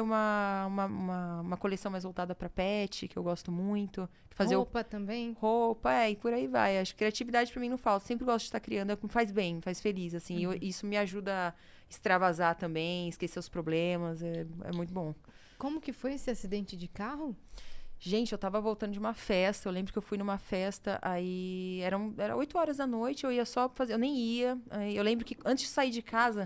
uma coleção mais voltada pra pet, que eu gosto muito. Fazer Roupa também. roupa, e por aí vai. Acho que criatividade pra mim não falta. Sempre gosto de estar criando, faz bem, faz feliz, assim. Isso me ajuda a extravasar também, esquecer os problemas, é muito bom. Como que foi esse acidente de carro? Gente, eu tava voltando de uma festa, eu lembro que eu fui numa festa, aí era 8 horas da noite, eu ia só fazer, eu nem ia. Aí eu lembro que antes de sair de casa,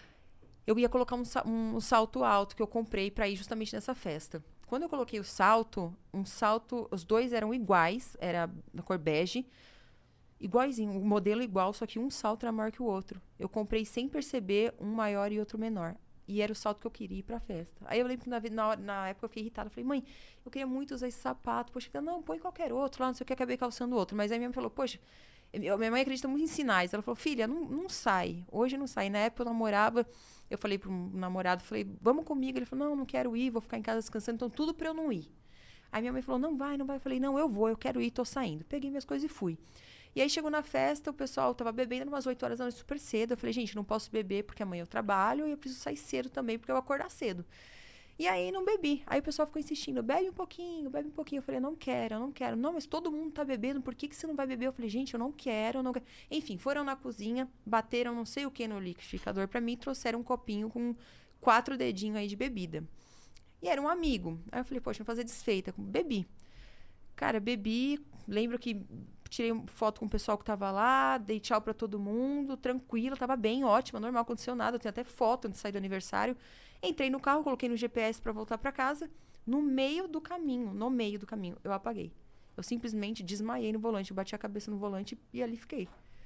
eu ia colocar um salto alto que eu comprei pra ir justamente nessa festa. Quando eu coloquei o salto, os dois eram iguais, era da cor bege, iguaizinho, o modelo igual, só que um salto era maior que o outro. Eu comprei sem perceber um maior e outro menor. E era o salto que eu queria ir pra festa. Aí eu lembro que na época eu fiquei irritada. Falei, mãe, eu queria muito usar esse sapato. Poxa, não, põe qualquer outro lá, não sei o que, acabei calçando outro. Mas aí minha mãe falou, poxa, minha mãe acredita muito em sinais. Ela falou, filha, não sai. Hoje não sai. Na época eu namorava, eu falei pro namorado, falei, vamos comigo. Ele falou, não quero ir, vou ficar em casa descansando. Então tudo pra eu não ir. Aí minha mãe falou, não vai. Eu falei, não, eu vou, eu quero ir, tô saindo. Peguei minhas coisas e fui. E aí chegou na festa, o pessoal tava bebendo umas 8 horas da noite, super cedo. Eu falei, gente, não posso beber porque amanhã eu trabalho e eu preciso sair cedo também porque eu vou acordar cedo. E aí não bebi. Aí o pessoal ficou insistindo, bebe um pouquinho, bebe um pouquinho. Eu falei, eu não quero. Não, mas todo mundo tá bebendo, por que você não vai beber? Eu falei, gente, eu não quero. Enfim, foram na cozinha, bateram não sei o que no liquidificador pra mim e trouxeram um copinho com 4 dedinhos aí de bebida. E era um amigo. Aí eu falei, poxa, vou fazer desfeita. Bebi. Cara, bebi, lembro que tirei foto com o pessoal que tava lá, dei tchau pra todo mundo, tranquila, tava bem, ótima, normal, não aconteceu nada. Eu tenho até foto antes de sair do aniversário. Entrei no carro, coloquei no GPS pra voltar pra casa. No meio do caminho, eu apaguei. Eu simplesmente desmaiei no volante, eu bati a cabeça no volante e ali fiquei.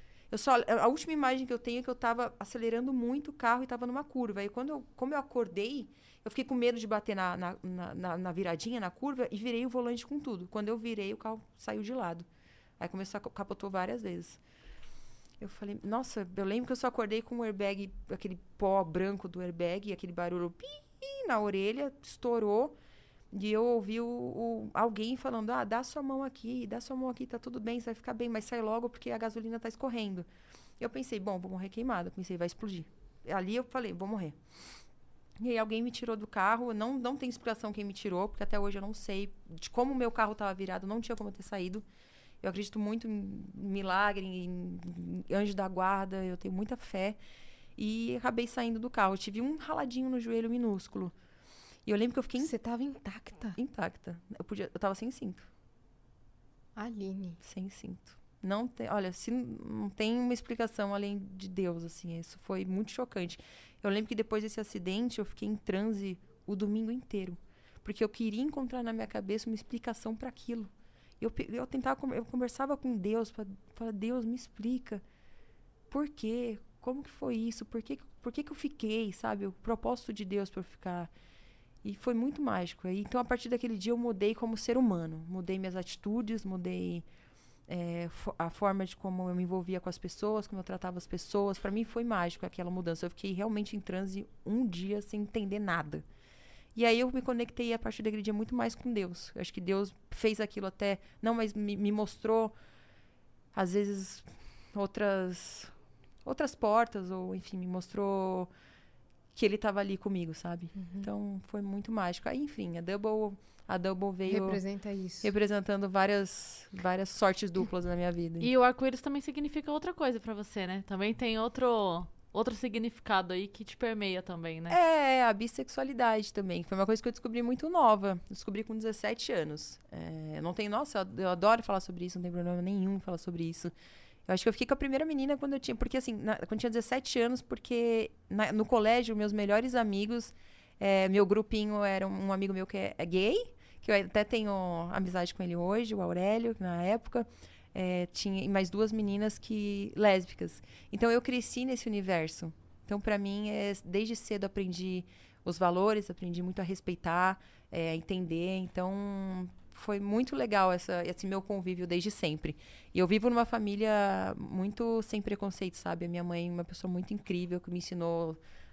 A última imagem que eu tenho é que eu tava acelerando muito o carro e tava numa curva. Aí como eu acordei, eu fiquei com medo de bater na viradinha, na curva, e virei o volante com tudo. Quando eu virei, o carro saiu de lado. Aí capotou várias vezes. Eu falei, nossa, eu lembro que eu só acordei com o airbag, aquele pó branco do airbag, e aquele barulho pi na orelha, estourou. E eu ouvi alguém falando, dá sua mão aqui, tá tudo bem, você vai ficar bem, mas sai logo porque a gasolina tá escorrendo. Eu pensei, bom, vou morrer queimada. Pensei, vai explodir. Ali eu falei, vou morrer. E aí alguém me tirou do carro, não tem explicação quem me tirou, porque até hoje eu não sei de como o meu carro tava virado, não tinha como eu ter saído. Eu acredito muito em milagre, em anjo da guarda, eu tenho muita fé. E acabei saindo do carro. Eu tive um raladinho no joelho minúsculo. E eu lembro que eu fiquei Você tava intacta? intacta. Eu tava sem cinto. Aline. Sem cinto. Olha, se não tem uma explicação além de Deus, assim. Isso foi muito chocante. Eu lembro que depois desse acidente, eu fiquei em transe o domingo inteiro. Porque eu queria encontrar na minha cabeça uma explicação para aquilo. Eu conversava com Deus, para Deus, me explica. Por quê? Como que foi isso? Por que eu fiquei, sabe? O propósito de Deus para eu ficar. E foi muito mágico. Então, a partir daquele dia, eu mudei como ser humano. Mudei minhas atitudes, mudei a forma de como eu me envolvia com as pessoas, como eu tratava as pessoas. Para mim, foi mágico aquela mudança. Eu fiquei realmente em transe um dia sem entender nada. E aí eu me conectei a partir daquele dia muito mais com Deus. Eu acho que Deus fez aquilo até... Não, mas me mostrou, às vezes, outras portas. Ou, enfim, me mostrou que Ele estava ali comigo, sabe? Então, foi muito mágico. Aí, enfim, a Double veio... Representa isso. Representando várias sortes duplas na minha vida. E o arco-íris também significa outra coisa pra você, né? Também tem outro significado aí que te permeia também, né? A bissexualidade também. Foi uma coisa que eu descobri muito nova. Descobri com 17 anos. Eu adoro falar sobre isso, não tem problema nenhum falar sobre isso. Eu acho que eu fiquei com a primeira menina quando eu tinha... Porque assim, quando eu tinha 17 anos, porque no colégio, meus melhores amigos, meu grupinho era um amigo meu que é gay, que eu até tenho amizade com ele hoje, o Aurélio, na época. Tinha mais 2 meninas lésbicas. Então, eu cresci nesse universo. Então, para mim, desde cedo aprendi os valores, aprendi muito a respeitar, a entender. Então, foi muito legal esse meu convívio desde sempre. E eu vivo numa família muito sem preconceito, sabe? A minha mãe é uma pessoa muito incrível, que me ensinou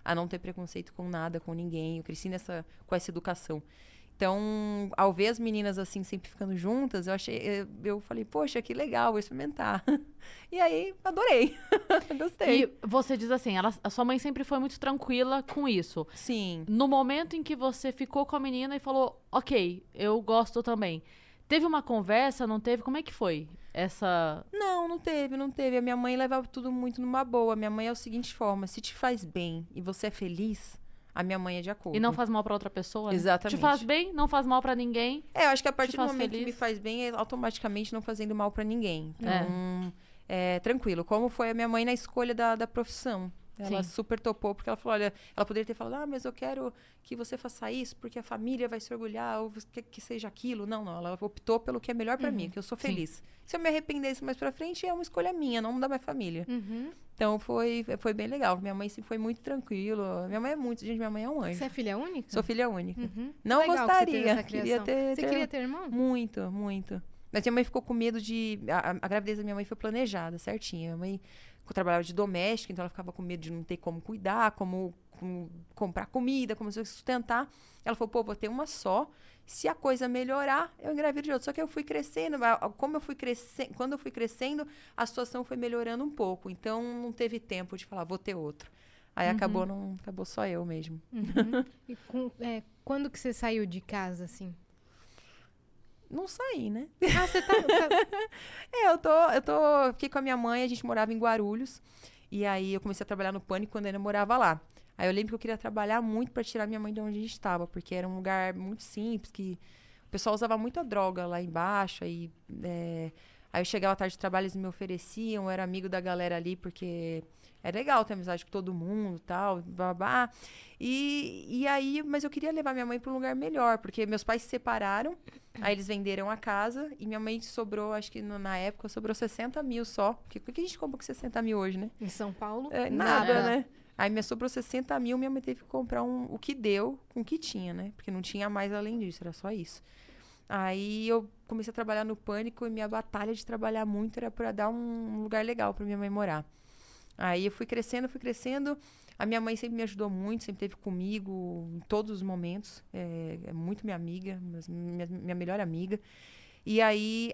a não ter preconceito com nada, com ninguém. Eu cresci com essa educação. Então, ao ver as meninas assim, sempre ficando juntas, eu falei, poxa, que legal, vou experimentar. E aí, adorei. Gostei. E você diz assim, a sua mãe sempre foi muito tranquila com isso. Sim. No momento em que você ficou com a menina e falou, ok, eu gosto também. Teve uma conversa, não teve? Como é que foi essa... Não teve. A minha mãe levava tudo muito numa boa. Minha mãe é a seguinte forma, se te faz bem e você é feliz, a minha mãe é de acordo. E não faz mal pra outra pessoa, né? Exatamente. Te faz bem, não faz mal pra ninguém. Eu acho que a partir do faz momento feliz. que me faz bem, é automaticamente não fazendo mal pra ninguém. Então, tranquilo. Como foi a minha mãe na escolha da profissão. Ela Sim. super topou, porque ela falou, olha, ela poderia ter falado, mas eu quero que você faça isso, porque a família vai se orgulhar, ou que seja aquilo. Não, ela optou pelo que é melhor pra mim, que eu sou feliz. Se eu me arrependesse mais pra frente, é uma escolha minha, não da minha família. Então, foi bem legal. Minha mãe sempre foi muito tranquila. Minha mãe é muito, gente, minha mãe é um anjo. Você é filha única? Sou filha única. Não Legal que você teve gostaria. essa Queria criação. Você queria ter irmão? Muito, muito. Mas minha mãe ficou com medo de... A gravidez da minha mãe foi planejada, certinha. Minha mãe trabalhava de doméstica, então ela ficava com medo de não ter como cuidar, como comprar comida, como se sustentar. Ela falou, pô, vou ter uma só. Se a coisa melhorar, eu engravido de outra. Só que eu fui crescendo. Quando eu fui crescendo, a situação foi melhorando um pouco. Então, não teve tempo de falar, vou ter outro. Aí acabou só eu mesmo. E quando que você saiu de casa, assim? Não saí, né? Ah, você tá... Fiquei com a minha mãe, a gente morava em Guarulhos. E aí eu comecei a trabalhar no Pânico quando eu ainda morava lá. Aí eu lembro que eu queria trabalhar muito pra tirar minha mãe de onde a gente estava, porque era um lugar muito simples, que o pessoal usava muita droga lá embaixo. Aí eu chegava à tarde de trabalho, eles me ofereciam, eu era amigo da galera ali, porque era legal ter amizade com todo mundo e tal, babá. E aí, mas eu queria levar minha mãe para um lugar melhor, porque meus pais se separaram, aí eles venderam a casa, e minha mãe sobrou, acho que na época, sobrou 60 mil só. Porque o que a gente compra com 60 mil hoje, né? Em São Paulo? Nada, né? Aí me sobrou 60 mil, minha mãe teve que comprar o que deu com o que tinha, né? Porque não tinha mais além disso, era só isso. Aí eu comecei a trabalhar no Pânico e minha batalha de trabalhar muito era para dar um lugar legal para minha mãe morar. Aí eu fui crescendo. A minha mãe sempre me ajudou muito, sempre esteve comigo em todos os momentos. É muito minha amiga, minha melhor amiga. E aí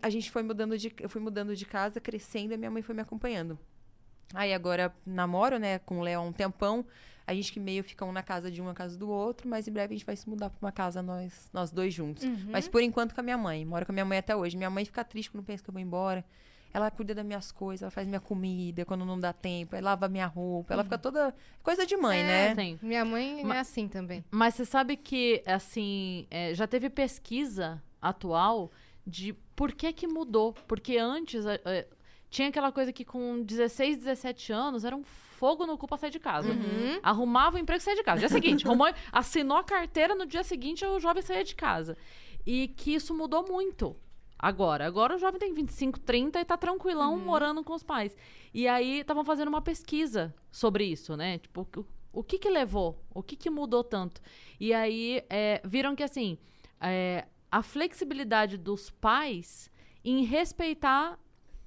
eu fui mudando de casa, crescendo, e minha mãe foi me acompanhando. Aí agora namoro, né, com o Léo há um tempão. A gente que meio fica um na casa de um, na casa do outro, mas em breve a gente vai se mudar pra uma casa nós dois juntos. Mas por enquanto com a minha mãe. Moro com a minha mãe até hoje. Minha mãe fica triste quando pensa que eu vou embora. Ela cuida das minhas coisas, ela faz minha comida quando não dá tempo, ela lava minha roupa, ela fica toda... Coisa de mãe, né? Sim. Minha mãe é assim também. Mas você sabe que, assim, já teve pesquisa atual de por que mudou. Porque antes tinha aquela coisa que com 16, 17 anos era um fogo no cu pra sair de casa. Arrumava o emprego e saía de casa. Dia seguinte, assinou a carteira, no dia seguinte o jovem saía de casa. E que isso mudou muito. Agora o jovem tem 25, 30 e tá tranquilão morando com os pais. E aí estavam fazendo uma pesquisa sobre isso, né? Tipo, o que levou? O que mudou tanto? E aí viram que, assim, a flexibilidade dos pais em respeitar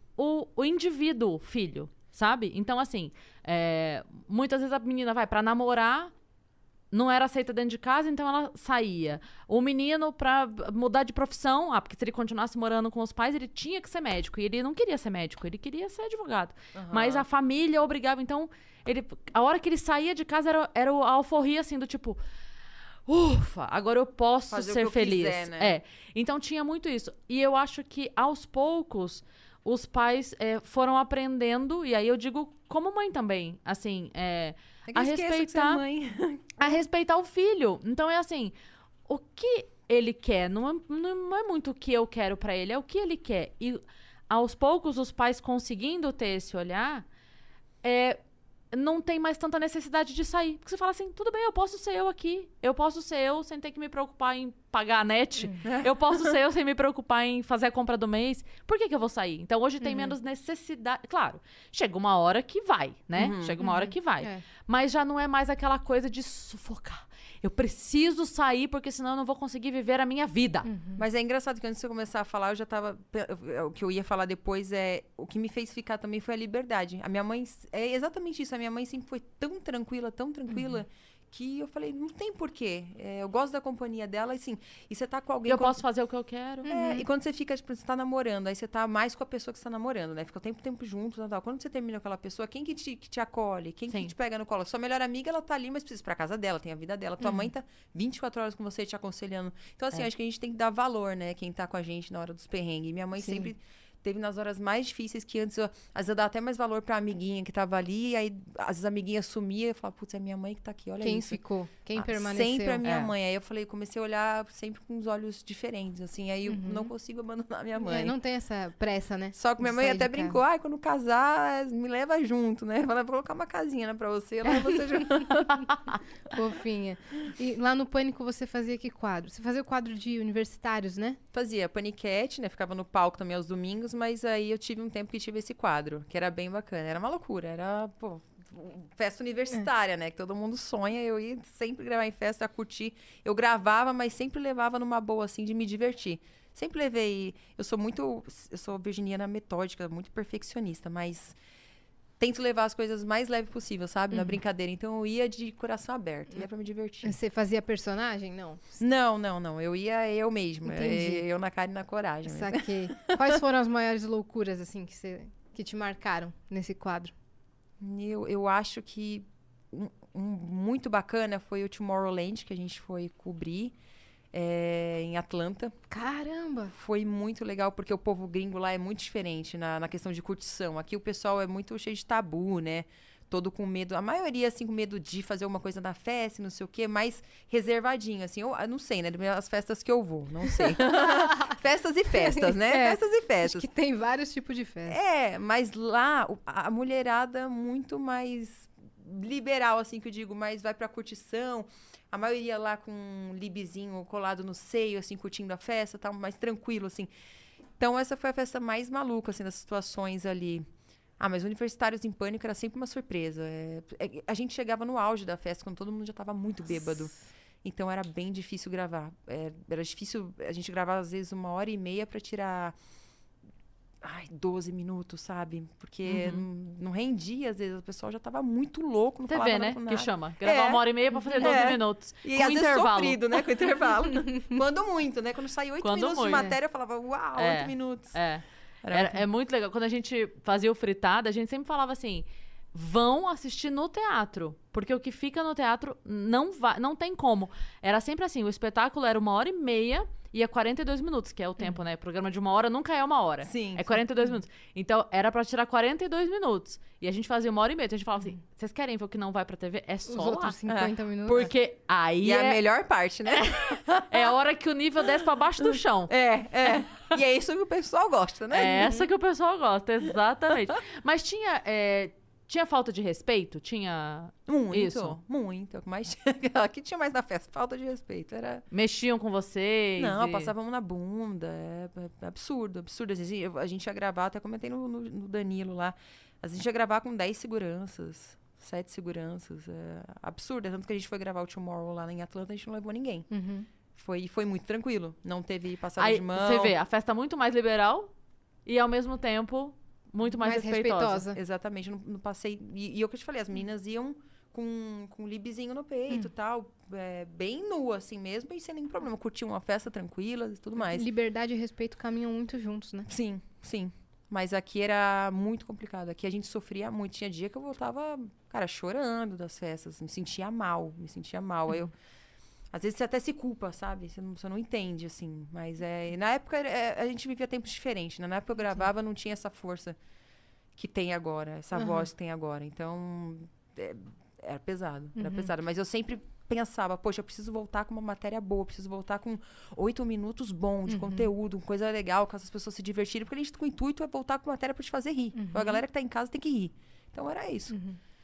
o indivíduo, filho, sabe? Então, assim, muitas vezes a menina vai pra namorar, não era aceita dentro de casa, então ela saía. O menino, pra mudar de profissão, porque se ele continuasse morando com os pais, ele tinha que ser médico. E ele não queria ser médico, ele queria ser advogado. Mas a família obrigava. Então, a hora que ele saía de casa, era a alforria, assim, do tipo... Ufa, agora eu posso fazer ser o que eu feliz. quiser, né? Então, tinha muito isso. E eu acho que, aos poucos, os pais foram aprendendo, e aí eu digo como mãe também, assim... a respeitar a respeitar o filho. Então é assim, o que ele quer não é muito o que eu quero pra ele, é o que ele quer. E aos poucos os pais conseguindo ter esse olhar, não tem mais tanta necessidade de sair. Porque você fala assim, tudo bem, eu posso ser eu aqui. Eu posso ser eu sem ter que me preocupar em pagar a net. Eu posso ser eu sem me preocupar em fazer a compra do mês. Por que eu vou sair? Então, hoje tem menos necessidade. Claro, chega uma hora que vai, né? Chega uma hora que vai. Mas já não é mais aquela coisa de sufocar. Eu preciso sair, porque senão eu não vou conseguir viver a minha vida. Mas é engraçado que antes de eu começar a falar, eu já tava... O que eu ia falar depois é... O que me fez ficar também foi a liberdade. A minha mãe... É exatamente isso. A minha mãe sempre foi tão tranquila, que eu falei, não tem porquê. Eu gosto da companhia dela, assim. E você tá com alguém... Eu posso fazer o que eu quero. E quando você fica, tipo, você tá namorando, aí você tá mais com a pessoa que você tá namorando, né? Fica o tempo junto, tal. Quando você termina com aquela pessoa, quem que te acolhe? Quem que te pega no colo? Sua melhor amiga, ela tá ali, mas precisa ir pra casa dela, tem a vida dela. Tua mãe tá 24 horas com você te aconselhando. Então, assim, acho que a gente tem que dar valor, né? Quem tá com a gente na hora dos perrengues. E minha mãe sempre... Teve nas horas mais difíceis que antes, às vezes eu dava até mais valor pra amiguinha que tava ali, e aí às vezes a amiguinha sumia, eu falava, putz, é minha mãe que tá aqui, olha Quem isso. ficou? Quem permaneceu? Sempre a minha mãe. Aí eu falei, comecei a olhar sempre com os olhos diferentes, assim, aí eu não consigo abandonar minha mãe. Não tem essa pressa, né? Só que minha de mãe sair até de casa. brincou, quando casar, me leva junto, né? Falei, vou colocar uma casinha, né, pra você, leva você junto. Fofinha. E lá no Pânico você fazia que quadro? Você fazia o quadro de universitários, né? Fazia paniquete, né? Ficava no palco também aos domingos, mas aí eu tive um tempo que tive esse quadro, que era bem bacana. Era uma loucura, era, festa universitária, né? Que todo mundo sonha. Eu ia sempre gravar em festa, curtir. Eu gravava, mas sempre levava numa boa, assim, de me divertir. Sempre levei... Eu sou virginiana metódica, muito perfeccionista, mas... Tento levar as coisas mais leves possível, sabe? Na brincadeira. Então, eu ia de coração aberto. Ia pra me divertir. Você fazia personagem? Não. Não. Eu ia eu mesma. Entendi. Eu na cara e na coragem. Mesmo. Saquei. Quais foram as maiores loucuras, assim, que te marcaram nesse quadro? Eu acho que muito bacana foi o Tomorrowland, que a gente foi cobrir em Atlanta. Caramba! Foi muito legal, porque o povo gringo lá é muito diferente na questão de curtição. Aqui o pessoal é muito cheio de tabu, né? Todo com medo. A maioria, assim, com medo de fazer uma coisa na festa, não sei o quê, mais reservadinho, assim. Eu não sei, né? Das festas que eu vou, não sei. Festas e festas, né? Festas e festas. Acho que tem vários tipos de festa. Mas lá, a mulherada muito mais liberal, assim, que eu digo, mais vai pra curtição. A maioria lá com um libizinho colado no seio, assim, curtindo a festa, tá mais tranquilo, assim. Então, essa foi a festa mais maluca, assim, das situações ali. Mas Universitários em Pânico era sempre uma surpresa. A gente chegava no auge da festa, quando todo mundo já tava muito bêbado. Então, era bem difícil gravar. Era difícil, a gente gravava, às vezes, 1h30 pra tirar... 12 minutos, sabe? Porque não rendia, às vezes. O pessoal já tava muito louco. Não TV, né? Que chama. Gravar 1h30 pra fazer 12 minutos. E com às vezes intervalo. sofrido, né? Com intervalo. Quando muito, né? Quando saiu 8 minutos de matéria, eu falava, uau, 8 minutos. É muito legal. Quando a gente fazia o Fritada, a gente sempre falava assim... Vão assistir no teatro. Porque o que fica no teatro não tem como. Era sempre assim, o espetáculo era 1h30 e é 42 minutos, que é o tempo, né? Programa de 1 hora nunca é 1 hora. Sim. É 42 minutos. Então, era pra tirar 42 minutos. E a gente fazia 1h30. Então, a gente falava assim, vocês querem ver o que não vai pra TV? É só Os lá. outros 50 minutos. Porque aí E é a melhor parte, né? é a hora que o nível desce pra baixo do chão. E é isso que o pessoal gosta, né? É essa que o pessoal gosta, exatamente. Mas tinha falta de respeito? Tinha isso? Muito. Mas aqui tinha mais na festa, falta de respeito. Mexiam com vocês? Não, passavam na bunda. É absurdo. Às vezes a gente ia gravar, até comentei no Danilo lá. A gente ia gravar com 10 seguranças, 7 seguranças. É absurdo. Tanto que a gente foi gravar o Tomorrow lá em Atlanta, a gente não levou ninguém. Foi muito tranquilo. Não teve passada de mão. Você vê, a festa muito mais liberal e, ao mesmo tempo... Muito mais respeitosa. Exatamente. Não passei... E o que eu te falei, as meninas iam com libizinho no peito e tal. Bem nua, assim mesmo. E sem nenhum problema. Curtiam uma festa tranquila e tudo mais. Liberdade e respeito caminham muito juntos, né? Sim. Mas aqui era muito complicado. Aqui a gente sofria muito. Tinha dia que eu voltava, cara, chorando das festas. Me sentia mal. Aí eu... Às vezes você até se culpa, sabe? Você não entende, assim. Mas na época a gente vivia tempos diferentes, né? Na época eu gravava, não tinha essa força que tem agora, essa voz que tem agora. Então, era pesado. Mas eu sempre pensava, poxa, eu preciso voltar com uma matéria boa, preciso voltar com 8 minutos bom de conteúdo, coisa legal, que as pessoas se divertirem. Porque a gente, com o intuito, é voltar com matéria pra te fazer rir. Então, a galera que tá em casa tem que rir. Então, era isso.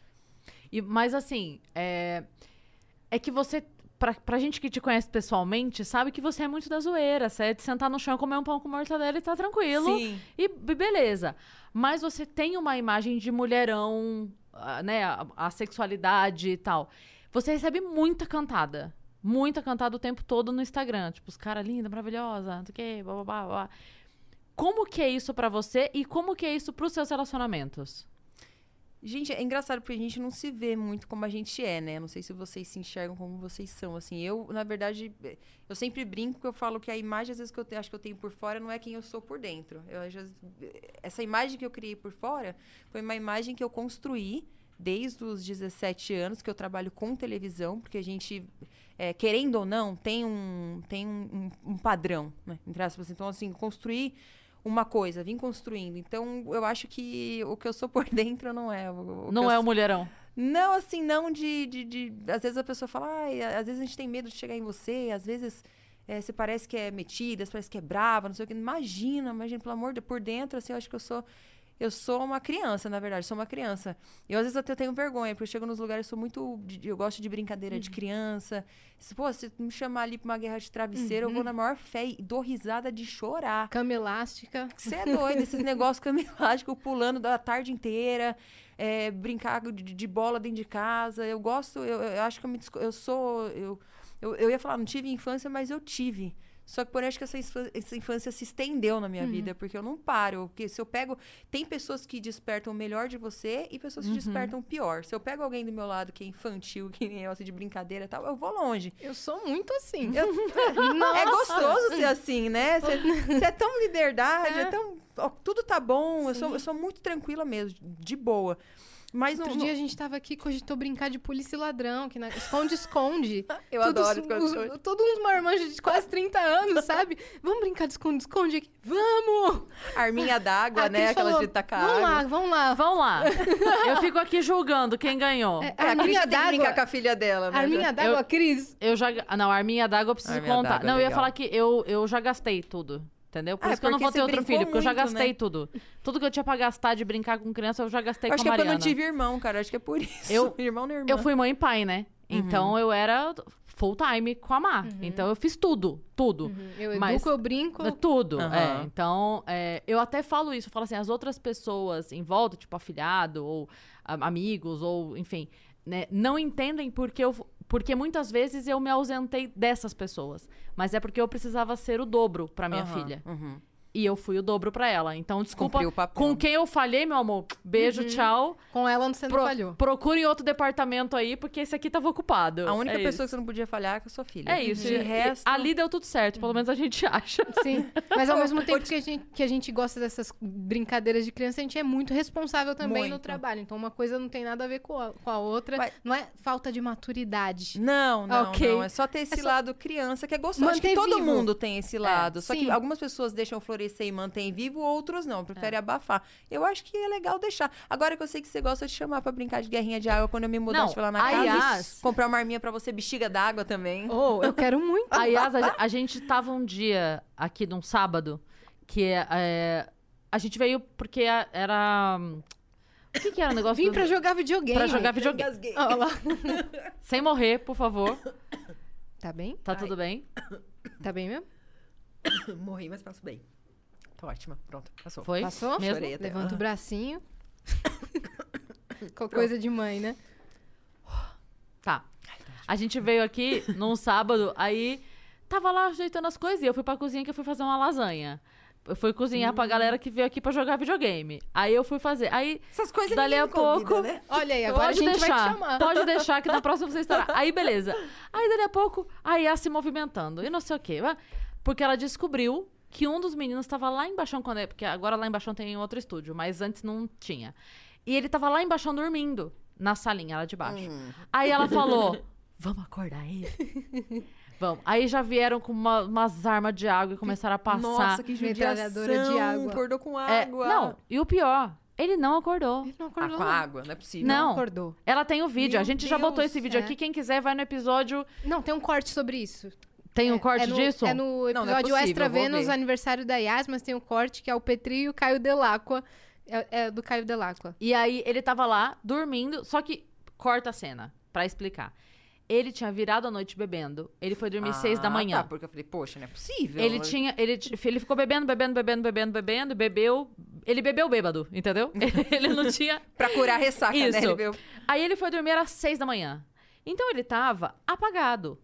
Mas, assim, é que você... Pra gente que te conhece pessoalmente, sabe que você é muito da zoeira. Você é de sentar no chão, comer um pão com mortadela e tá tranquilo. Sim. E beleza. Mas você tem uma imagem de mulherão, né? A sexualidade e tal. Você recebe muita cantada. Muita cantada o tempo todo no Instagram. Tipo, os caras linda, maravilhosa, não sei o quê, blá, blá, blá, blá. Como que é isso pra você e como que é isso pros seus relacionamentos? Gente, é engraçado porque a gente não se vê muito como a gente é, né? Não sei se vocês se enxergam como vocês são, assim. Eu, na verdade, eu sempre brinco que eu falo que a imagem, às vezes, que eu acho que eu tenho por fora não é quem eu sou por dentro. Essa imagem que eu criei por fora foi uma imagem que eu construí desde os 17 anos, que eu trabalho com televisão, porque a gente, querendo ou não, tem um padrão, né? Entre aspas. Então, assim, construir uma coisa, vim construindo. Então, eu acho que o que eu sou por dentro não é. Não é o mulherão. Não, assim, não de... Às vezes a pessoa fala, às vezes a gente tem medo de chegar em você, às vezes você parece que é metida, você parece que é brava, não sei o que. Imagina, pelo amor de Deus, por dentro, assim, eu acho que eu sou uma criança, na verdade, sou uma criança. Eu, às vezes, até tenho vergonha, porque eu chego nos lugares, eu gosto de brincadeira de criança. Se me chamar ali pra uma guerra de travesseiro, eu vou na maior fé e dou risada de chorar. Cama elástica. Você é doido, esses negócios cama elástica, pulando da tarde inteira, brincar de bola dentro de casa. Eu gosto, eu acho que eu ia falar, não tive infância, mas eu tive. Só que, porém, acho que essa infância se estendeu na minha vida, porque eu não paro. Porque se eu pego... Tem pessoas que despertam o melhor de você e pessoas que despertam o pior. Se eu pego alguém do meu lado que é infantil, que nem eu, assim, de brincadeira e tal, eu vou longe. Eu sou muito assim. É gostoso ser assim, né? Você é tão liberdade, tudo tá bom. Eu sou muito tranquila mesmo, de boa. Mas Outro dia a gente tava aqui, cogitou brincar de polícia e ladrão, que esconde-esconde. Eu adoro esconde-esconde. Todos uns marmanjos de quase 30 anos, sabe? Vamos brincar de esconde-esconde aqui? Vamos! Arminha d'água, né? Aquela de tacar água. Vamos lá. Eu fico aqui julgando quem ganhou. A Arminha tem que brincar com a filha dela, né? Arminha d'água, Cris. Não, a Arminha d'água eu preciso contar. Não, eu ia falar que eu já gastei tudo. Entendeu? Por isso que eu não vou ter outro filho, porque eu já gastei tudo. Tudo que eu tinha pra gastar de brincar com criança, eu já gastei com a Mariana. Acho que eu não tive irmão, cara. Acho que é por isso. Irmão nem irmã. Eu fui mãe e pai, né? Então eu era full time com a Mar. Então eu fiz tudo. Eu educo, eu brinco. Tudo. Então, eu até falo isso. Eu falo assim, as outras pessoas em volta, tipo afilhado, ou amigos, ou enfim, né, não entendem porque muitas vezes eu me ausentei dessas pessoas. Mas é porque eu precisava ser o dobro pra minha filha. E eu fui o dobro pra ela. Então, desculpa, com quem eu falhei, meu amor, beijo, tchau. Com ela você não falhou. Procure outro departamento aí, porque esse aqui tava ocupado. A única pessoa que você não podia falhar é com a sua filha. É isso. De resto... Ali deu tudo certo, pelo menos a gente acha. Sim, mas ao mesmo tempo que a gente gosta dessas brincadeiras de criança, a gente é muito responsável também no trabalho. Então, uma coisa não tem nada a ver com a outra. Não é falta de maturidade. Não. É só ter esse lado criança que é gostoso. Acho que todo mundo tem esse lado. Só que algumas pessoas deixam florescer e mantém vivo, outros não, preferem abafar. Eu acho que é legal deixar. Agora que eu sei que você gosta de chamar pra brincar de guerrinha de água, quando eu me mudar, estiver lá na casa, comprar uma arminha pra você, bexiga d'água também. Eu quero muito. Aliás, a gente tava um dia aqui num sábado, que a gente veio porque era... O que era o negócio? Vim pra jogar videogame. Pra jogar videogame. Olha lá. Sem morrer, por favor. Tá bem? Tá tudo bem? Tá bem mesmo? Morri, mas passo bem. Tô ótima. Pronto, passou. Foi? Passou? Mesmo? Chorei até. Levanta o bracinho. Com coisa de mãe, né? Tá. A gente veio aqui num sábado, aí tava lá ajeitando as coisas e eu fui pra cozinha que eu fui fazer uma lasanha. Eu fui cozinhar pra galera que veio aqui pra jogar videogame. Aí eu fui fazer. Aí, essas coisas dali a pouco... Convida, né? Olha aí, agora a gente vai te chamar. Pode deixar que na próxima você estará. Aí, beleza. Aí, dali a pouco, a Iá se movimentando. E não sei o quê. Porque ela descobriu que um dos meninos estava lá embaixo, porque agora lá embaixo tem outro estúdio, mas antes não tinha. E ele tava lá embaixo dormindo, na salinha lá de baixo. Aí ela falou, vamos acordar ele? Vamos. Aí já vieram com umas armas de água e começaram a passar. Nossa, que metralhadora de água. Acordou com água. Não, e o pior, ele não acordou. Ele não acordou. Com água, não é possível. Não acordou. Ela tem o vídeo, a gente já botou esse vídeo aqui. Quem quiser vai no episódio. Não, tem um corte sobre isso. Tem um corte disso? É no episódio Extra Vênus, aniversário da Yas, mas tem um corte que é o Petri e o Caio Delacqua. É do Caio Delacqua. E aí ele tava lá, dormindo, só que corta a cena, pra explicar. Ele tinha virado a noite bebendo. Ele foi dormir 6 da manhã. Tá, porque eu falei, poxa, não é possível. Ele ficou bebendo, bebeu. Ele bebeu bêbado, entendeu? Ele não tinha... Pra curar a ressaca, isso. né? Aí ele foi dormir às 6 da manhã. Então ele tava apagado.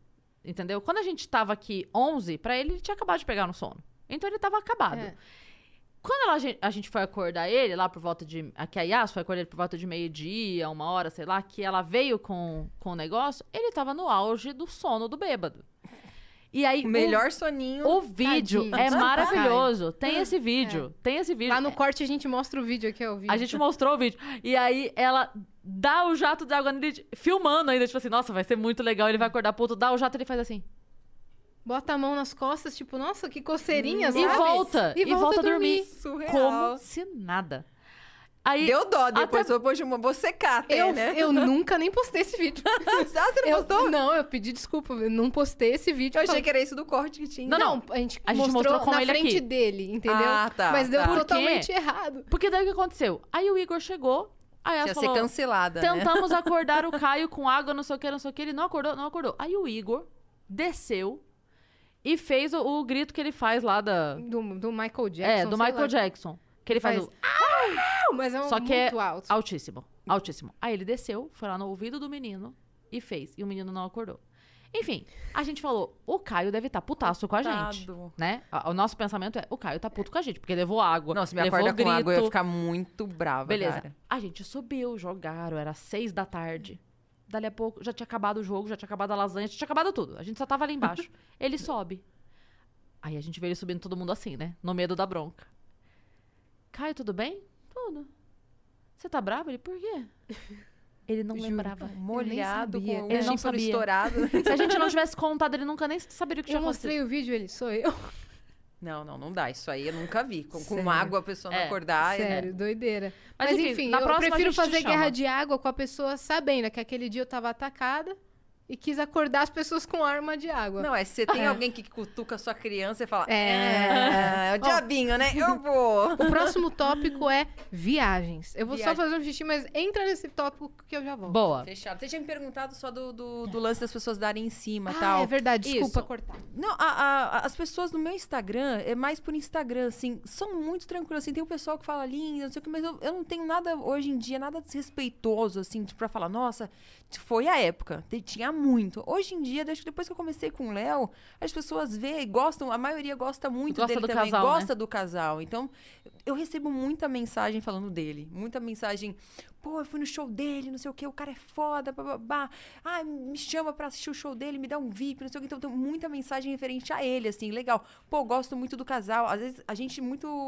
Entendeu? Quando a gente tava aqui 11, pra ele tinha acabado de pegar no sono. Então ele tava acabado. É. Quando a gente foi acordar ele, lá por volta de... Aqui a Yas foi acordar ele por volta de 12h, 1h, sei lá, que ela veio com o negócio, ele tava no auge do sono do bêbado. E aí... O melhor soninho. O vídeo Tadinho. é maravilhoso. Tem esse vídeo. Tem esse vídeo. Lá no corte a gente mostra o vídeo aqui, é o vídeo. A gente mostrou o vídeo. E aí ela dá o jato de água nele, filmando ainda, tipo assim, nossa, vai ser muito legal, ele vai acordar puto, dá o jato, ele faz assim. Bota a mão nas costas, tipo, nossa, que coceirinha, sabe? E volta. E volta a dormir. Surreal. Como se nada. Aí, Deu dó depois, até- depois de uma... Vou secar até, né? Eu nunca nem postei esse vídeo. Você não postou? Não, eu pedi desculpa, eu não postei esse vídeo. Eu achei que era isso do corte que tinha. Não, A gente A gente mostrou mostrou com na ele frente aqui. dele, entendeu? Ah, tá, Mas deu tá. Por quê? totalmente errado. Porque daí o que aconteceu? Aí o Igor chegou, aí ela Ia ser falou, cancelada, né? tentamos acordar o Caio com água, não sei o que, ele não acordou. Aí o Igor desceu e fez o grito que ele faz lá da... Do Michael Jackson. do sei Michael lá. Jackson. Que ele faz o... Não, mas é Só que muito é alto. altíssimo. Altíssimo. Aí ele desceu, foi lá no ouvido do menino e fez. E o menino não acordou. Enfim, a gente falou, o Caio deve estar putaço com a gente. Coitado. Né? O nosso pensamento é, o Caio tá puto com a gente, porque levou água, Não, se me levou acorda grito. com água, eu ia ficar muito brava, Beleza. cara. A gente subiu, jogaram, era 6 da tarde. Dali a pouco, já tinha acabado o jogo, já tinha acabado a lasanha, já tinha acabado tudo. A gente só tava ali embaixo. Ele sobe. Aí a gente vê ele subindo todo mundo assim, né? No medo da bronca. Caio, tudo bem? Tudo. Você tá bravo? Ele, por quê? Ele não Juro. lembrava. Molhado, sabia. com o Ele não tímpano sabia. estourado. Se a gente não tivesse contado, ele nunca nem saberia o que Eu tinha acontecido. mostrei o vídeo, ele sou eu. Não dá. Isso aí eu nunca vi. Com Sério. água a pessoa não É, acordar. Sério, doideira. Mas, Mas, enfim, enfim, na eu próxima a prefiro gente te fazer chama. guerra de água com a pessoa sabendo que aquele dia eu tava atacada e quis acordar as pessoas com arma de água. Não, se você tem alguém que cutuca a sua criança e fala, É. é o diabinho, né? Eu vou. O próximo tópico é viagens. Eu vou só Viagem. fazer um xixi, mas entra nesse tópico que eu já volto. Boa. Fechado. Você tinha me perguntado só do lance das pessoas darem em cima e Ah, tal. é verdade. Desculpa Isso. cortar. Não, as pessoas no meu Instagram, é mais por Instagram, assim, são muito tranquilas, assim, tem um pessoal que fala linda, não sei o que, mas eu não tenho nada, hoje em dia, nada desrespeitoso, assim, tipo, pra falar, nossa, foi a época, tinha muito. Hoje em dia, desde que depois que eu comecei com o Léo, as pessoas veem, gostam, a maioria gosta muito Gosta dele do também, casal, gosta do casal. Então, eu recebo muita mensagem falando dele, muita mensagem, pô, eu fui no show dele, não sei o que, o cara é foda, bababá. Ah, me chama pra assistir o show dele, me dá um VIP, não sei o que. Então, tem muita mensagem referente a ele, assim, legal. Pô, gosto muito do casal. Às vezes, a gente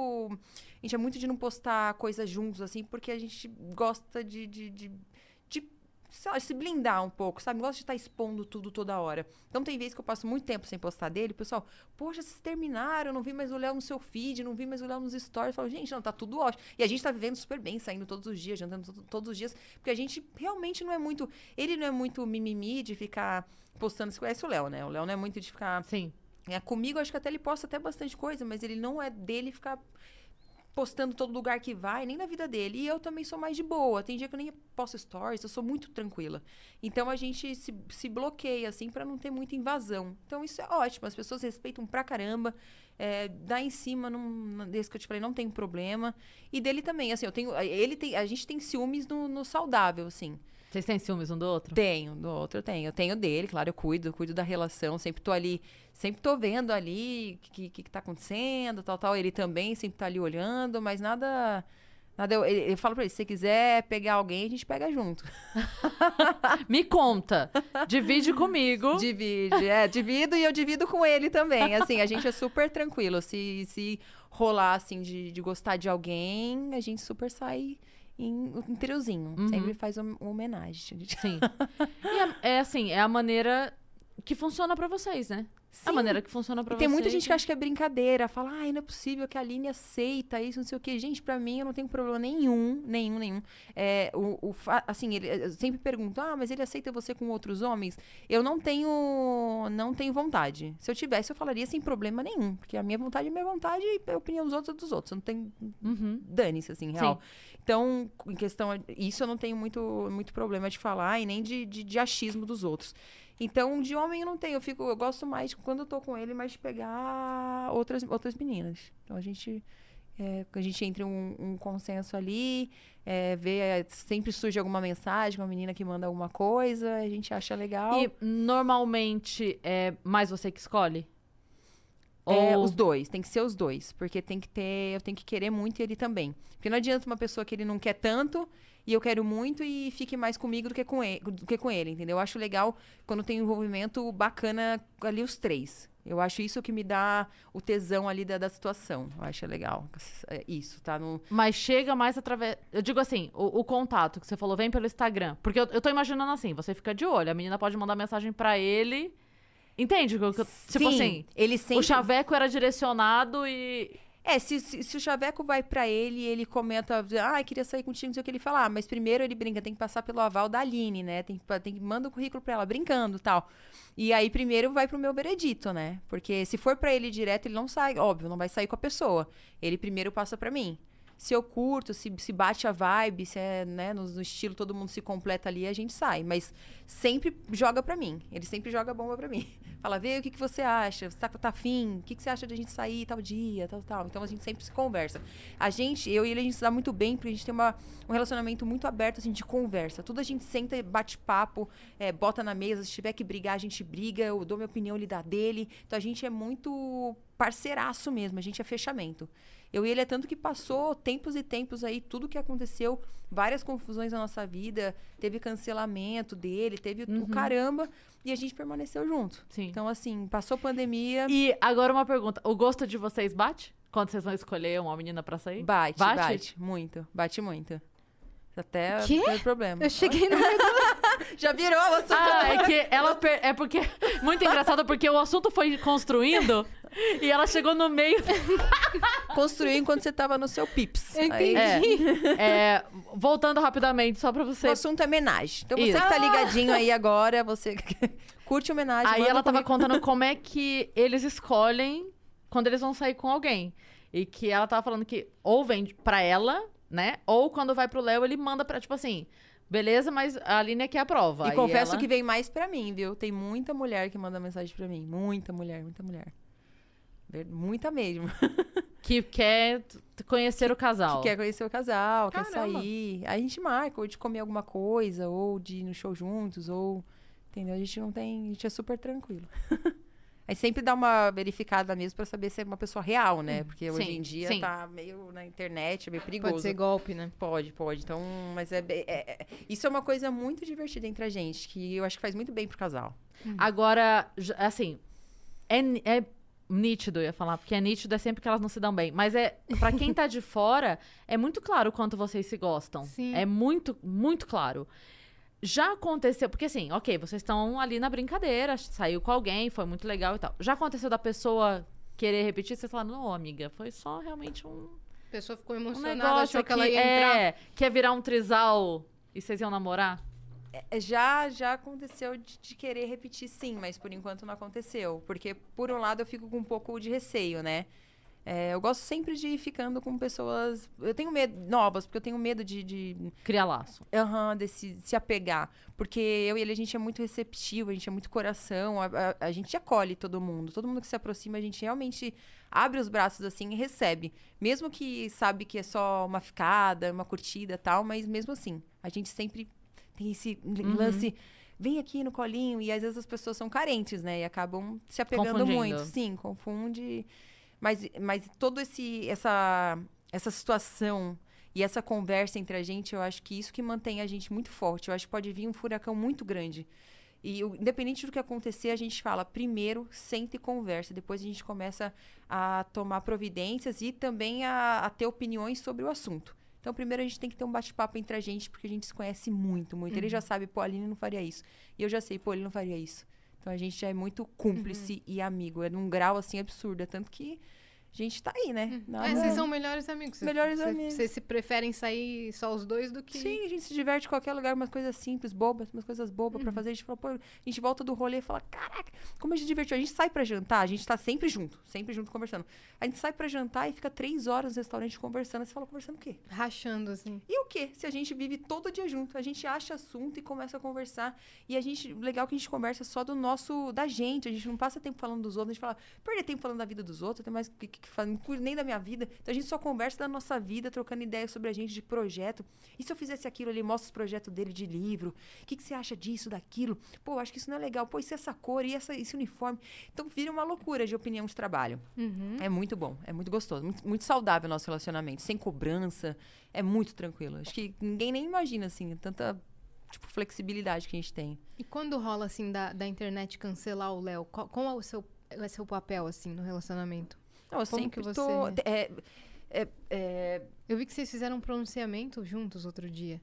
é muito de não postar coisas juntos, assim, porque a gente gosta de sei lá, se blindar um pouco, sabe? Não gosto de estar expondo tudo toda hora. Então, tem vezes que eu passo muito tempo sem postar dele, o pessoal, poxa, vocês terminaram, eu não vi mais o Léo no seu feed, não vi mais o Léo nos stories. Eu falo, gente, não, tá tudo ótimo. E a gente tá vivendo super bem, saindo todos os dias, jantando todos os dias, porque a gente realmente não é muito... Ele não é muito mimimi de ficar postando... Você conhece o Léo, né? O Léo não é muito de ficar... Sim. Comigo, acho que até ele posta até bastante coisa, mas ele não é dele ficar postando todo lugar que vai, nem na vida dele. E eu também sou mais de boa. Tem dia que eu nem posto stories, eu sou muito tranquila. Então, a gente se bloqueia, assim, pra não ter muita invasão. Então, isso é ótimo. As pessoas respeitam pra caramba. Dá em cima, desse que eu te falei, não tem problema. E dele também, assim, a gente tem ciúmes no saudável, assim. Vocês têm ciúmes um do outro? Tenho, do outro eu tenho. Eu tenho dele, claro, eu cuido da relação, sempre tô ali, sempre tô vendo ali o que tá acontecendo, tal. Ele também sempre tá ali olhando, mas nada eu falo pra ele, se você quiser pegar alguém, a gente pega junto. Me conta. Divide comigo. Divido e eu divido com ele também. Assim, a gente é super tranquilo. Se rolar, assim, de gostar de alguém, a gente super sai em triozinho. Sempre faz uma homenagem. Sim. E assim, é a maneira que funciona pra vocês, né? Sim. A maneira que funciona pra E tem vocês. muita gente que acha que é brincadeira, fala, ai, não é possível que a Aline aceita isso, não sei o quê. Gente, pra mim, eu não tenho problema nenhum. Assim, eu sempre pergunto, mas ele aceita você com outros homens? Eu não tenho vontade. Se eu tivesse, eu falaria sem problema nenhum. Porque a minha vontade é minha vontade e a opinião dos outros é dos outros. Eu não tenho... Dane-se, assim, real. Sim. Então, em questão... Isso eu não tenho muito problema de falar e nem de achismo dos outros. Então, de homem eu não tenho. Eu gosto mais, quando eu tô com ele, mais de pegar outras meninas. Então, Que a gente entre um consenso ali, sempre surge alguma mensagem, uma menina que manda alguma coisa, a gente acha legal. E normalmente é mais você que escolhe? Os dois, tem que ser os dois, porque eu tenho que querer muito e ele também. Porque não adianta uma pessoa que ele não quer tanto e eu quero muito e fique mais comigo do que com ele, entendeu? Eu acho legal quando tem um envolvimento bacana ali os três. Eu acho isso que me dá o tesão ali da situação. Eu acho legal. Isso, tá no... Mas chega mais através... Eu digo assim, o contato que você falou, vem pelo Instagram. Porque eu tô imaginando assim, você fica de olho, a menina pode mandar mensagem pra ele... Entende? Tipo Sim, assim, ele sempre... o chaveco era direcionado e... Se o chaveco vai pra ele e ele comenta, queria sair contigo, não sei o que ele fala, mas primeiro ele brinca, tem que passar pelo aval da Aline, né? Tem que manda o currículo pra ela, brincando e tal. E aí primeiro vai pro meu veredito, né? Porque se for pra ele direto, ele não sai, óbvio, não vai sair com a pessoa. Ele primeiro passa pra mim. Se eu curto, se bate a vibe, se é, né, no estilo, todo mundo se completa ali, a gente sai. Mas sempre joga pra mim. Ele sempre joga a bomba pra mim. Fala, vê o que você acha, você tá afim, o que você acha de a gente sair tal dia, tal. Então a gente sempre se conversa. Eu e ele, a gente se dá muito bem, porque a gente tem um relacionamento muito aberto, assim, de conversa. Tudo a gente senta, bate papo, bota na mesa, se tiver que brigar, a gente briga, eu dou minha opinião, ele dá dele. Então a gente é muito parceiraço mesmo, a gente é fechamento. Eu e ele é tanto que passou tempos e tempos aí, tudo que aconteceu, várias confusões na nossa vida, teve cancelamento dele, teve o caramba, e a gente permaneceu junto. Sim. Então, assim, passou pandemia... E agora uma pergunta, o gosto de vocês bate? Quando vocês vão escolher uma menina pra sair? Bate muito, bate muito. Até Quê? tem problema. Eu cheguei no meio do... Já virou o assunto. É que ela... É porque... Muito engraçado, porque o assunto foi construindo e ela chegou no meio... Construiu enquanto você tava no seu pips. Entendi. Voltando rapidamente, só pra você... O assunto é homenagem. Então, você Isso. que tá ligadinho aí agora, você curte homenagem. Aí manda ela tava currículo. contando como é que eles escolhem quando eles vão sair com alguém. E que ela tava falando que ou vem pra ela, né? Ou quando vai pro Léo, ele manda pra, tipo assim... Beleza, mas a Aline é que aprova. E Aí confesso ela... que vem mais pra mim, viu? Tem muita mulher que manda mensagem pra mim. Muita mulher, muita mulher. Muita mesmo. Que quer conhecer o casal. Que quer conhecer o casal, quer Caramba. sair. Aí a gente marca, ou de comer alguma coisa, ou de ir no show juntos, ou... Entendeu? A gente não tem... A gente é super tranquilo. Aí sempre dá uma verificada mesmo pra saber se é uma pessoa real, né? Porque hoje em dia sim. tá meio na internet, é meio perigoso. Pode ser golpe, né? Pode. Então, mas isso é uma coisa muito divertida entre a gente, que eu acho que faz muito bem pro casal. Agora, assim, é nítido, eu ia falar, porque é nítido é sempre que elas não se dão bem. Mas pra quem tá de fora, é muito claro o quanto vocês se gostam. Sim. É muito, muito claro. Já aconteceu, porque assim, ok, vocês estão ali na brincadeira, saiu com alguém, foi muito legal e tal. Já aconteceu da pessoa querer repetir, vocês falaram, não, amiga, foi só realmente um A pessoa ficou um emocionada, negócio achou aqui, que ela ia entrar. quer virar um trisal e vocês iam namorar? Já aconteceu de querer repetir, sim, mas por enquanto não aconteceu. Porque, por um lado, eu fico com um pouco de receio, né? Eu gosto sempre de ir ficando com pessoas... Eu tenho medo... Novas, porque eu tenho medo de Criar laço. se apegar. Porque eu e ele, a gente é muito receptivo, a gente é muito coração, a gente acolhe todo mundo. Todo mundo que se aproxima, a gente realmente abre os braços assim e recebe. Mesmo que sabe que é só uma ficada, uma curtida e tal, mas mesmo assim, a gente sempre tem esse lance... Vem aqui no colinho, e às vezes as pessoas são carentes, né? E acabam se apegando Confundindo. muito. Sim, confunde... Mas toda essa situação e essa conversa entre a gente, eu acho que isso que mantém a gente muito forte. Eu acho que pode vir um furacão muito grande. E independente do que acontecer, a gente fala, primeiro, senta e conversa. Depois a gente começa a tomar providências e também a ter opiniões sobre o assunto. Então, primeiro a gente tem que ter um bate-papo entre a gente, porque a gente se conhece muito, muito. Ele já sabe, pô, a Aline não faria isso. E eu já sei, pô, ele não faria isso. Então, a gente já é muito cúmplice e amigo. É num grau, assim, absurdo. É tanto que a gente tá aí, né? Vocês são melhores amigos. Melhores amigos. Vocês se preferem sair só os dois do que... Sim, a gente se diverte em qualquer lugar, umas coisas simples, bobas, umas coisas bobas pra fazer. A gente fala, pô, a gente volta do rolê e fala, caraca, como a gente se divertiu. A gente sai pra jantar, a gente tá sempre junto conversando. A gente sai pra jantar e fica 3 horas no restaurante conversando. Você fala, conversando o quê? Rachando, assim. E o quê? Se a gente vive todo dia junto, a gente acha assunto e começa a conversar. E legal que a gente conversa só da gente. A gente não passa tempo falando dos outros, a gente fala, perder tempo falando da vida dos outros, tem mais que não cuido nem da minha vida. Então a gente só conversa da nossa vida, trocando ideias sobre a gente de projeto. E se eu fizesse aquilo, ele mostra os projetos dele de livro. O que você acha disso, daquilo? Pô, acho que isso não é legal. Pô, e se essa cor, e esse uniforme? Então vira uma loucura de opinião de trabalho. É muito bom, é muito gostoso. Muito saudável o nosso relacionamento. Sem cobrança, é muito tranquilo. Acho que ninguém nem imagina, assim, tanta... tipo, flexibilidade que a gente tem. E quando rola, assim, da internet cancelar o Léo, qual é o seu papel, assim, no relacionamento? Não, eu Como sempre que tô... você- Eu vi que vocês fizeram um pronunciamento juntos outro dia.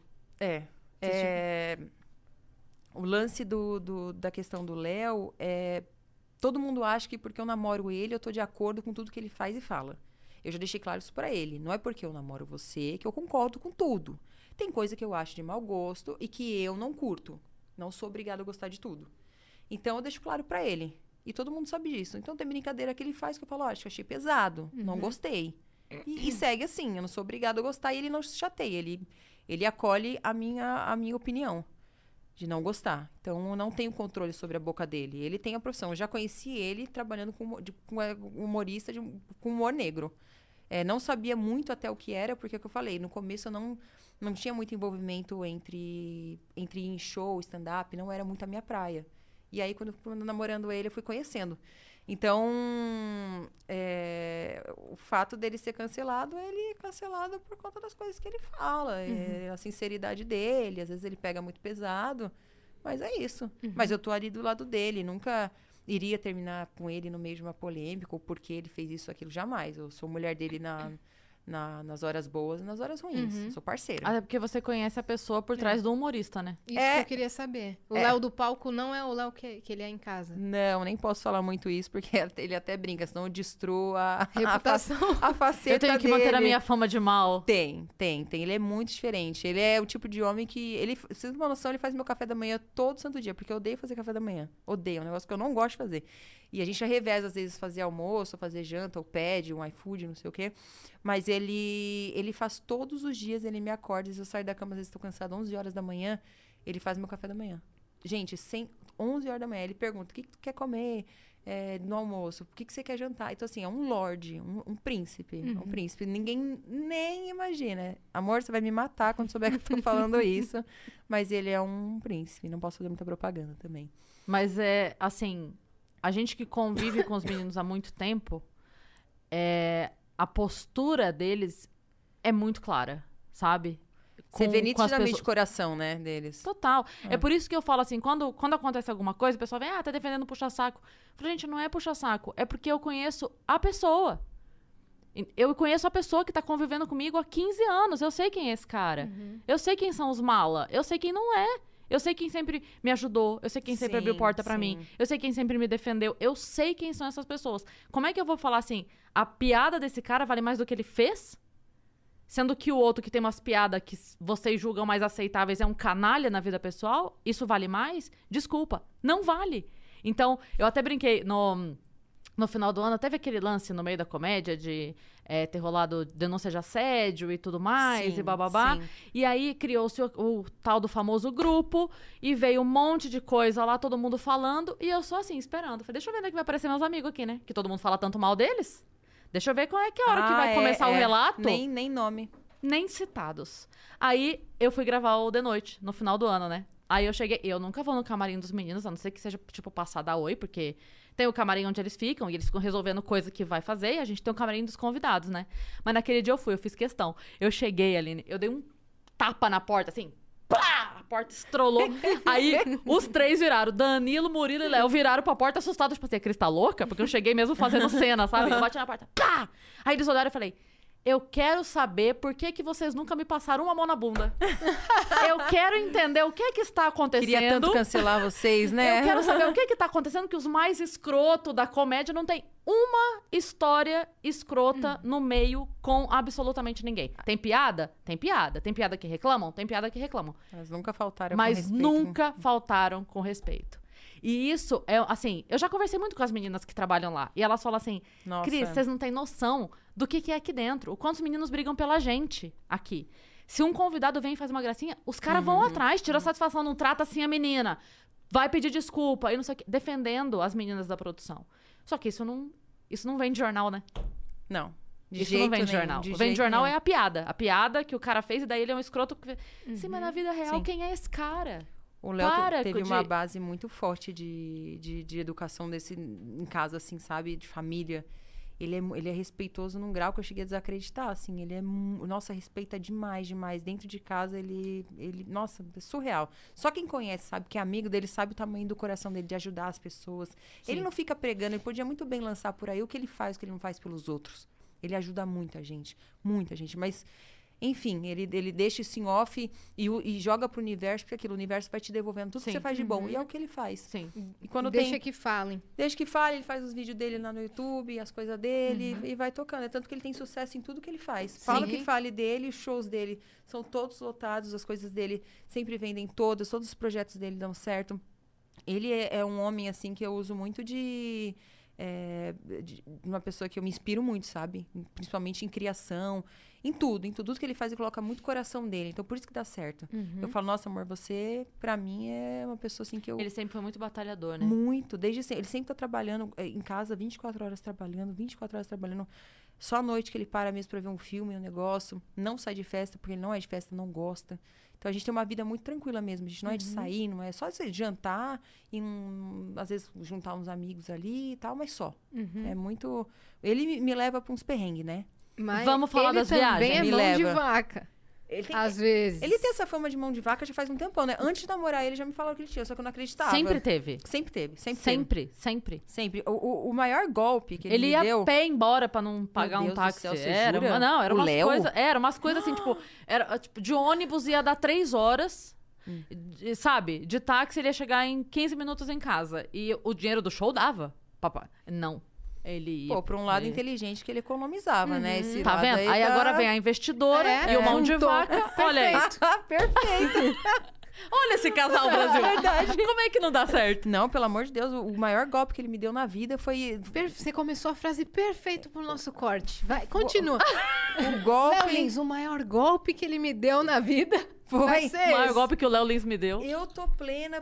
O lance da questão do Léo é... Todo mundo acha que porque eu namoro ele, eu tô de acordo com tudo que ele faz e fala. Eu já deixei claro isso pra ele. Não é porque eu namoro você que eu concordo com tudo. Tem coisa que eu acho de mau gosto e que eu não curto. Não sou obrigada a gostar de tudo. Então, eu deixo claro pra ele. E todo mundo sabe disso. Então, tem brincadeira que ele faz que eu falo, acho que achei pesado. Não gostei. E segue assim. Eu não sou obrigada a gostar e ele não se chateia. Ele acolhe a minha opinião de não gostar. Então, eu não tenho controle sobre a boca dele. Ele tem a profissão. Eu já conheci ele trabalhando com humorista com humor negro. Não sabia muito até o que era, porque é o que eu falei. No começo, eu não tinha muito envolvimento entre ir em show, stand-up. Não era muito a minha praia. E aí, quando namorando ele, eu fui conhecendo. Então, o fato dele ser cancelado, ele é cancelado por conta das coisas que ele fala. A sinceridade dele, às vezes ele pega muito pesado, mas é isso. Mas eu tô ali do lado dele, nunca iria terminar com ele no meio de uma polêmica, ou porque ele fez isso, aquilo, jamais. Eu sou mulher dele nas horas boas e nas horas ruins. Eu sou parceira. Até porque você conhece a pessoa por trás do humorista, né? Isso que eu queria saber. O Léo do palco não é o Léo que ele é em casa. Não, nem posso falar muito isso, porque ele até brinca, senão eu destruo a Reputação. a faceta Eu tenho que manter a minha fama de mal. Tem. Ele é muito diferente. Ele é o tipo de homem que... Vocês não têm uma noção, ele faz meu café da manhã todo santo dia, porque eu odeio fazer café da manhã. Odeio, é um negócio que eu não gosto de fazer. E a gente já reveza, às vezes, fazer almoço, fazer janta, ou pede um iFood, não sei o quê. Mas ele faz todos os dias, ele me acorda. Se eu saio da cama, às vezes estou cansada, 11 horas da manhã, ele faz meu café da manhã. Gente, 11 horas da manhã, ele pergunta, o que tu quer comer no almoço? O que você quer jantar? Então, assim, é um lorde, um príncipe. Um príncipe. Ninguém nem imagina. Amor, você vai me matar quando souber que eu tô falando isso. Mas ele é um príncipe. Não posso fazer muita propaganda também. Mas assim, a gente que convive com os meninos há muito tempo, a postura deles é muito clara, sabe? Você vê com as nitidamente pessoas- o coração, né, deles. Total. É por isso que eu falo assim, quando acontece alguma coisa, o pessoal vem, tá defendendo puxa-saco. Eu falo, gente, não é puxa-saco, é porque eu conheço a pessoa. Eu conheço a pessoa que tá convivendo comigo há 15 anos. Eu sei quem é esse cara. Eu sei quem são os mala. Eu sei quem não é. Eu sei quem sempre me ajudou. Eu sei quem sempre abriu porta pra mim. Eu sei quem sempre me defendeu. Eu sei quem são essas pessoas. Como é que eu vou falar assim, a piada desse cara vale mais do que ele fez? Sendo que o outro que tem umas piadas que vocês julgam mais aceitáveis é um canalha na vida pessoal? Isso vale mais? Desculpa, não vale. Então, eu até brinquei no final do ano, teve aquele lance no meio da comédia de ter rolado denúncia de assédio e tudo mais, Sim, e bababá. sim. E aí criou-se o tal do famoso grupo, e veio um monte de coisa lá, todo mundo falando, e eu só assim, esperando. Falei, deixa eu ver onde é que vai aparecer meus amigos aqui, né? Que todo mundo fala tanto mal deles. Deixa eu ver qual é que é a hora que vai começar o relato. Nem nome. Nem citados. Aí eu fui gravar o The Noite, no final do ano, né? Aí eu cheguei, eu nunca vou no camarim dos meninos, a não ser que seja, tipo, passar da oi, porque tem o camarim onde eles ficam, e eles ficam resolvendo coisa que vai fazer, e a gente tem o camarim dos convidados, né? Mas naquele dia eu fiz questão. Eu cheguei, Aline, eu dei um tapa na porta, assim, pá! A porta estrolou. Aí os três viraram, Danilo, Murilo e Léo, viraram pra porta assustados, tipo assim, a Cris tá louca? Porque eu cheguei mesmo fazendo cena, sabe? Eu bati na porta, pá! Aí eles olharam e falei, eu quero saber por que vocês nunca me passaram uma mão na bunda. Eu quero entender o que está acontecendo. Queria tanto cancelar vocês, né? Eu quero saber o que está acontecendo que os mais escroto da comédia não tem uma história escrota no meio com absolutamente ninguém. Tem piada? Tem piada. Tem piada que reclamam? Tem piada que reclamam. Elas nunca faltaram com Mas respeito. nunca faltaram com respeito. E isso é, assim, eu já conversei muito com as meninas que trabalham lá. E elas falam assim, Nossa. Cris, vocês não têm noção do que é aqui dentro. O quantos meninos brigam pela gente aqui. Se um convidado vem e faz uma gracinha, os caras vão atrás, tira satisfação, não trata assim a menina. Vai pedir desculpa e não sei o quê. Defendendo as meninas da produção. Só que isso não vem de jornal, né? Não. De Isso jeito não vem de nenhum, jornal. de O vem de jeito jornal nenhum. é a piada. A piada que o cara fez e daí ele é um escroto. Sim, mas na vida real, Sim. quem é esse cara? O Léo Para teve de- uma base muito forte de educação em casa, assim, sabe? De família. Ele é respeitoso num grau que eu cheguei a desacreditar, assim. Nossa, respeita demais, demais. Dentro de casa, nossa, é surreal. Só quem conhece, sabe? Que é amigo dele, sabe o tamanho do coração dele, de ajudar as pessoas. Ele não fica pregando, ele podia muito bem lançar por aí o que ele faz, o que ele não faz pelos outros. Ele ajuda muita gente, mas... Enfim, ele deixa isso em off e joga pro universo, porque aquilo, o universo vai te devolvendo tudo que Sim. você faz de bom. E é o que ele faz. Sim. E quando Deixa que falem. Desde que fale, ele faz os vídeos dele lá no YouTube, as coisas dele, e vai tocando. É tanto que ele tem sucesso em tudo que ele faz. Fala que fale dele, os shows dele são todos lotados, as coisas dele sempre vendem todos os projetos dele dão certo. Ele é um homem, assim, que eu uso muito de uma pessoa que eu me inspiro muito, sabe? Principalmente em criação, em tudo que ele faz, ele coloca muito coração dele. Então, por isso que dá certo. Eu falo, nossa, amor, você, pra mim, é uma pessoa, assim, que eu... Ele sempre foi muito batalhador, né? Muito, desde sempre. Ele sempre tá trabalhando em casa, 24 horas trabalhando. Só à noite que ele para mesmo pra ver um filme, um negócio. Não sai de festa, porque ele não é de festa, não gosta. Então, a gente tem uma vida muito tranquila mesmo. A gente não é de sair, não é só de jantar e, às vezes, juntar uns amigos ali e tal, mas só. É muito... Ele me leva pra uns perrengues, né? Mas Vamos falar ele das também viagens? é Me mão de leva. vaca. Ele Às vezes. tem essa fama de mão de vaca já faz um tempão, né? Antes de namorar ele, já me falou que ele tinha, só que eu não acreditava. Sempre teve. Sempre teve. Sempre. O maior golpe que ele Ele me ia deu... a pé embora pra não pagar Deus um do táxi. céu, você Era jura? era O umas Léo? coisas. Era umas coisas assim, tipo, de ônibus ia dar 3 horas. Sabe? De táxi ele ia chegar em 15 minutos em casa. E o dinheiro do show dava. Papai. Não. Ele ia. Pô, por um lado inteligente que ele economizava, né? Esse Tá lado vendo? Aí tá- agora vem a investidora e o mão de juntou. vaca. Olha aí. Perfeito. Olha esse casal, Brasil. Verdade. Como é que não dá certo? Não, pelo amor de Deus, o maior golpe que ele me deu na vida foi Você começou a frase perfeita pro nosso corte. Vai, continua. o golpe... Léo Lins, o maior golpe que ele me deu na vida vai ser O maior esse. golpe que o Léo Lins me deu. Eu tô plena...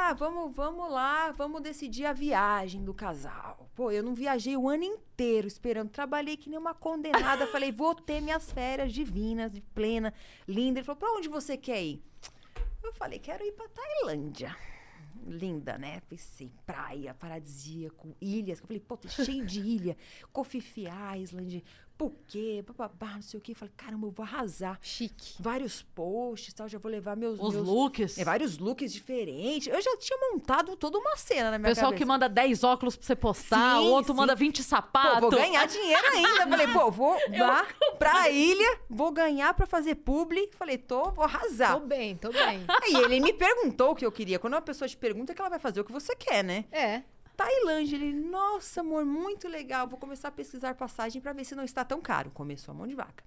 vamos lá, vamos decidir a viagem do casal. Pô, eu não viajei o ano inteiro esperando. Trabalhei que nem uma condenada. Falei, vou ter minhas férias divinas, de plena, linda. Ele falou, pra onde você quer ir? Eu falei, quero ir pra Tailândia. Linda, né? Pensei, praia, paradisíaco, ilhas. Eu falei, pô, tá cheio de ilha. Koh Phi Island, Phuket, bababá, não sei o quê. Eu falei, caramba, eu vou arrasar. Chique. Vários posts, tal, já vou levar meus... Os looks. vários looks diferentes. Eu já tinha montado toda uma cena na minha Pessoal que cabeça. manda 10 óculos pra você postar, Sim, o outro sim. manda 20 Pô, sapatos. vou ganhar dinheiro ainda. Falei, pô, vou lá pra ilha, vou ganhar pra fazer publi. Falei, vou arrasar. Tô bem, tô bem. Aí ele me perguntou o que eu queria. Quando uma pessoa te pergunta, é que ela vai fazer o que você quer, né? É. Tailândia, ele, nossa, amor, muito legal. Vou começar a pesquisar passagem pra ver se não está tão caro. Começou a mão de vaca.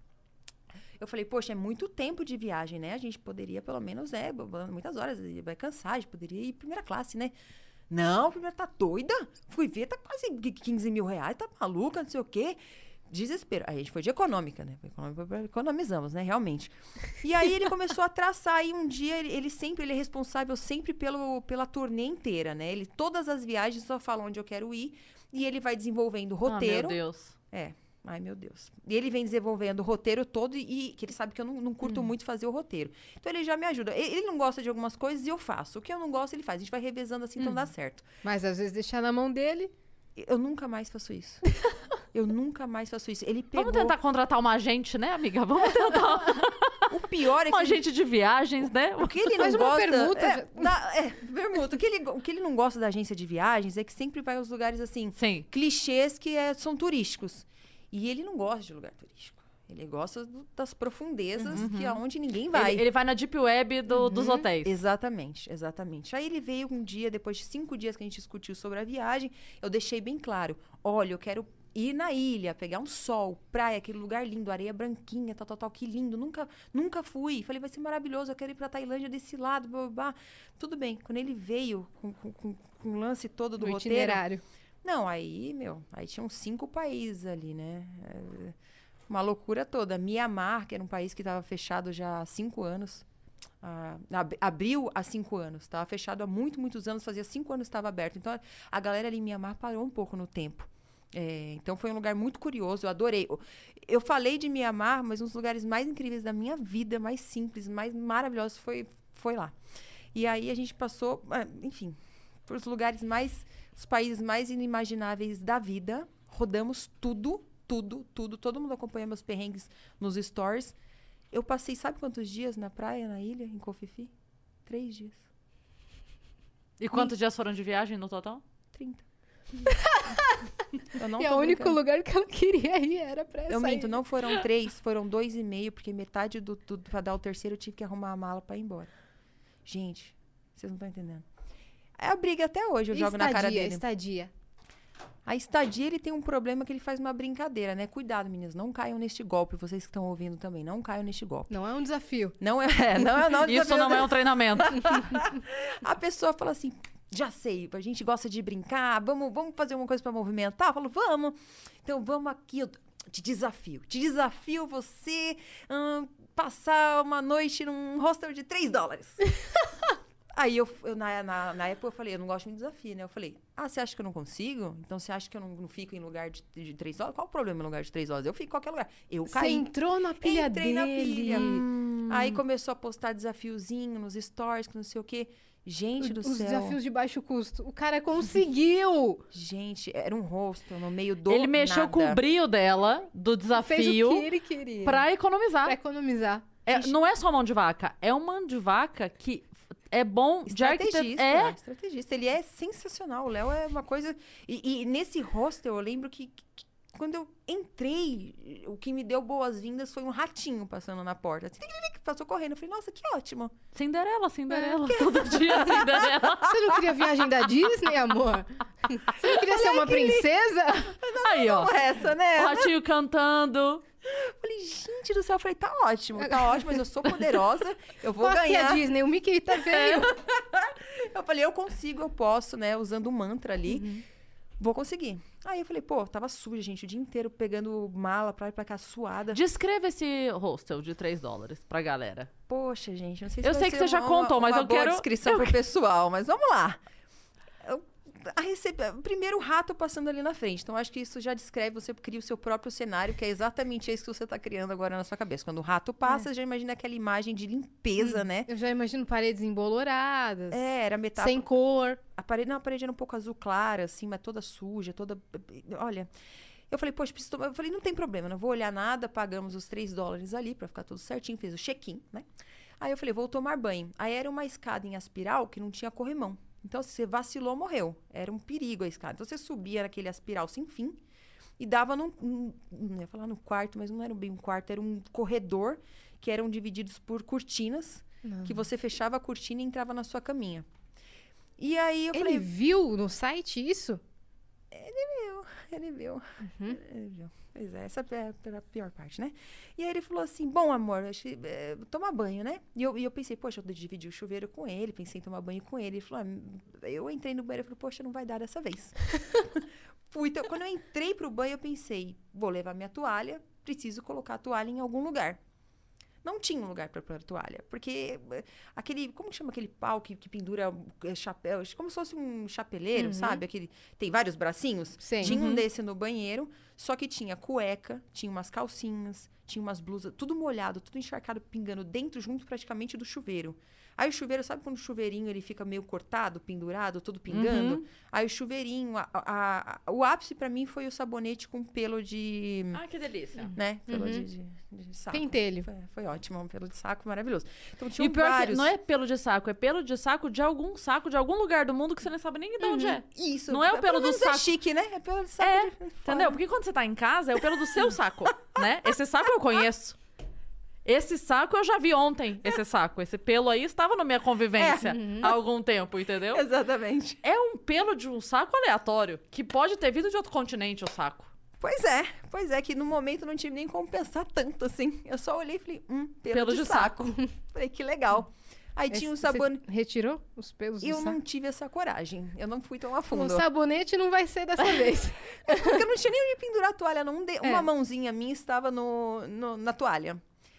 Eu falei, poxa, é muito tempo de viagem, né? A gente poderia, pelo menos, muitas horas, vai cansar, a gente poderia ir primeira classe, né? Não, primeira tá doida? Fui ver, tá quase 15 mil reais, tá maluca, não sei o quê. Desespero. Aí a gente foi de econômica, né? Economizamos, né? Realmente. E aí ele começou a traçar. E um dia ele é responsável sempre pela turnê inteira, né? Todas as viagens só fala onde eu quero ir. E ele vai desenvolvendo o roteiro. Ah, meu Deus. Ai, meu Deus. E ele vem desenvolvendo o roteiro todo e que ele sabe que eu não curto muito fazer o roteiro. Então ele já me ajuda. Ele não gosta de algumas coisas e eu faço. O que eu não gosto, ele faz. A gente vai revezando assim, então dá certo. Mas às vezes deixar na mão dele. Eu nunca mais faço isso. Eu nunca mais faço isso. Ele pegou... Vamos tentar contratar uma agente, né, amiga? Vamos tentar O pior é que... um agente de viagens, né? O que ele Faz não uma gosta... permuta. Permuta. O que ele não gosta da agência de viagens é que sempre vai aos lugares, assim, Sim. clichês que são turísticos. E ele não gosta de lugar turístico. Ele gosta das profundezas que é onde ninguém vai. Ele vai na deep web dos hotéis. Exatamente. Aí ele veio um dia, depois de 5 dias que a gente discutiu sobre a viagem, eu deixei bem claro, olha, eu quero ir na ilha, pegar um sol, praia, aquele lugar lindo, areia branquinha, tal, que lindo, nunca fui. Falei, vai ser maravilhoso, eu quero ir pra Tailândia desse lado, blá, blá, blá. Tudo bem, quando ele veio com o lance todo do Do roteiro... itinerário. Não, aí tinham 5 países ali, né? Uma loucura toda. Mianmar, que era um país que estava fechado já há 5 anos. Abriu há 5 anos. Estava fechado há muitos anos. Fazia 5 anos que estava aberto. Então, a galera ali em Mianmar parou um pouco no tempo. Então foi um lugar muito curioso, eu adorei. Eu falei de Mianmar, mas um dos lugares mais incríveis da minha vida, mais simples, mais maravilhosos, foi lá. E aí a gente passou, enfim, por os lugares os países mais inimagináveis da vida. Rodamos tudo. Todo mundo acompanha meus perrengues nos stories. Eu passei, sabe quantos dias na praia, na ilha, em Koh Phi Phi? 3 dias. E quantos dias foram de viagem no total? 30. Eu não E tô o único brincando. lugar que ela queria ir era pra essa Eu minto, ilha. não foram 3, foram 2,5, porque metade pra dar o terceiro eu tive que arrumar a mala pra ir embora. Gente, vocês não estão entendendo. É a briga até hoje, eu jogo na cara dele. Estadia. A estadia, ele tem um problema que ele faz uma brincadeira, né? Cuidado, meninas, não caiam neste golpe. Vocês que estão ouvindo também, não caiam neste golpe. Não é um desafio. Não é não Isso não é um treinamento. A pessoa fala assim, já sei, a gente gosta de brincar, vamos fazer uma coisa pra movimentar? Eu falo, vamos. Então vamos aqui, eu te desafio você passar uma noite num hostel de $3. Aí na época eu falei, eu não gosto de desafio, né? Eu falei, você acha que eu não consigo? Então você acha que eu não fico em lugar de $3? Qual o problema em lugar de $3? Eu fico em qualquer lugar. Eu Você caí. entrou na pilha Entrei dele. na pilha. Aí começou a postar desafiozinho nos stories, que não sei o quê. Gente do Os céu. desafios de baixo custo. O cara conseguiu. Gente, era um hostel no meio do Ele mexeu nada. com o brio dela, do Fez desafio, o que ele queria. pra economizar. Pra economizar. Não é só mão de vaca, é uma mão de vaca que é bom de Estrategista, arquiteto. estrategista. Ele é sensacional. O Léo é uma coisa... E nesse hostel, eu lembro que quando eu entrei, o que me deu boas-vindas foi um ratinho passando na porta. Assim, passou correndo. Eu falei, nossa, que ótimo. Cinderela. Todo dia Cinderela. Você não queria viagem da Disney, amor? Você não queria ser uma princesa? Aí, ó. Como essa, né? O ratinho cantando. Eu falei, gente do céu. Eu falei, tá ótimo, mas eu sou poderosa. Eu vou Qual que é ganhar. a Disney? O Mickey tá feio. Eu falei, eu consigo, eu posso, né? Usando o mantra ali. Vou conseguir. Aí eu falei, tava suja, gente, o dia inteiro pegando mala pra ir pra cá, suada. Descreva esse hostel de $3 pra galera. Poxa, gente, não sei se Eu vai sei que ser você já uma- contou, mas uma eu boa quero... descrição pro pessoal, mas vamos lá. Primeiro o rato passando ali na frente. Então, acho que isso já descreve, você cria o seu próprio cenário, que é exatamente isso que você tá criando agora na sua cabeça. Quando o rato passa, você já imagina aquela imagem de limpeza, né? Eu já imagino paredes emboloradas. Era metade. Sem cor. A parede era um pouco azul clara, assim, mas toda suja, toda... Olha, eu falei, poxa, preciso tomar... Eu falei, não tem problema, não vou olhar nada, pagamos os $3 ali pra ficar tudo certinho, fez o check-in, né? Aí eu falei, vou tomar banho. Aí era uma escada em aspiral que não tinha corrimão. Então, se você vacilou, morreu. Era um perigo a escada. Então, você subia naquele aspiral sem fim e dava não ia falar no quarto, mas não era bem um quarto, era um corredor que eram divididos por cortinas, que você fechava a cortina e entrava na sua caminha. E aí eu Ele falei, viu no site isso? ele viu. Ele viu. Pois é, essa é a pior parte, né? E aí ele falou assim, bom, amor, acho que, tomar banho, né? E eu pensei, poxa, eu dividi o chuveiro com ele, pensei em tomar banho com ele. Ele falou, eu entrei no banheiro e falei, poxa, não vai dar dessa vez. Então, quando eu entrei pro banho, eu pensei, vou levar minha toalha, preciso colocar a toalha em algum lugar. Não tinha um lugar para pôr a toalha, porque como que chama aquele pau que pendura chapéu? Como se fosse um chapeleiro, sabe? Tem vários bracinhos. Sim. Tinha um desse no banheiro, só que tinha cueca, tinha umas calcinhas, tinha umas blusas, tudo molhado, tudo encharcado, pingando dentro, junto praticamente do chuveiro. Aí o chuveiro, sabe quando o chuveirinho ele fica meio cortado, pendurado, tudo pingando? Aí o chuveirinho, o ápice pra mim foi o sabonete com pelo de... Ah, que delícia. né? Pelo de saco. Pentelho. Foi ótimo, um pelo de saco maravilhoso. Então tinha E pior vários... que não é pelo de saco, é pelo de saco de algum lugar do mundo que você nem sabe nem de onde é. Isso. Não é o pelo do menos saco. É chique, né? É pelo de saco. É, de fora. entendeu? Porque quando você tá em casa, é o pelo do seu saco, né? Esse saco eu conheço. Esse saco eu já vi ontem, esse saco. Esse pelo aí estava na minha convivência há algum tempo, entendeu? Exatamente. É um pelo de um saco aleatório, que pode ter vindo de outro continente o saco. Pois é, que no momento não tive nem como pensar tanto, assim. Eu só olhei e falei, pelo de saco. Falei, que legal. Aí tinha um sabonete... Você retirou os pelos do Eu saco? não tive essa coragem. Eu não fui tão a O fundo. sabonete não vai ser dessa vez. Porque eu não tinha nem onde pendurar a toalha. Uma mãozinha minha estava na toalha.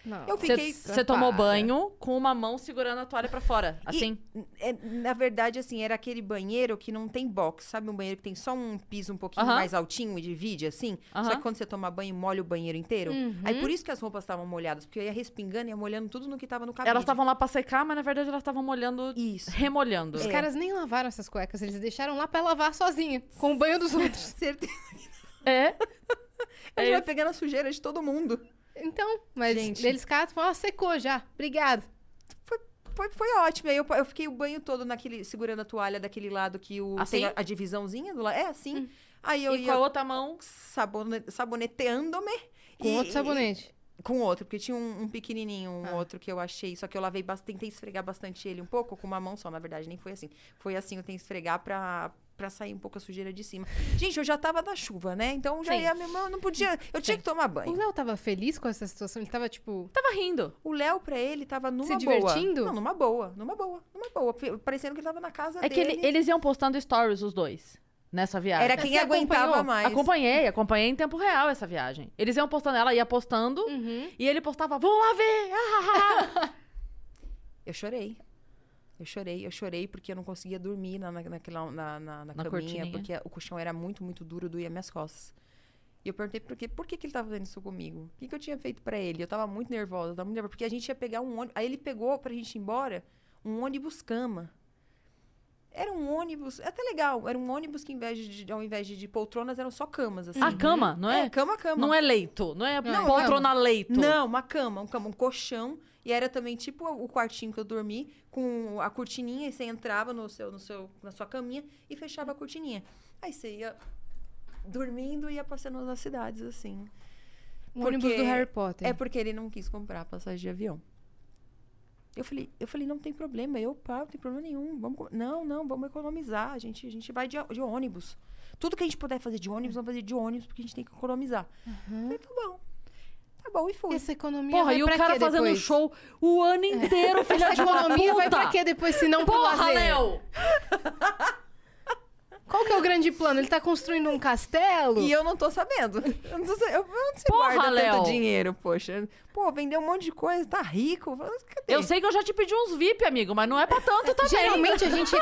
Não. Eu fiquei... Você tomou Para. banho com uma mão segurando a toalha pra fora, assim? Na verdade, assim, era aquele banheiro que não tem box, sabe? Um banheiro que tem só um piso um pouquinho Aham. mais altinho e divide, assim. Só Aham. que quando você toma banho, molha o banheiro inteiro. Aí por isso que as roupas estavam molhadas, porque eu ia respingando e ia molhando tudo no que tava no cabide. Elas estavam lá pra secar, mas na verdade elas estavam molhando, Isso. remolhando. Os caras nem lavaram essas cuecas, eles deixaram lá pra lavar sozinho, com o banho dos outros. Certeza. É. A gente vai isso. pegando a sujeira de todo mundo. Então, mas Gente. eles catam, ó, secou já, obrigado. Foi ótimo. Aí eu fiquei o banho todo segurando a toalha daquele lado que Assim? tem a divisãozinha do lado. É, assim. Aí eu E com a outra mão... saboneteando-me. Com outro sabonete. Com outro, porque tinha um pequenininho, outro que eu achei. Só que eu lavei bastante, tentei esfregar bastante ele um pouco, com uma mão só, na verdade, nem foi assim. Foi assim, eu tenho que esfregar pra sair um pouco a sujeira de cima. Gente, eu já tava na chuva, né? Então já Sim. ia, eu não podia, eu tinha que tomar O banho. Léo tava feliz com essa situação? Ele tava, tipo... Tava rindo. O Léo, pra ele, tava numa Se boa. divertindo? Não, numa boa. Parecendo que ele tava na casa É que dele. eles iam postando stories, os dois, nessa viagem. Era quem Você aguentava acompanhou? mais. Acompanhei em tempo real essa viagem. Eles iam postando, ela ia postando, e ele postava, vamos lá ver! Eu chorei porque eu não conseguia dormir na caminha, cortininha. porque o colchão era muito, muito duro, doía minhas costas. E eu perguntei por que ele tava fazendo isso comigo? O que eu tinha feito pra ele? Eu tava muito nervosa, porque a gente ia pegar um ônibus. Aí ele pegou pra gente ir embora um ônibus cama. Era um ônibus, até legal, era um ônibus que ao invés de poltronas eram só camas, assim. A cama, não é? Cama. Não é leito, não é Não, poltrona-leito. Não, uma cama, um colchão. E era também tipo o quartinho que eu dormi, com a cortininha, e você entrava na sua caminha e fechava a cortininha. Aí você ia dormindo e ia passando nas cidades, assim. O ônibus do Harry Potter. É porque ele não quis comprar passagem de avião. Eu falei, não tem problema, não tem problema nenhum. Vamos economizar. A gente vai de ônibus. Tudo que a gente puder fazer de ônibus, vamos fazer de ônibus, porque a gente tem que economizar. Eu falei, tá bom, e fui. Essa economia Porra, vai e o pra cara quê fazendo depois? show o ano inteiro, filha Essa de uma economia vai puta. pra quê depois, se não pro Porra, lazer? Léo! Qual que é o grande plano? Ele tá construindo um castelo? E eu não tô sabendo. Eu não sei onde você Porra, guarda Léo. tanto dinheiro, poxa. Pô, vendeu um monte de coisa, tá rico. Cadê? Eu sei que eu já te pedi uns VIP, amigo, mas não é pra tanto também. Geralmente a gente...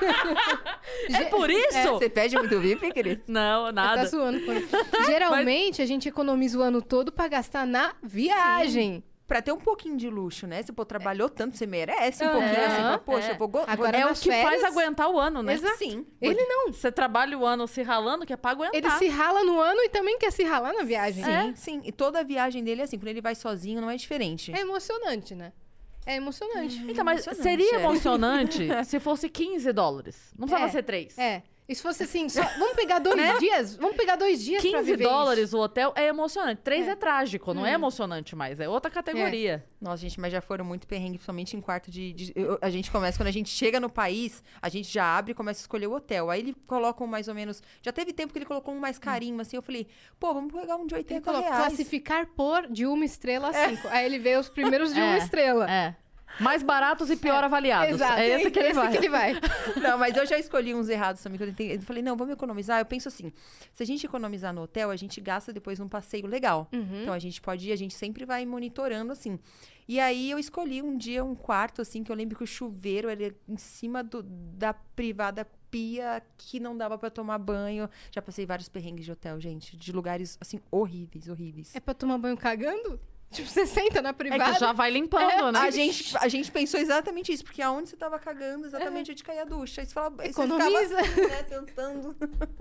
É por isso? Você pede muito VIP, querido? Não, nada. Tá zoando. Geralmente a gente economiza o ano todo pra gastar na viagem. Pra ter um pouquinho de luxo, né? Você trabalhou tanto, você merece um pouquinho. Assim, fala, poxa, eu vou... Agora É o nas que faz férias- aguentar o ano, né? Exato. Sim. Ele não. Você trabalha o ano se ralando, que é pra aguentar. Ele se rala no ano e também quer se ralar na viagem. Sim. E toda a viagem dele é assim. Quando ele vai sozinho, não é diferente. É emocionante, né? É emocionante. Então, mas Emocionante, seria é. emocionante se fosse $15. Não precisava É. ser 3. É. E se fosse assim, só... vamos pegar 2 dias? Vamos pegar 2 dias pra viver $15 isso. o hotel é emocionante. 3 é trágico, não é emocionante mais. É outra categoria. Nossa, gente, mas já foram muito perrengue, principalmente em quarto a gente começa, quando a gente chega no país, a gente já abre e começa a escolher o hotel. Aí ele coloca um mais ou menos... Já teve tempo que ele colocou um mais carinho, assim. Eu falei, pô, vamos pegar um de Ele 80 colocou reais. classificar por de 1 estrela a 5. Aí ele vê os primeiros de 1 estrela. É. Mais baratos e pior avaliados. Exato. É esse que ele vai. que ele vai. Não, mas eu já escolhi uns errados também. Eu falei, não, vamos economizar. Eu penso assim, se a gente economizar no hotel, a gente gasta depois num passeio legal. Então, a gente pode ir, a gente sempre vai monitorando, assim. E aí, eu escolhi um dia um quarto, assim, que eu lembro que o chuveiro era em cima da privada pia, que não dava pra tomar banho. Já passei vários perrengues de hotel, gente. De lugares, assim, horríveis. É pra tomar banho cagando? Tipo, você senta na É privada. que já vai limpando, né? A gente pensou exatamente isso, porque aonde você tava cagando, exatamente onde caía a ducha. Aí você falava, aí você Economiza. ficava assim, né, tentando.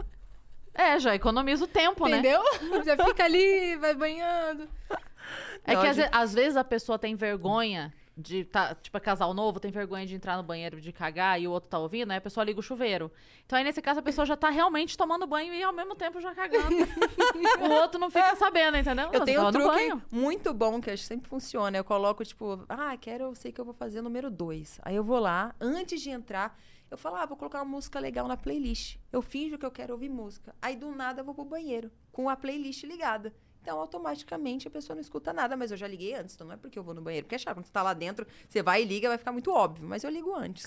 É, já economiza o tempo, né? Entendeu? Já fica ali, vai banhando. É Não, que a gente- às vezes a pessoa tem vergonha de tipo, é casal novo, tem vergonha de entrar no banheiro de cagar e o outro tá ouvindo, aí a pessoa liga o chuveiro. Então aí nesse caso a pessoa já tá realmente tomando banho e ao mesmo tempo já cagando. O outro não fica sabendo, entendeu? Eu Você tenho tá um no truque banho. muito bom, que eu acho que sempre funciona. Eu coloco, tipo, eu sei que eu vou fazer o número 2. Aí eu vou lá, antes de entrar, eu falo, vou colocar uma música legal na playlist. Eu finjo que eu quero ouvir música. Aí, do nada, eu vou pro banheiro, com a playlist ligada. Então, automaticamente, a pessoa não escuta nada. Mas eu já liguei antes, então não é porque eu vou no banheiro. Porque é chato, quando você tá lá dentro, você vai e liga, vai ficar muito óbvio. Mas eu ligo antes.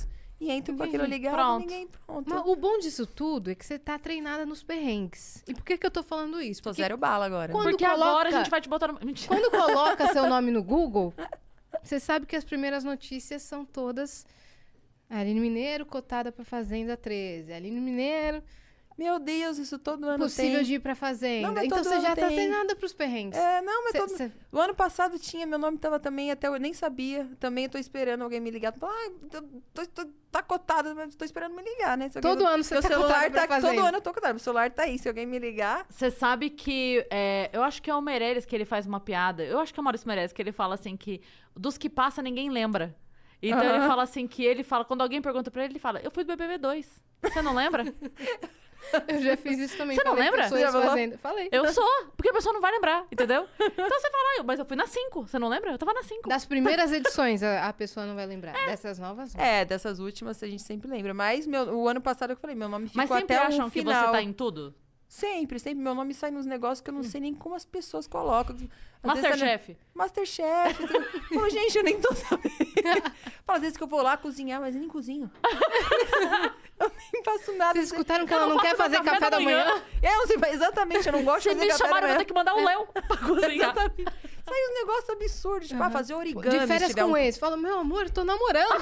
e entro com aquilo ligado, Pronto. ninguém pronto. Mas o bom disso tudo é que você tá treinada nos perrengues. E por que eu tô falando isso? Tô Porque zero bala agora. Quando Porque agora a coloca- gente vai te botar no... Mentira. quando coloca seu nome no Google, você sabe que as primeiras notícias são todas... Aline Mineiro cotada pra Fazenda 13. Aline Mineiro Meu Deus, isso todo ano possível tem. de ir pra Fazenda. Não, mas Então todo você ano já tá tem. treinada pros perrengues. Não, mas o ano passado tinha, meu nome tava também, até eu nem sabia. Também eu tô esperando alguém me ligar. Tá cotado, mas tô esperando me ligar, né? Se alguém- Todo ano você meu tá celular cotada pra tá Fazenda. Todo ano eu tô cotada. Meu celular tá aí. Se alguém me ligar. Você sabe que... eu acho que é o Meirelles que ele faz uma piada. Eu acho que é o Maurício Meirelles que ele fala assim que... Dos que passa, ninguém lembra. Então ele fala assim que ele fala... Quando alguém pergunta pra ele, ele fala... Eu fui do BBB 2. Você não lembra? Eu já fiz isso também. Você não Falei lembra? pessoas Você já falou? Fazenda. Falei. Eu sou. Porque a pessoa não vai lembrar, entendeu? Então você fala... Mas eu fui na 5. Você não lembra? Eu tava na 5. Das primeiras edições, a pessoa não vai lembrar. Dessas novas, não. Dessas últimas a gente sempre lembra. Mas o ano passado eu falei, meu nome ficou Mas sempre até acham o que final. você tá em tudo? Sempre. Meu nome sai nos negócios que eu não sei nem como as pessoas colocam. Às vezes Masterchef. Masterchef. Pô, gente, eu nem tô sabendo. Fala, às vezes que eu vou lá cozinhar, mas eu nem cozinho. Eu nem faço nada. Vocês escutaram que Eu ela não não quer faço fazer meu café da manhã? Eu não sei, exatamente, eu não gosto Se de fazer me café da chamaram, eu manhã. vou ter que mandar o Léo pra cozinhar. Exatamente. Sai um negócio absurdo, tipo, fazer origami. De se férias tiver com um- ex. Fala, meu amor, tô namorando.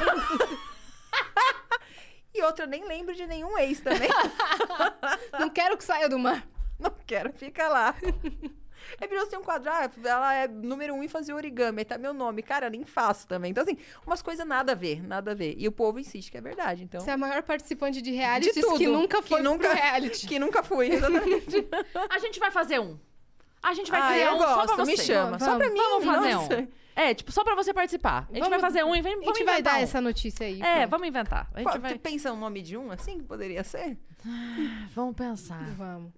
E outra, eu nem lembro de nenhum ex também. Não quero que saia do mar. Não quero, fica lá. É virou assim um quadrado, ela é número 1 em fazer origami, aí tá meu nome. Cara, eu nem faço também. Então, assim, umas coisas nada a ver, nada a ver. E o povo insiste que é verdade, então... Você é a maior participante de realities De tudo. que nunca foi Que nunca- pro reality. Que nunca fui, exatamente. A gente vai fazer um. A gente vai Ah, criar eu um só pra gosto, você. me chama. Vamos, Só pra mim, Vamos fazer nossa. um. Tipo, só pra você participar. A gente vai Vamos- fazer um e vamos A gente vai inventar dar um. essa notícia aí. Vamos inventar. A gente Tu vai... pensa o nome de um assim que poderia ser? Vamos pensar. Vamos.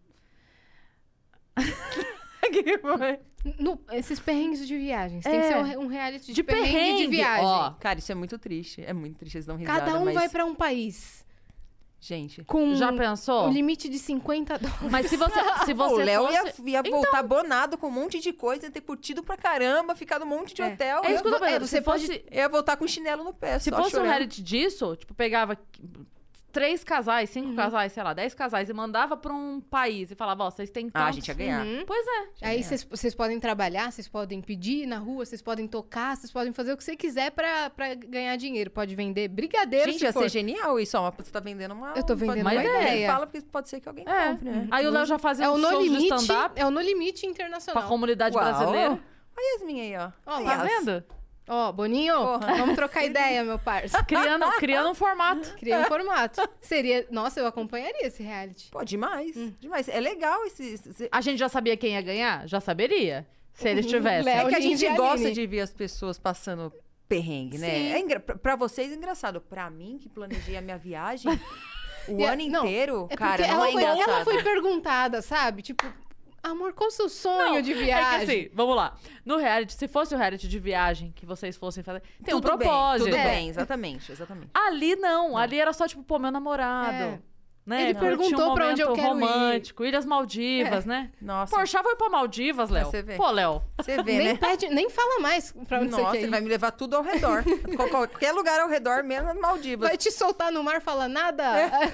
Que foi? Esses perrengues de viagens. Tem que É. ser um reality De perrengue de perrengue, viagem. ó. Cara, isso é muito triste. É muito triste, eles dão risada, Cada um mas... vai pra um país. Gente... Com Já pensou? um limite de $50. Mas se você o Léo fosse... ia voltar bonado com um monte de coisa, ia ter curtido pra caramba, ficar num monte de hotel. É isso que eu tô É, pensando. você Se pode- fosse... Ia voltar com chinelo no pé, Se só fosse um chorando. reality disso, tipo, pegava 3 casais, 5 casais, sei lá, 10 casais e mandava pra um país e falava, ó, vocês têm tantos... Ah, a gente ia ganhar. Pois é. Aí vocês podem trabalhar, vocês podem pedir na rua, vocês podem tocar, vocês podem fazer o que você quiser pra ganhar dinheiro. Pode vender brigadeiro, Gente, se ia for. ser genial isso, ó. Você tá vendendo uma... Eu tô vendendo uma ideia. Fala, porque pode ser que alguém É. compre, né? Aí o Léo já fazia É o uns No shows de Limite, stand-up é o No Limite internacional. pra comunidade Uau. brasileira. Olha a Yasmin aí, ó. Ó, Aí, Tá ó. vendo? Ó, Boninho, Porra. vamos trocar ideia, meu parça. Criando um formato. Criei um formato. Seria... Nossa, eu acompanharia esse reality. Pô, demais. Demais. É legal esse... A gente já sabia quem ia ganhar? Já saberia. Se eles tivessem. Léo. É que a Lindy gente e gosta Aline. de ver as pessoas passando perrengue, né? Sim. Pra vocês é engraçado. Pra mim, que planejei a minha viagem o E ano não, inteiro, É cara, porque não é engraçado. ela foi perguntada, sabe? Tipo, amor, qual o seu sonho de viagem? É que assim, vamos lá. No reality, se fosse o reality de viagem que vocês fossem fazer, tem um Tudo bem, propósito. Tudo É. bem, exatamente. Ali não. Ali era só tipo, pô, meu namorado. É. Né? Ele Curtir perguntou um pra onde eu momento quero ir. romântico, Ilhas Maldivas, né? Nossa, Porsche foi pra Maldivas, Léo. você vê. Pô, Léo. você vê, Nem né? pede, nem fala mais pra onde Nossa, você quer ele ir. vai me levar tudo ao redor. Qualquer lugar ao redor, menos Maldivas. Vai te soltar no mar, fala nada.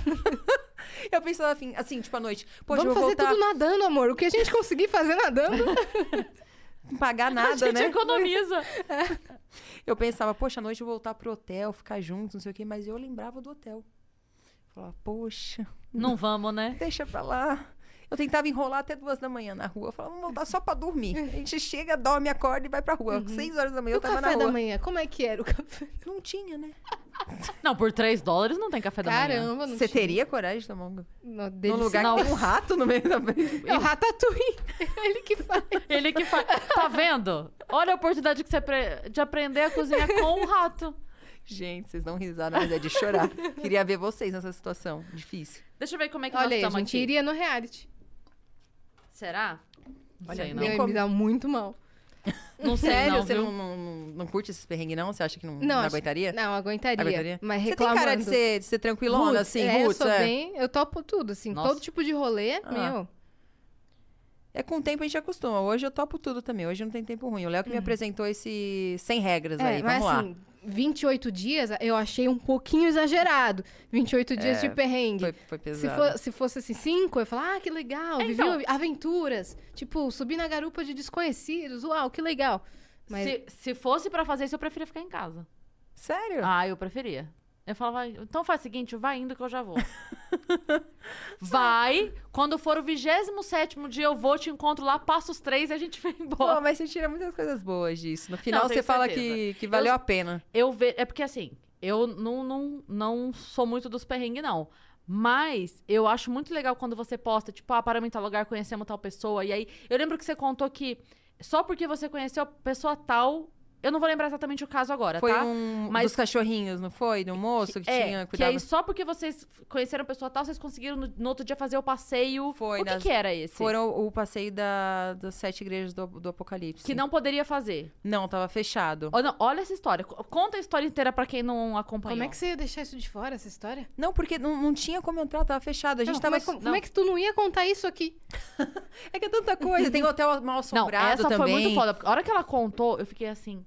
Eu pensava assim, tipo, à noite. Poxa, Vamos eu vou fazer voltar tudo nadando, amor. O que a gente conseguir fazer nadando. não pagar A nada, gente né? economiza. Eu pensava, poxa, à noite eu vou voltar pro hotel, ficar juntos, não sei o quê. Mas eu lembrava do hotel. Falava, poxa, Não vamos, né? deixa pra lá. Eu tentava enrolar até 2 da manhã na rua. Eu falava, vamos voltar só pra dormir. A gente chega, dorme, acorda e vai pra rua. 6 horas da manhã E eu o tava na café rua. da manhã? Como é que era o café? Não tinha, né? Não, por $3 não tem café da manhã. Caramba, não Você tinha. teria coragem de tomar um... No, Num delicioso. lugar Não. que tem um rato no meio da... É o Ratatouille. Ele que faz. Ele que faz. Tá vendo? Olha a oportunidade que você de aprender a cozinhar com um rato. Gente, vocês dão risada, mas é de chorar. Queria ver vocês nessa situação difícil. Deixa eu ver como é que Olha nós aí, a estamos gente aqui. iria no reality. Será? Não Olha, sei, nem não. Eu ia me dar muito mal. Não sei, Sério? não, Você viu? não curte esses perrengues, não? Você acha que não Não, acho- aguentaria? Não, aguentaria. Aguentaria? Mas Você tem reclamando. cara de ser tranquilona, Roots, assim, eu roots, sou é? bem... Eu topo tudo, assim. Nossa. Todo tipo de rolê, Ah. meu... É com o tempo a gente acostuma. Hoje eu topo tudo também. Hoje não tem tempo ruim. O Léo que me apresentou esse sem regras aí. mas Vamos lá. assim, 28 dias, eu achei um pouquinho exagerado. 28 dias de perrengue. Foi pesado. Se fosse assim, 5, eu ia falar, que legal, vivi aventuras. Tipo, subir na garupa de desconhecidos, uau, que legal. Mas... Se fosse pra fazer isso, eu preferia ficar em casa. Sério? Ah, eu preferia. Eu falava, então faz o seguinte, vai indo que eu já vou. Vai, quando for o 27º dia eu vou, te encontro lá, passo os 3 e a gente vem embora. Pô, mas você tira muitas coisas boas disso. No final Não, você tenho fala certeza. que valeu a pena. É porque assim, eu não sou muito dos perrengues, não. Mas eu acho muito legal quando você posta, tipo, paramos em tal lugar, conhecemos tal pessoa. E aí, eu lembro que você contou que só porque você conheceu a pessoa tal... Eu não vou lembrar exatamente o caso agora, Foi tá? Mas dos cachorrinhos, não foi? Do moço que tinha que cuidado. aí só porque vocês conheceram a pessoa tal, vocês conseguiram no outro dia fazer o passeio. Foi, o que era esse? Foram o passeio das 7 igrejas do Apocalipse. Que não poderia fazer. Não, tava fechado. Não, olha essa história. Conta a história inteira pra quem não acompanhou. Como é que você ia deixar isso de fora, essa história? Não, porque não tinha como entrar, tava fechado. A gente tava... Como é que tu não ia contar isso aqui? É que é tanta coisa. Tem hotel mal assombrado essa também. foi muito foda. A hora que ela contou, eu fiquei assim...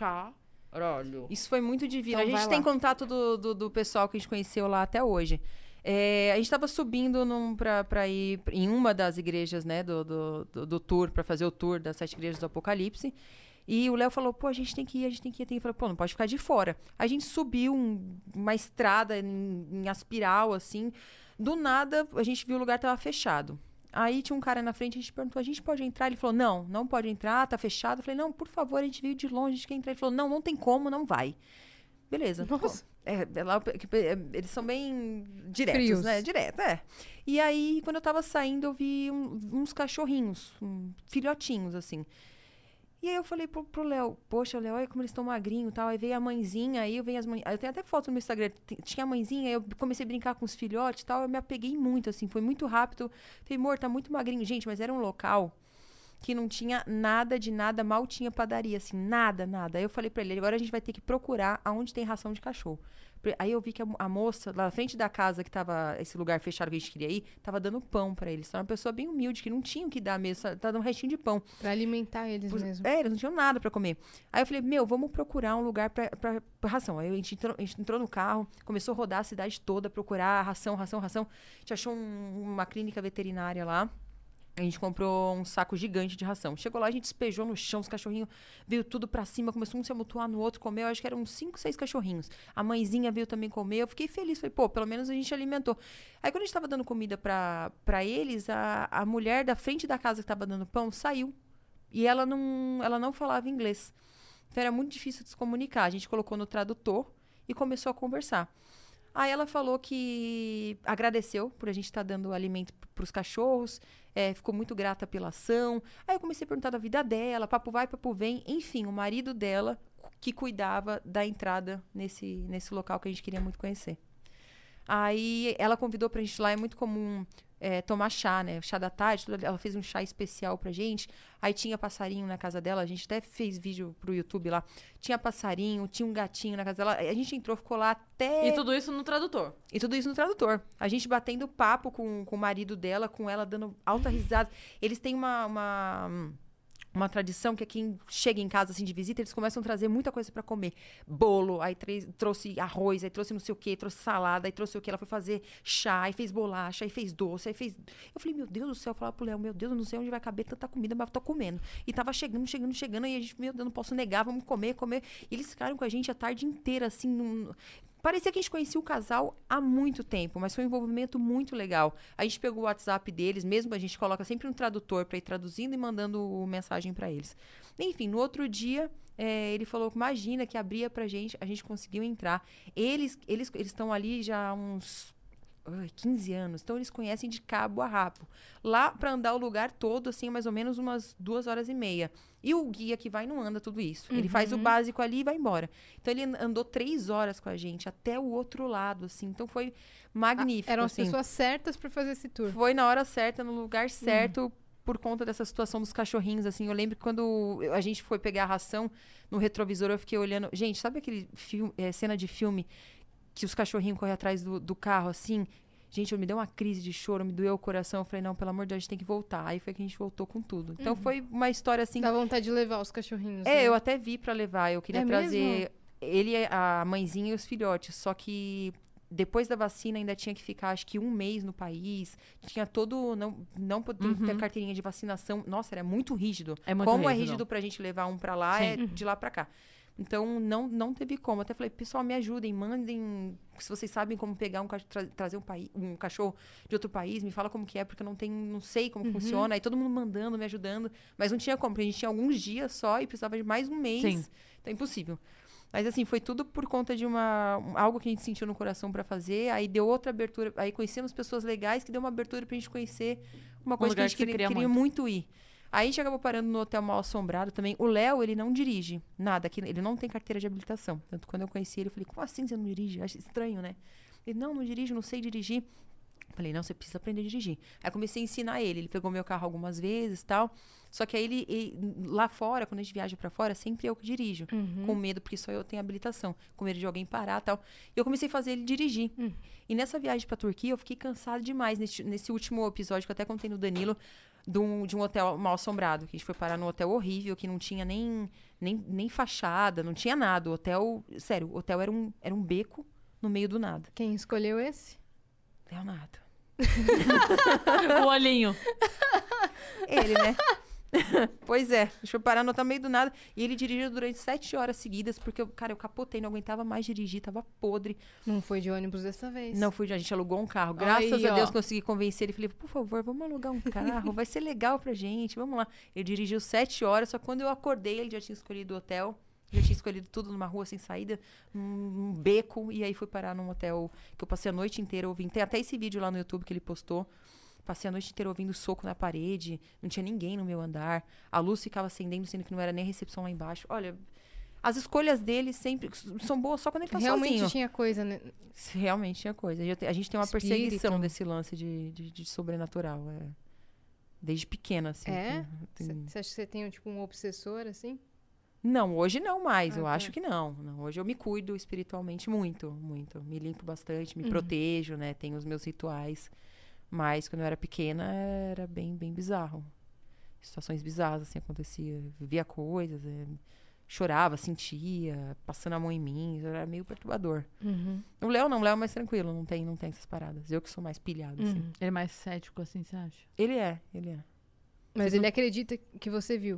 Caralho. Isso foi muito divino. Então a gente vai tem lá. contato do pessoal que a gente conheceu lá até hoje. A gente tava subindo pra ir em uma das igrejas, né, do tour, pra fazer o tour das 7 igrejas do Apocalipse. E o Léo falou, pô, a gente tem que ir. Eu falei, pô, não pode ficar de fora. A gente subiu uma estrada em aspiral, assim. Do nada, a gente viu o lugar tava fechado. Aí tinha um cara na frente, a gente perguntou, a gente pode entrar? Ele falou, não pode entrar, tá fechado. Eu falei, não, por favor, a gente veio de longe, a gente quer entrar. Ele falou, não tem como, não vai. Beleza. Nossa. Eles são bem diretos, Frios. né? Direto, E aí, quando eu tava saindo, eu vi uns cachorrinhos, filhotinhos, assim. E aí eu falei pro Léo, poxa, Léo, olha como eles estão magrinhos e tal. Aí veio a mãezinha, aí eu venho as mães. Eu tenho até foto no meu Instagram, tinha a mãezinha, aí eu comecei a brincar com os filhotes e tal. Eu me apeguei muito, assim, foi muito rápido. Falei, amor, tá muito magrinho. Gente, mas era um local que não tinha nada de nada, mal tinha padaria, assim, nada. Aí eu falei pra ele, agora a gente vai ter que procurar aonde tem ração de cachorro. Aí eu vi que a moça, lá na frente da casa que tava, esse lugar fechado que a gente queria ir, tava dando pão pra eles. Era uma pessoa bem humilde, que não tinha o que dar mesmo, tava dando um restinho de pão. Pra alimentar eles mesmo. Eles não tinham nada pra comer. Aí eu falei, vamos procurar um lugar pra ração. Aí a gente entrou no carro, começou a rodar a cidade toda, procurar ração. A gente achou uma clínica veterinária lá. A gente comprou um saco gigante de ração. Chegou lá, a gente despejou no chão, os cachorrinhos veio tudo pra cima, começou um a se amontoar no outro, comeu. Acho que eram uns 5, 6 cachorrinhos. A mãezinha veio também comer. Eu fiquei feliz. Falei, pô, pelo menos a gente alimentou. Aí quando a gente tava dando comida pra eles, a mulher da frente da casa que tava dando pão saiu. E ela não falava inglês. Então era muito difícil de se comunicar. A gente colocou no tradutor e começou a conversar. Aí ela falou que agradeceu por a gente estar dando alimento para os cachorros, ficou muito grata pela ação. Aí eu comecei a perguntar da vida dela, papo vai, papo vem. Enfim, o marido dela que cuidava da entrada nesse local que a gente queria muito conhecer. Aí ela convidou pra gente ir lá, é muito comum tomar chá, né? Chá da tarde, ela fez um chá especial pra gente. Aí tinha passarinho na casa dela, a gente até fez vídeo pro YouTube lá. Tinha passarinho, tinha um gatinho na casa dela. A gente entrou, ficou lá até... E tudo isso no tradutor. E tudo isso no tradutor. A gente batendo papo com o marido dela, com ela dando alta risada. Eles têm uma tradição que quem chega em casa assim de visita, eles começam a trazer muita coisa pra comer. Bolo, aí trouxe arroz, aí trouxe não sei o quê, trouxe salada, aí trouxe o quê. Ela foi fazer chá, aí fez bolacha, aí fez doce, aí fez... Eu falei, meu Deus do céu, eu falava pro Léo, meu Deus, eu não sei onde vai caber tanta comida, mas eu tô comendo. E tava chegando, aí a gente, meu Deus, não posso negar, vamos comer. E eles ficaram com a gente a tarde inteira, assim, parecia que a gente conhecia o casal há muito tempo, mas foi um envolvimento muito legal. A gente pegou o WhatsApp deles, mesmo a gente coloca sempre um tradutor para ir traduzindo e mandando mensagem para eles. Enfim, no outro dia, ele falou que imagina que abria pra gente, a gente conseguiu entrar. Eles estão ali já há uns 15 anos, então eles conhecem de cabo a rabo. Lá para andar o lugar todo, assim, mais ou menos umas 2h30. E o guia que vai não anda tudo isso. Ele faz o básico ali e vai embora. Então ele andou 3 horas com a gente, até o outro lado, assim. Então foi magnífico. Eram as assim. pessoas certas para fazer esse tour. Foi na hora certa, no lugar certo, por conta dessa situação dos cachorrinhos, assim. Eu lembro que quando a gente foi pegar a ração no retrovisor, eu fiquei olhando... Gente, sabe aquele cena de filme que os cachorrinhos correm atrás do carro, assim? Gente, me deu uma crise de choro, me doeu o coração. Eu falei, não, pelo amor de Deus, a gente tem que voltar. Aí foi que a gente voltou com tudo. Então foi uma história assim... Dá vontade de levar os cachorrinhos. Né? Eu até vi pra levar. Eu queria trazer... Mesmo? ele, a mãezinha e os filhotes. Só que depois da vacina ainda tinha que ficar, acho que 1 mês no país. Tinha todo... Não poder ter carteirinha de vacinação. Nossa, era muito rígido. É muito como é rígido. rígido pra gente levar um pra lá, é de lá pra cá. Então, não teve como. Até falei, pessoal, me ajudem, mandem... Se vocês sabem como pegar trazer um cachorro de outro país, me fala como que é, porque eu não sei como funciona. Aí todo mundo mandando, me ajudando. Mas não tinha como, porque a gente tinha alguns dias só e precisava de mais 1 mês. Sim. Então, é impossível. Mas, assim, foi tudo por conta de algo que a gente sentiu no coração pra fazer. Aí deu outra abertura. Aí conhecemos pessoas legais que deu uma abertura pra gente conhecer uma coisa que a lugar gente que você queria queria muito ir. Aí a gente acabou parando no Hotel Mal Assombrado também. O Léo, ele não dirige nada. Ele não tem carteira de habilitação. Tanto quando eu conheci ele, eu falei, como assim você não dirige? Acho estranho, né? Ele, não dirijo, não sei dirigir. Eu falei, não, você precisa aprender a dirigir. Aí comecei a ensinar ele. Ele pegou meu carro algumas vezes e tal. Só que aí ele lá fora, quando a gente viaja pra fora, sempre eu que dirijo. Com medo, porque só eu tenho habilitação. Com medo de alguém parar e tal. E eu comecei a fazer ele dirigir. E nessa viagem pra Turquia, eu fiquei cansada demais. Nesse último episódio que eu até contei no Danilo, de um hotel mal assombrado. Que a gente foi parar num hotel horrível, que não tinha nem fachada, não tinha nada. O hotel, sério, o hotel era um beco no meio do nada. Quem escolheu esse? Leonardo. O olhinho. Ele, né? Pois é, deixa eu parar no hotel no meio do nada. E ele dirigiu durante 7 horas seguidas, porque, eu capotei, não aguentava mais dirigir, tava podre. Não foi de ônibus dessa vez. Não fui, a gente alugou um carro. Graças Aí, a Deus ó. consegui convencer ele. Falei, por favor, vamos alugar um carro, vai ser legal pra gente, vamos lá. Ele dirigiu 7 horas, só que quando eu acordei, ele já tinha escolhido o hotel. Já tinha escolhido tudo numa rua sem saída, num beco. E aí fui parar num hotel que eu passei a noite inteira ouvindo. Tem até esse vídeo lá no YouTube que ele postou. Passei a noite inteira ouvindo soco na parede. Não tinha ninguém no meu andar. A luz ficava acendendo, sendo que não era nem recepção lá embaixo. Olha, as escolhas dele sempre são boas só quando ele tá Realmente sozinho. tinha coisa, né? Realmente tinha coisa. A gente tem uma Espírito. perseguição desse lance de sobrenatural. Desde pequena, assim. É? Tem- Você acha que você tem, tipo, um obsessor, assim? Não, hoje não mais. Ah, Eu tá. acho que não. Não, hoje eu me cuido espiritualmente muito, muito. Me limpo bastante, me protejo, né? Tenho os meus rituais. Mas quando eu era pequena, era bem, bem bizarro. Situações bizarras, assim, acontecia. Via coisas, chorava, sentia, passando a mão em mim. Era meio perturbador. O Léo não, o Léo é mais tranquilo, não tem essas paradas. Eu que sou mais pilhada, assim. Ele é mais cético, assim, você acha? Ele é. Mas Vocês ele acredita que você viu.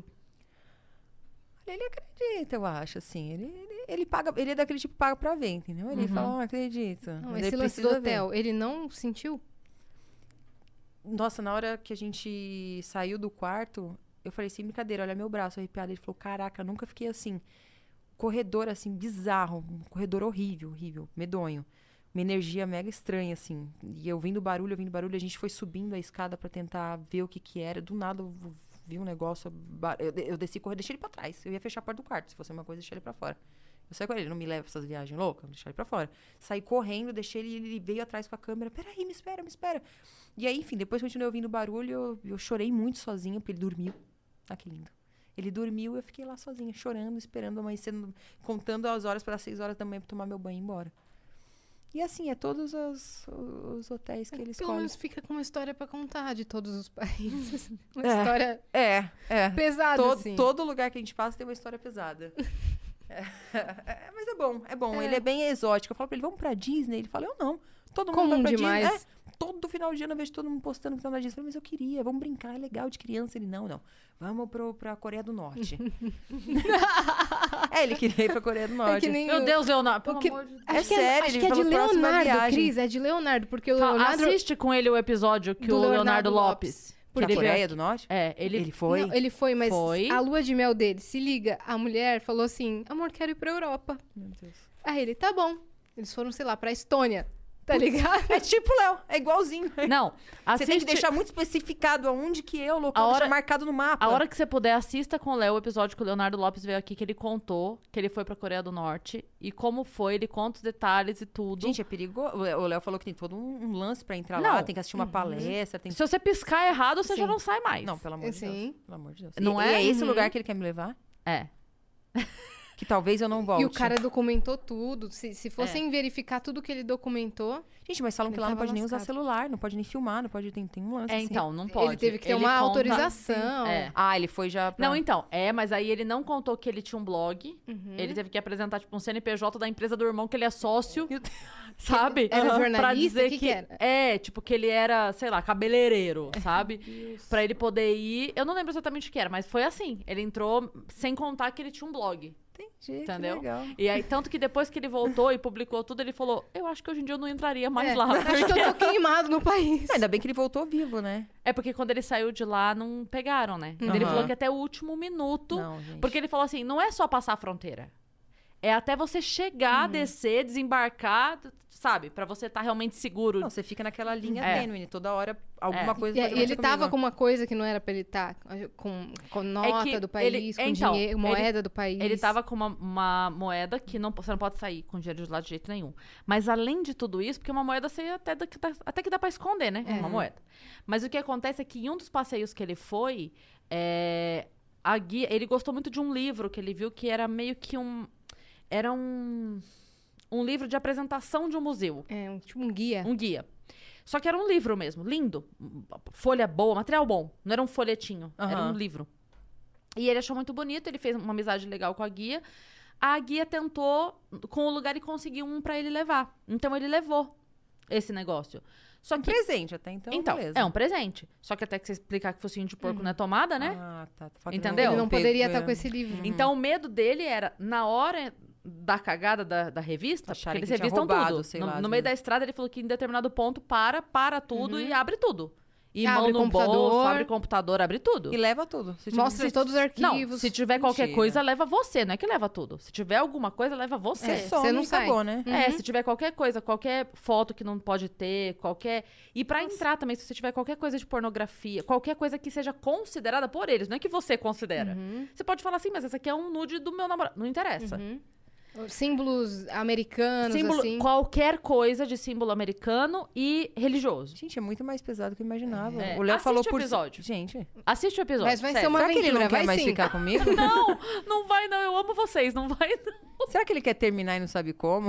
Ele acredita, eu acho, assim. Ele paga, ele é daquele tipo que paga pra ver, entendeu? Ele fala, acredito. Não, Mas esse ele lance do precisa ver. hotel, ele não sentiu? Nossa, na hora que a gente saiu do quarto, eu falei assim, brincadeira, olha meu braço arrepiado. Ele falou, caraca, eu nunca fiquei assim. Corredor, assim, bizarro. Um corredor horrível, medonho. Uma energia mega estranha, assim. E eu ouvindo barulho, a gente foi subindo a escada pra tentar ver o que era. Do nada, eu vi um negócio, eu desci correndo, deixei ele pra trás. Eu ia fechar a porta do quarto, se fosse uma coisa, deixei ele pra fora. Eu saí com ele, não me leva pra essas viagens loucas, deixei ele pra fora. Saí correndo, deixei ele veio atrás com a câmera. Peraí, me espera. E aí, enfim, depois continuei ouvindo barulho, eu chorei muito sozinha, porque ele dormiu. Ah, que lindo. Ele dormiu, eu fiquei lá sozinha, chorando, esperando amanhecer, contando as horas para 6 horas da manhã pra tomar meu banho e ir embora. E assim, é todos os hotéis que eles Pelo escolhem. menos fica com uma história pra contar de todos os países. Uma história É. pesada, assim. Todo lugar que a gente passa tem uma história pesada. Mas é bom. Ele é bem exótico. Eu falo pra ele, vamos pra Disney? Ele fala, eu não. Todo mundo Comum vai pra demais. Disney. Todo final de ano eu vejo todo mundo postando que tá na Disney. Eu falei, mas eu queria, vamos brincar, é legal de criança. Ele, não. Vamos pra Coreia do Norte. Ele queria ir pra Coreia do Norte. É que nem Meu Deus, Leonardo, pelo que- amor de Deus. Acho que sério, acho ele que é de falou próxima Leonardo, viagem. Cris. É de Leonardo, porque o Fala, Leonardo... assiste com ele o episódio que Do o Leonardo Leonardo Lopes. Pra Ele Coreia veio- do Norte? Ele foi? Não, ele foi, mas Foi. a lua de mel dele, se liga, a mulher falou assim, amor, quero ir pra Europa. Meu Deus. Aí ele, tá bom. Eles foram, sei lá, pra Estônia, tá ligado? É tipo o Léo, é igualzinho. Não, Você assiste... tem que deixar muito especificado aonde que é o local, A hora- deixar marcado no mapa. A hora que você puder, assista com o Léo o episódio que o Leonardo Lopes veio aqui, que ele contou que ele foi pra Coreia do Norte. E como foi, ele conta os detalhes e tudo. Gente, é perigoso. O Léo falou que tem todo um lance pra entrar Não. lá, tem que assistir uma palestra, tem Se você piscar errado, você já Sim. não sai mais. Não, pelo amor de Sim. Deus. Pelo amor de Deus. Não e é? é esse Uhum. lugar que ele quer me levar? É. que talvez eu não volte. E o cara documentou tudo. Se fossem verificar tudo que ele documentou... Gente, mas falam que Ele lá não tava pode nem usar lascado. celular, não pode nem filmar, não pode... Tem um lance assim. Então, não pode. Ele teve que ter uma conta- autorização. É. Ah, ele foi já pra... Não, então, mas aí ele não contou que ele tinha um blog. Ele teve que apresentar, tipo, um CNPJ da empresa do irmão, que ele é sócio, Meu Deus. sabe? Era Pra jornalista? dizer Que era? tipo, que ele era, sei lá, cabeleireiro, sabe? Pra ele poder ir... Eu não lembro exatamente o que era, mas foi assim. Ele entrou sem contar que ele tinha um blog. Entendi, Entendeu? que legal. E aí, tanto que depois que ele voltou e publicou tudo, ele falou, eu acho que hoje em dia eu não entraria mais lá. Acho que eu tô queimado no país. Ainda bem que ele voltou vivo, né? É porque quando ele saiu de lá, não pegaram, né? Ele Aham. falou que até o último minuto... Não, gente. Porque ele falou assim, não é só passar a fronteira. É até você chegar, descer, desembarcar, sabe? Pra você estar realmente seguro. Não, você fica naquela linha É. tênue, toda hora alguma coisa E pode ele acontecer tava comigo. com uma coisa que não era pra ele estar. Com nota do país, com então, dinheiro, moeda do país. Ele tava com uma moeda que você não pode sair com dinheiro de lá de jeito nenhum. Mas além de tudo isso, porque uma moeda você até que dá pra esconder, né? Uma moeda. Mas o que acontece é que em um dos passeios que ele foi, a guia, ele gostou muito de um livro que ele viu que era meio que era um livro de apresentação de um museu. Tipo um guia. Um guia. Só que era um livro mesmo, lindo. Folha boa, material bom. Não era um folhetinho, era um livro. E ele achou muito bonito, ele fez uma amizade legal com a guia. A guia tentou com o lugar e conseguiu um pra ele levar. Então ele levou esse negócio. Só que Presente até então, beleza. é um presente. Só que até que você explicar que focinho de porco não é tomada, né? Ah, tá. Tô falando Entendeu? Ele não pego, poderia estar com esse livro. Então o medo dele era, na hora da cagada da revista, porque Acharem eles que tinha revistam roubado, tudo. sei No, lá, no meio da estrada, ele falou que em determinado ponto para tudo e abre tudo. E Abre mão no computador. bolso, abre computador, abre tudo. E leva tudo. Se Mostra todos os arquivos. Não, se tiver qualquer Mentira. coisa, leva você. Não é que leva tudo. Se tiver alguma coisa, leva você. É, Você some não e sai. acabou, né? Se tiver qualquer coisa, qualquer foto que não pode ter, qualquer... E pra entrar também, se você tiver qualquer coisa de pornografia, qualquer coisa que seja considerada por eles, não é que você considera. Você pode falar assim, mas essa aqui é um nude do meu namorado. Não interessa. Símbolos americanos, assim. Qualquer coisa de símbolo americano e religioso. Gente, é muito mais pesado do que eu imaginava. É. O Léo Assiste falou o por... episódio. Gente, Assiste o episódio. Mas vai sério. ser uma será que ele não aventura, quer vai mais sim. ficar comigo? Não, não vai não. Eu amo vocês, não vai não. Será que ele quer terminar e não sabe como?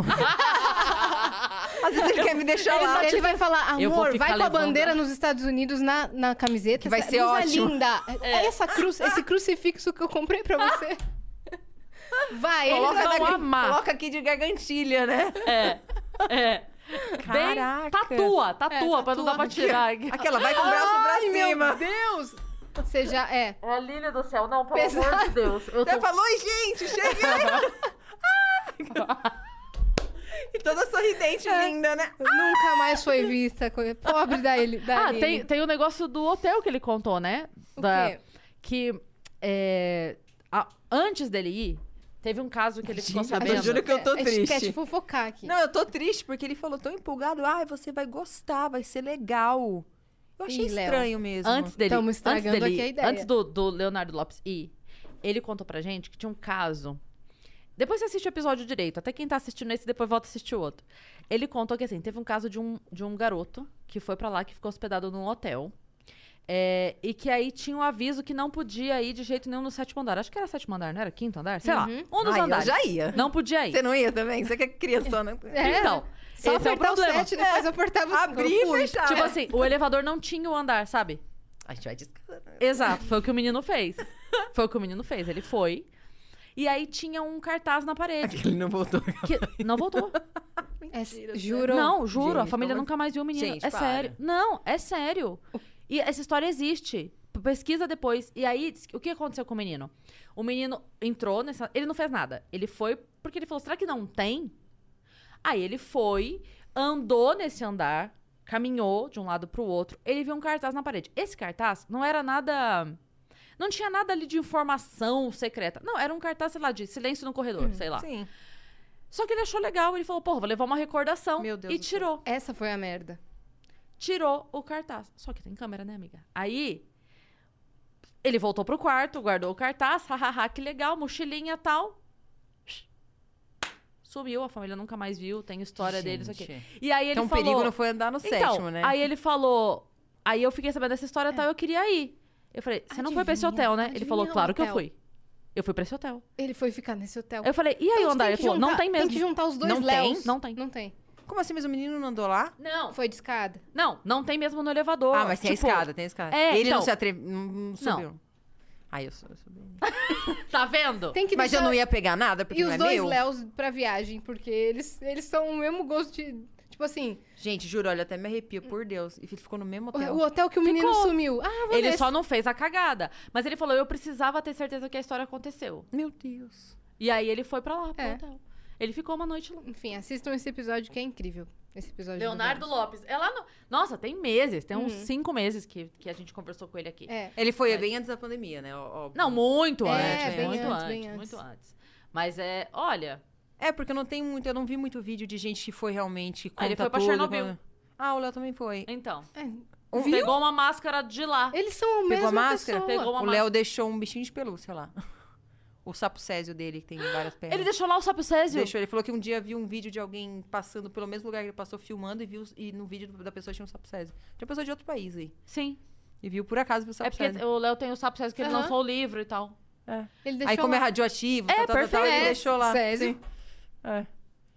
Às vezes ele quer me deixar lá. Ele vai falar, Eu vou amor, ficar vai com a levando- bandeira nos Estados Unidos na camiseta. Que vai essa ser blusa ótimo. linda. Essa cruz, esse crucifixo que eu comprei pra você. Vai, ele Coloca vai... não amar. Coloca aqui de gargantilha, né? É. Caraca. Tatua, pra não dar pra tirar. Aquela vai com o braço pra Ai, cima. meu Deus! Você já... É a Lília do céu. Não, pelo Pesado. amor de Deus. Eu Você tô... falou, oi, gente, cheguei. E toda sorridente, linda, né? Nunca mais foi vista. Pobre da ele. Da Ah, Aline. tem o negócio do hotel que ele contou, né? O quê? Que antes dele ir, teve um caso que ele ficou Gente, sabendo. eu juro que eu tô A gente quer triste. te fofocar aqui. Não, eu tô triste porque ele falou tão empolgado. Ai, você vai gostar, vai ser legal. Eu achei Ih, Léo. estranho mesmo. Antes dele, Tamo estragando aqui a ideia. Antes do Leonardo Lopes ir, ele contou pra gente que tinha um caso. Depois você assiste o episódio direito. Até quem tá assistindo esse, depois volta a assistir o outro. Ele contou que, assim, teve um caso de um garoto que foi pra lá, que ficou hospedado num hotel. E que aí tinha um aviso que não podia ir de jeito nenhum no 7º andar. Acho que era 7º andar, não era? 5º andar? Sei lá. Um dos Ai, andares. eu já ia. Não podia ir. Você não ia também? Você que é criançona. É, Então, só esse é o apertar o problema. 7, depois apertava o Abrir e fechar. Tipo assim, o elevador não tinha o andar, sabe? A gente vai descansando. Exato, foi o que o menino fez. Foi o que o menino fez. Ele foi. E aí tinha um cartaz na parede. Ele não voltou. Que não voltou. Juro. Não, juro. a Gente, família como- nunca mais viu o menino. Gente, É para. sério. Não, é sério. E essa história existe. Pesquisa depois. E aí, o que aconteceu com o menino? O menino entrou nessa... Ele não fez nada. Ele foi porque ele falou, será que não tem? Aí ele foi, andou nesse andar, caminhou de um lado pro outro. Ele viu um cartaz na parede. Esse cartaz não era nada... Não tinha nada ali de informação secreta. Não, era um cartaz, sei lá, de silêncio no corredor, sei lá. Sim. Só que ele achou legal. Ele falou, porra, vou levar uma recordação. Meu Deus e do céu. tirou. Essa foi a merda. Tirou o cartaz. Só que tem câmera, né, amiga? Aí, ele voltou pro quarto, guardou o cartaz. Hahaha, que legal, mochilinha e tal. Sumiu, a família nunca mais viu. Tem história dele, isso aqui. Gente. E aí ele Então o falou... perigo não foi andar no Então, sétimo, né? aí ele falou... Aí eu fiquei sabendo dessa história e tal, eu queria ir. Eu falei, você não foi pra esse Adivinha, hotel, né? Ele falou, adivinha o claro que eu hotel. fui. Eu fui pra esse hotel. Ele foi ficar nesse hotel. Eu falei, e aí o andar? Ele falou, não tem mesmo. Tem que juntar os dois Não Léos. tem? Não tem. Não tem. Como assim, mas o menino não andou lá? Não. Foi de escada. Não tem mesmo no elevador. Ah, mas tem Tipo, a escada, tem a escada. é, Ele então- não se atreveu, não subiu. Eu subi. Tá vendo? Tem que Mas eu deixar- não ia pegar nada, porque E não os é dois meu. Léos pra viagem, porque eles são o mesmo gosto de... Tipo assim, Gente, juro, olha, até me arrepio, por Deus. E ele ficou no mesmo hotel. o hotel que o menino Ficou. sumiu. Ah, vou Ele nesse. só não fez a cagada. Mas ele falou, eu precisava ter certeza que a história aconteceu. Meu Deus. E aí ele foi pra lá, pro É. hotel. Ele ficou uma noite lá. Enfim, assistam esse episódio que é incrível. Esse episódio do Leonardo Vênus. Lopes. Ela não... Nossa, tem meses. Tem uns 5 meses que a gente conversou com ele aqui. É. Ele foi bem antes da pandemia, né? Óbvio. Não, muito É, antes. bem Muito antes, antes, bem antes. muito antes. Mas olha... É, porque eu não vi muito vídeo de gente que foi realmente Ah, ele conta foi pra tudo, Chernobyl. quando- Ah, o Léo também foi. Então, Viu? pegou uma máscara de lá. Eles são a Pegou mesma a máscara? pessoa. Pegou uma O Léo deixou um bichinho de pelúcia lá. O sapo césio dele, que tem várias pernas. Ele deixou lá o sapo césio? Deixou. Ele falou que um dia viu um vídeo de alguém passando pelo mesmo lugar que ele passou filmando e no vídeo da pessoa tinha um sapo césio. Tinha pessoa de outro país aí. Sim. E viu por acaso o sapo É porque césio. o Léo tem o sapo césio que ele Aham. lançou o livro e tal. É. Ele deixou Aí como é lá. radioativo, É, tal, ele perfeito. deixou lá. Césio. Sim. É.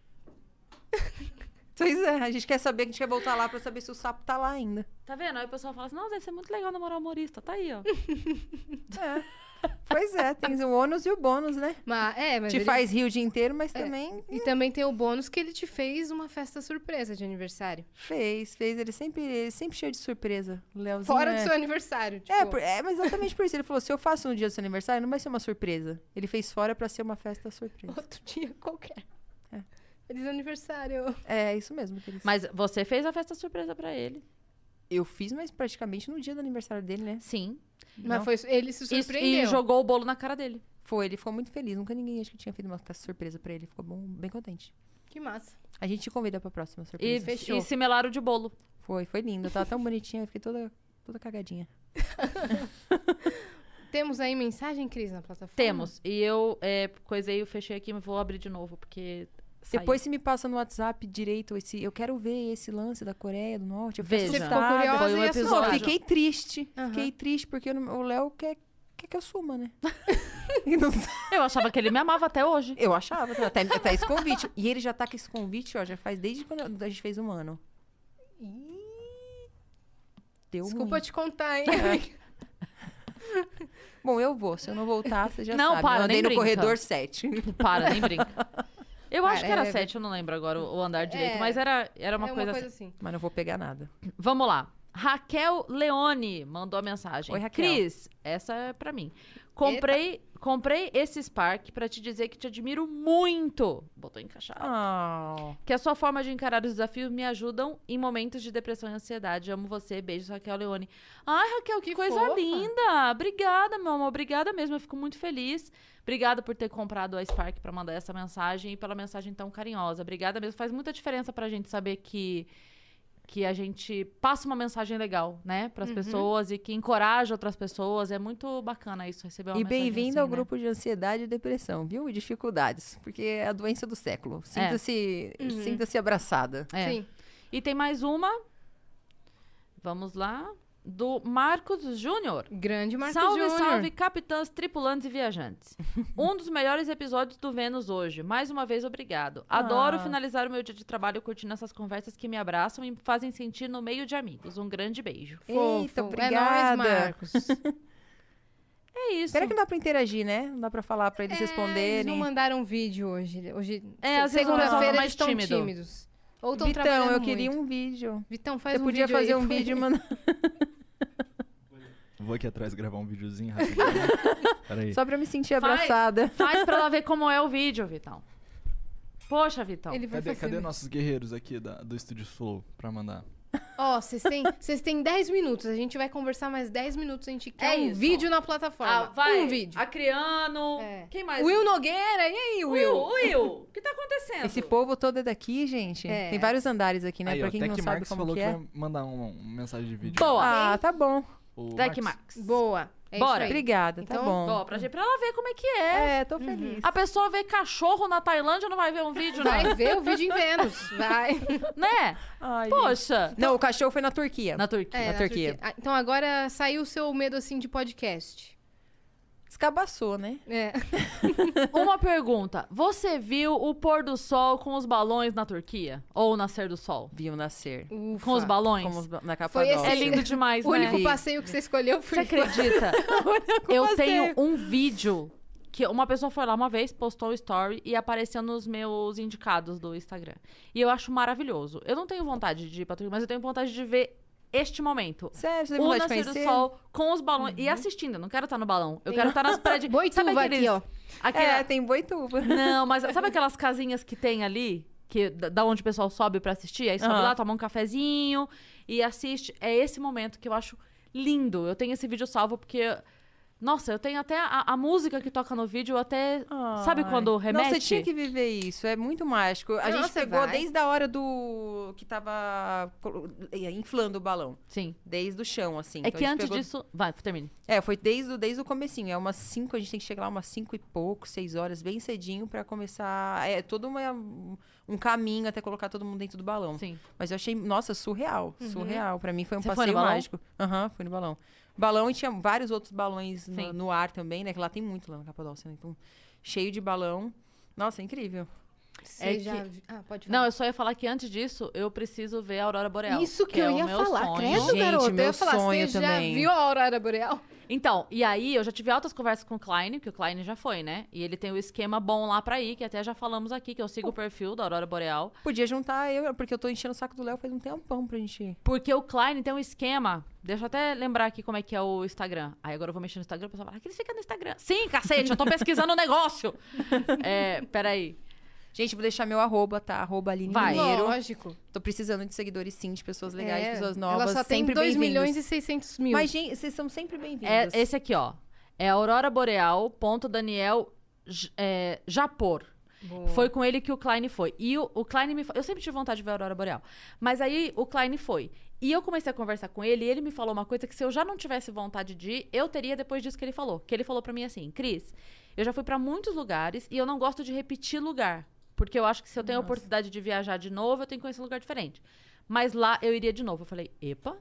Pois é, a gente quer saber, a gente quer voltar lá pra saber se o sapo tá lá ainda. Tá vendo? Aí o pessoal fala assim, não, deve ser muito legal namorar humorista. Tá aí, ó. É. Pois é, tem o ônus e o bônus, né? Mas Te ele- faz rir o dia inteiro, mas também E também tem o bônus que ele te fez uma festa surpresa de aniversário. fez. Ele sempre cheio de surpresa. O Leozinho Fora é... do seu aniversário. Tipo, Mas exatamente por isso. Ele falou, se eu faço no dia do seu aniversário, não vai ser uma surpresa. Ele fez fora pra ser uma festa surpresa. outro dia qualquer. É. Feliz aniversário. É isso mesmo que ele Mas você fez a festa surpresa pra ele. Eu fiz, mas praticamente no dia do aniversário dele, né? Sim. Mas foi, ele se surpreendeu. E jogou o bolo na cara dele. Foi, ele ficou muito feliz. Nunca ninguém acho que tinha feito uma festa surpresa pra ele. Ficou bem contente. Que massa. A gente te convida pra próxima E, surpresa. Fechou. e se melaram de bolo. Foi lindo. Eu tava tão bonitinha, eu fiquei toda cagadinha. Temos aí mensagem, Cris, na plataforma? Temos. E eu coisei, eu fechei aqui, mas vou abrir de novo, porque saiu. Depois você me passa no WhatsApp direito eu quero ver esse lance da Coreia do Norte. Eu fiquei Veja. Você ficou assustada. curiosa Foi um e assustada. Não, eu episódio. fiquei triste. Aham. Fiquei triste porque o Léo quer que eu suma, né? E não- Eu achava que ele me amava até hoje. Eu achava, até esse convite. E ele já tá com esse convite, ó, já faz desde quando a gente fez um ano. Deu Desculpa ruim. te contar, hein? Bom, eu vou. Se eu não voltar, você já Não, sabe. para, eu andei nem no brinca. corredor 7. Para, nem brinca. Eu acho que era Para, 7, eu não lembro agora o andar direito, É. mas era uma É coisa assim. assim. Mas não vou pegar nada. Vamos lá. Raquel Leone mandou a mensagem. Oi, Raquel. Cris, essa é pra mim. Comprei esse Spark pra te dizer que te admiro muito. Botou encaixado. Oh. Que a sua forma de encarar os desafios me ajudam em momentos de depressão e ansiedade. Amo você. Beijos, Raquel Leone. Ai, Raquel, que coisa fofa. linda. Obrigada, meu amor. Obrigada mesmo. Eu fico muito feliz. Obrigada por ter comprado a Spark pra mandar essa mensagem e pela mensagem tão carinhosa. Obrigada mesmo. Faz muita diferença pra gente saber que a gente passa uma mensagem legal, né, pras pessoas e que encoraja outras pessoas. É muito bacana isso, receber uma E mensagem bem-vindo assim, ao né? grupo de ansiedade e depressão, viu? E dificuldades. Porque é a doença do século. Sinta-se abraçada. É. Sim. E tem mais uma. Vamos lá. Do Marcos Júnior. Grande Marcos Salve, Júnior. salve, capitãs, tripulantes e viajantes. Um dos melhores episódios do Vênus hoje. Mais uma vez, obrigado. Adoro Ah. finalizar o meu dia de trabalho curtindo essas conversas que me abraçam e me fazem sentir no meio de amigos. Um grande beijo. Eita, Fofo. obrigada. É nóis, Marcos. É isso. Será que não dá pra interagir, né? Não dá pra falar pra eles Eles responderem. não mandaram vídeo hoje. É, às vezes o pessoal tá segunda-feira mais eles estão tímido. tímidos. Ou estão Vitão, trabalhando eu queria muito. um vídeo. Vitão, faz Você um podia vídeo fazer aí. um vídeo e mandar. Vou aqui atrás gravar um videozinho rapidinho. Peraí. Só pra me sentir Faz. abraçada. Faz pra ela ver como é o vídeo, Vitão. Poxa, Vitão. Ele vai fazer. Cadê nossos guerreiros aqui do Estúdio Flow pra mandar? Ó, vocês têm 10 minutos. A gente vai conversar mais 10 minutos. A gente quer É um isso. vídeo na plataforma. Vai. Um vídeo. Acriano. É. Quem mais? Will Nogueira. E aí, Will? Will. O que tá acontecendo? Esse povo todo é daqui, gente. É. Tem vários andares aqui, né? Aí, pra ó, quem Tech não sabe Marks como falou que que é. vai mandar uma mensagem de vídeo. Boa. Ah, tá bom. O Tech Marcos. Max. Boa. É Bora. isso aí. Obrigada, tá Então, bom. Ó, pra ela ver como é que é. É, tô feliz. A pessoa vê cachorro na Tailândia, não vai ver um vídeo, não. Vai ver o vídeo em Vênus. Vai. Né? Ai, Poxa. Não, o cachorro foi na Turquia. Na Turquia. É, Na Turquia. Ah, então agora saiu o seu medo assim de podcast. Descabaçou, né? É. Uma pergunta. Você viu o pôr do sol com os balões na Turquia? Ou o nascer do sol? Viu nascer. Ufa. Com os balões? Na Foi esse Capadócia. É lindo demais, O né? único passeio que você escolheu Você foi... acredita? Eu passeio. tenho um vídeo que uma pessoa foi lá uma vez, postou o story e apareceu nos meus indicados do Instagram. E eu acho maravilhoso. Eu não tenho vontade de ir pra Turquia, mas eu tenho vontade de ver este momento. Sério, você tem O vontade de nascer do conhecer? sol com os balões. E assistindo, eu não quero estar no balão. Eu quero estar nas praias de... Boituva aqui, ó. É, tem Boituva. Não, mas sabe aquelas casinhas que tem ali? Que, da onde o pessoal sobe pra assistir? Aí sobe Aham. lá, toma um cafezinho e assiste. É esse momento que eu acho lindo. Eu tenho esse vídeo salvo porque... Nossa, eu tenho até a música que toca no vídeo, eu até... Sabe Ai. quando remete? Não, você tinha que viver isso. É muito mágico. A gente Nossa, pegou vai. desde a hora do... Que tava inflando o balão. Sim. Desde o chão, assim. É Então, que a gente antes pegou- disso... Vai, termine. Foi desde o comecinho. É umas 5, a gente tem que chegar lá umas 5 e pouco, 6 horas, bem cedinho pra começar... É todo um caminho até colocar todo mundo dentro do balão. Sim. Mas eu achei, nossa, surreal. Surreal. Pra mim foi um Você foi passeio no balão? mágico. Aham, fui no balão. Balão e tinha vários outros balões Sim. no ar também, né? Que lá tem muito lá na Capadócia, né? Então, cheio de balão. Nossa, é incrível. Você É já... que- Ah, pode falar. Não, eu só ia falar que antes disso, eu preciso ver a Aurora Boreal. Isso que é eu o ia meu falar. sonho. Credo, Gente, garoto. Eu meu ia falar, sonho você também. já viu a Aurora Boreal? Então, e aí eu já tive altas conversas com o Klein, que o Klein já foi, né? E ele tem o esquema bom lá pra ir, que até já falamos aqui, que eu sigo o perfil da Aurora Boreal. Podia juntar eu, porque eu tô enchendo o saco do Léo faz um tempão pra gente ir. Porque o Klein tem um esquema. Deixa eu até lembrar aqui como é que é o Instagram. Aí agora eu vou mexer no Instagram, o pessoal fala, que eles ficam no Instagram. Sim, cacete, eu tô pesquisando o negócio. Peraí. Gente, vou deixar meu arroba, tá? Arroba Aline Vai. Mineiro. Lógico. Tô precisando de seguidores, sim, de pessoas legais, É, pessoas novas. Ela só tem sempre 2 bem-vindos. milhões e 600 mil. Mas, gente, vocês são sempre bem-vindos. É esse aqui, ó. É auroraboreal.daniel Japor. Boa. Foi com ele que o Klein foi. E o Klein eu sempre tive vontade de ver a Aurora Boreal. Mas aí o Klein foi. E eu comecei a conversar com ele e ele me falou uma coisa que se eu já não tivesse vontade de ir, eu teria depois disso que ele falou. Que ele falou pra mim assim, Cris, eu já fui pra muitos lugares e eu não gosto de repetir lugar. Porque eu acho que se eu tenho a oportunidade de viajar de novo, eu tenho que conhecer um lugar diferente. Mas lá eu iria de novo. Eu falei, epa,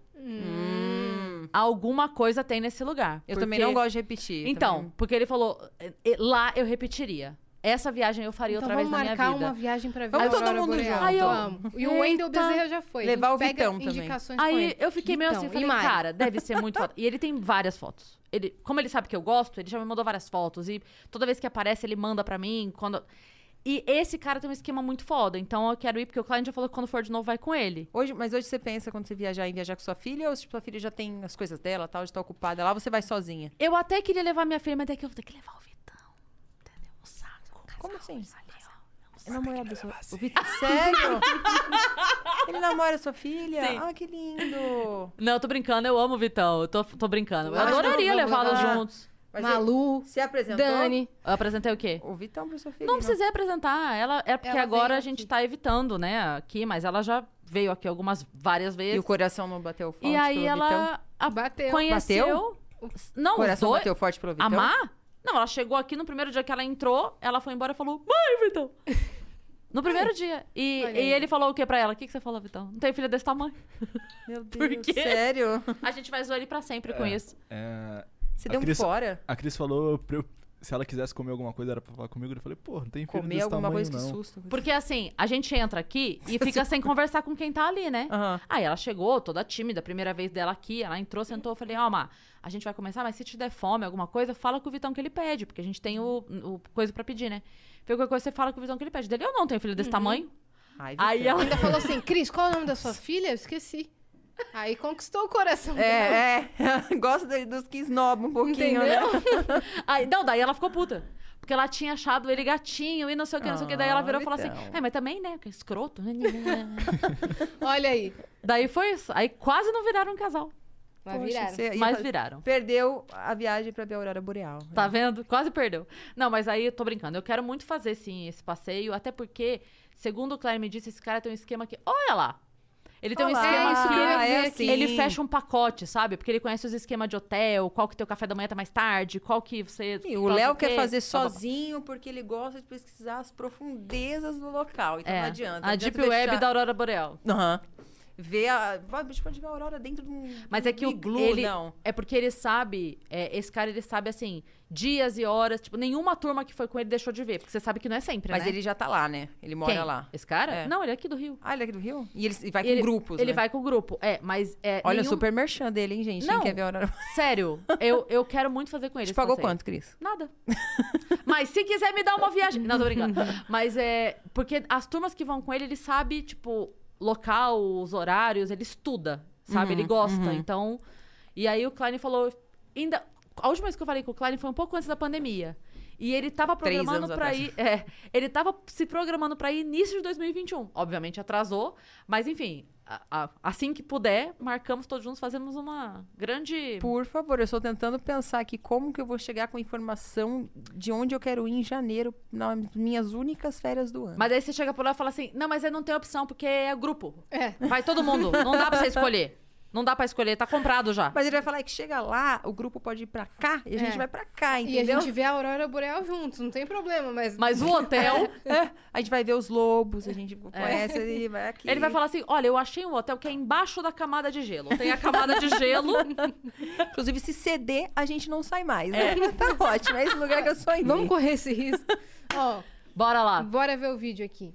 alguma coisa tem nesse lugar. Eu também Porque- não gosto de repetir. Então, também. porque ele falou, lá eu repetiria. Essa viagem eu faria Então outra vez vamos na minha marcar vida. uma viagem pra ver Vamos a todo Aurora mundo Boreal. junto. Aí eu- Vamos. E o Wendel Eita. Bezerra já foi. Levar A o gente pega Vitão também. indicações com Aí ele. eu fiquei meio assim, Vitão, falei, e Mari? cara, deve ser muito foto. E ele tem várias fotos. Como ele sabe que eu gosto, ele já me mandou várias fotos. E toda vez que aparece, ele manda pra mim. E esse cara tem um esquema muito foda. Então eu quero ir, porque o Klein já falou que quando for de novo, vai com ele. Mas hoje você pensa, quando você viajar, em viajar com sua filha? Ou se sua filha já tem as coisas dela, tal, já tá ocupada lá, você vai sozinha? Eu até queria levar minha filha, mas daqui eu vou ter que levar o Vitão. Entendeu? O saco. Como assim? É namorado da sua... O Vitor, sério? Ele namora sua filha? Sim. Ah, que lindo. Não, eu tô brincando, eu amo o Vitão. Eu tô brincando. Eu Lógico, adoraria vamos levá-los levar. juntos. Mas Malu, você apresentou? Dani. Eu apresentei o quê? O Vitão pra sua filha. Não precisei apresentar. Ela é porque Ela agora veio a gente aqui. tá evitando, né, aqui, mas ela já veio aqui várias vezes. E o coração não bateu forte E aí pelo ela Vitão? Bateu. conheceu. Não, O os coração dois. bateu forte pelo Vitão? A Má? Não, ela chegou aqui no primeiro dia que ela entrou, ela foi embora e falou: Mãe, Vitão! No primeiro dia. E Olha aí. ele falou o que pra ela? O que você falou, Vitão? Não tem filha desse tamanho. Meu Por Deus, quê? sério? A gente vai zoar ele pra sempre com isso. Você A deu um Cris- fora? A Cris falou se ela quisesse comer alguma coisa, era pra falar comigo. Eu falei, pô, não tem filho Comer desse alguma tamanho, coisa, que não. susto. Porque assim, a gente entra aqui e fica sem conversar com quem tá ali, né? Aham. Aí ela chegou, toda tímida, primeira vez dela aqui, ela entrou, sentou, eu falei, ó, Má, a gente vai começar, mas se te der fome, alguma coisa, fala com o Vitão que ele pede, porque a gente tem o coisa pra pedir, né? Qualquer coisa você fala com o Vitão que ele pede. Dele, eu não tenho filho desse tamanho. Ai, Aí Vitão. ela... Ainda falou assim, Cris, qual é o nome da sua filha? Eu esqueci. Aí conquistou o coração dela. Gosto dos que esnobam um pouquinho, né? Entendeu? Aí, não, daí ela ficou puta. Porque ela tinha achado ele gatinho e não sei o que, não sei o que. Daí ela virou e falou assim, Vitão. mas também, né, que é escroto. Olha aí. Daí foi isso. Aí quase não viraram um casal. Mas Poxa, viraram. você ia Mas fa- viraram. Perdeu a viagem pra ver a Aurora Boreal. Tá vendo? Quase perdeu. Não, mas aí eu tô brincando. Eu quero muito fazer, sim, esse passeio. Até porque, segundo o Claire me disse, esse cara tem um esquema que... Olha lá! Ele tem um Olá, esquema isso que eu ia que... ver aqui. Ele fecha um pacote, sabe? Porque ele conhece os esquemas de hotel, qual que teu café da manhã tá mais tarde, qual que você... E o faz Léo quê. quer fazer Blá, blá, blá. sozinho porque ele gosta de pesquisar as profundezas do local. Então É, não adianta. a não Deep adianta Web deixar- da Aurora Boreal. Aham. ver a gente pode ver a aurora dentro de um Mas é que iglu, ele não. é porque ele sabe, esse cara ele sabe assim, dias e horas, tipo, nenhuma turma que foi com ele deixou de ver, porque você sabe que não é sempre, Mas né? ele já tá lá, né? Ele mora Quem? lá. Esse cara? É. Não, ele é aqui do Rio. Ah, ele é aqui do Rio? E ele vai com Ele- grupos, Ele né? vai com o grupo, mas Olha, nenhum... super merchan dele, hein, gente? Não. Quem quer ver a aurora? Sério, eu quero muito fazer com ele. Te esse pagou passeio. quanto, Cris? Nada. Mas se quiser me dar uma viagem... Não, tô brincando. Mas porque as turmas que vão com ele, ele sabe, tipo, local, os horários, ele estuda, sabe? Ele gosta, então... E aí o Klein falou... A última vez que eu falei com o Klein foi um pouco antes da pandemia. E ele tava 3 programando anos pra atrás. ir... ele tava se programando pra ir início de 2021. Obviamente atrasou, mas enfim... assim que puder, marcamos todos juntos, fazemos uma grande... Por favor, eu estou tentando pensar aqui como que eu vou chegar com informação de onde eu quero ir em janeiro, nas minhas únicas férias do ano. Mas aí você chega por lá e fala assim, não, mas aí não tem opção, porque é grupo. É. Vai todo mundo, não dá pra você escolher. Não dá pra escolher, tá comprado já. Mas ele vai falar que chega lá, o grupo pode ir pra cá e a gente vai pra cá, E entendeu? a gente vê a aurora boreal juntos, não tem problema, mas... Mas o hotel, A gente vai ver os lobos, a gente conhece ali, vai aqui. ele vai falar assim, olha, eu achei um hotel que é embaixo da camada de gelo. Tem a camada de gelo. Inclusive, se ceder, a gente não sai mais, né? Tá ótimo, é esse lugar que eu sonhei. Vamos correr esse risco. Ó, Bora lá. bora ver o vídeo aqui.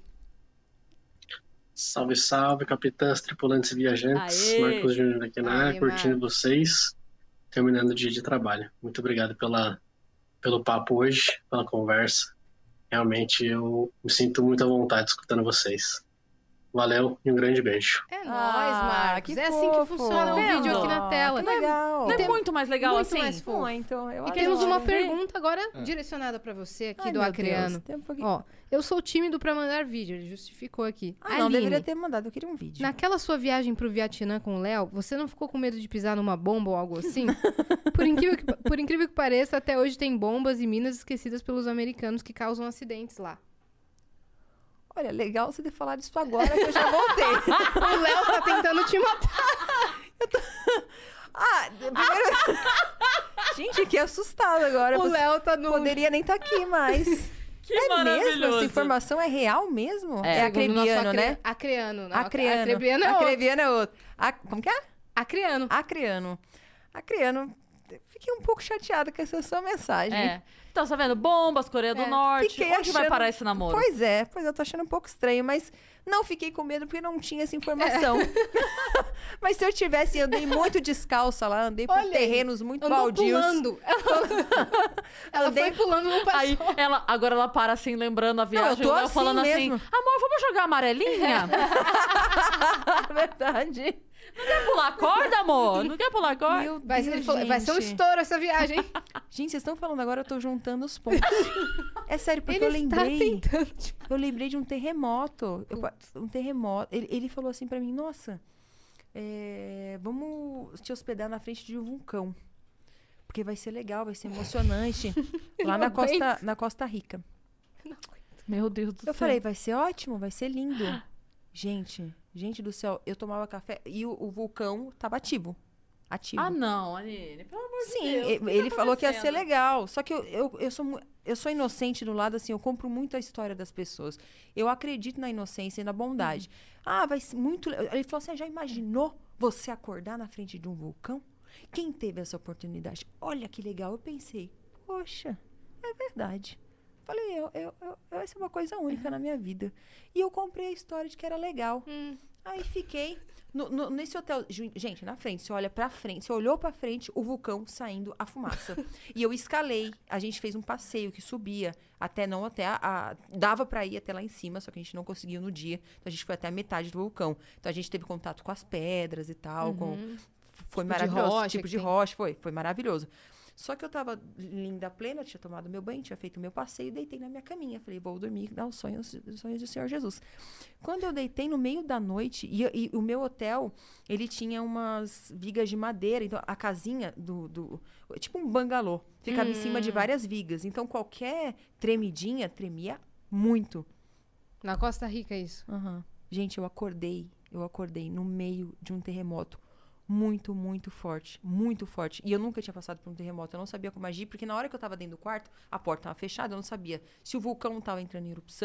Salve, salve, capitãs, tripulantes e viajantes. Aê! Marcos Júnior aqui na área, Aê, curtindo Marcos. vocês, terminando o dia de trabalho. Muito obrigado pelo papo hoje, pela conversa. Realmente eu me sinto muito à vontade escutando vocês. Valeu e um grande beijo. É nóis, Ah, Marcos. que É assim que fofo. funciona o Tá vídeo vendo? aqui na tela. Que legal. Não é Tem- muito mais legal muito assim? mais fofo. Muito. Eu E temos adoro. uma pergunta agora direcionada pra você aqui Ai, do meu Acreano. Deus, tem um pouquinho- Ó, eu sou tímido pra mandar vídeo, ele justificou aqui. Ah, não, Aline, deveria ter mandado, eu queria um vídeo. naquela sua viagem pro Vietnã com o Léo, você não ficou com medo de pisar numa bomba ou algo assim? Por incrível que pareça, até hoje tem bombas e minas esquecidas pelos americanos que causam acidentes lá. Olha, legal você ter falado isso agora que eu já voltei. O Léo tá tentando te matar. Primeiro... Gente, que assustado agora. O Você Léo tá no... poderia nem estar aqui mais. Que É mesmo? maravilhoso. Essa informação é real mesmo? É Segundo nosso acrebiano, né? Acreano. Não, Acreano. Acrebiano é outro. Acrebiano é outro. Como que é? Acreano. Acreano. Acreano. Fiquei um pouco chateada com essa sua mensagem. Então, tá vendo? Bombas, Coreia do Norte. Fiquei Onde vai achando- parar esse namoro? Pois é, eu tô achando um pouco estranho, mas não fiquei com medo porque não tinha essa informação. Mas se eu tivesse, eu andei muito descalça lá, andei por Olha aí, terrenos muito Andou baldios. pulando. Ela Andei- foi pulando, não passou. Aí, agora ela para assim, lembrando a viagem. tô o Léo assim falando mesmo. assim, amor, vamos jogar amarelinha? Verdade. Não quer pular corda, amor? Não quer pular corda? Meu Vai, Deus, ele falou, vai ser um gente. estouro essa viagem. Gente, vocês estão falando agora, eu tô juntando os pontos. É sério, porque Ele eu está lembrei. tentando te... Eu lembrei de um terremoto. Um terremoto. Ele falou assim pra mim, nossa, vamos te hospedar na frente de um vulcão. Porque vai ser legal, vai ser emocionante. Lá não na Costa Rica. Meu Deus do céu. Eu falei, vai ser ótimo, vai ser lindo. Gente do céu, eu tomava café e o vulcão tava ativo. Ativo. Ah, não, Aline, pelo amor de Sim, Deus. o que ele tá falou que ia ser acontecendo? legal. Só que eu sou inocente do lado assim, eu compro muito a história das pessoas. Eu acredito na inocência e na bondade. Ah, vai ser muito. Ele falou assim: já imaginou você acordar na frente de um vulcão? Quem teve essa oportunidade? Olha que legal. Eu pensei, poxa, é verdade. Falei, vai ser uma coisa única na minha vida. E eu comprei a história de que era legal. Aí fiquei nesse hotel. Gente, na frente, você olha pra frente, você olhou pra frente, o vulcão saindo a fumaça. E eu escalei, a gente fez um passeio que subia até dava pra ir até lá em cima, só que a gente não conseguiu no dia. Então a gente foi até a metade do vulcão. Então a gente teve contato com as pedras e tal. Foi maravilhoso. rocha Tipo que de tem. rocha, foi maravilhoso. Só que eu tava linda, plena, tinha tomado meu banho, tinha feito meu passeio e deitei na minha caminha. Falei, vou dormir, dar os sonhos do Senhor Jesus. Quando eu deitei no meio da noite, e o meu hotel, ele tinha umas vigas de madeira, então a casinha tipo um bangalô, ficava em cima de várias vigas. Então qualquer tremidinha, tremia muito. Na Costa Rica, isso. Gente, eu acordei no meio de um terremoto. Muito, muito forte. Muito forte. E eu nunca tinha passado por um terremoto. Eu não sabia como agir, porque na hora que eu tava dentro do quarto, a porta tava fechada. Eu não sabia se o vulcão tava entrando em erupção,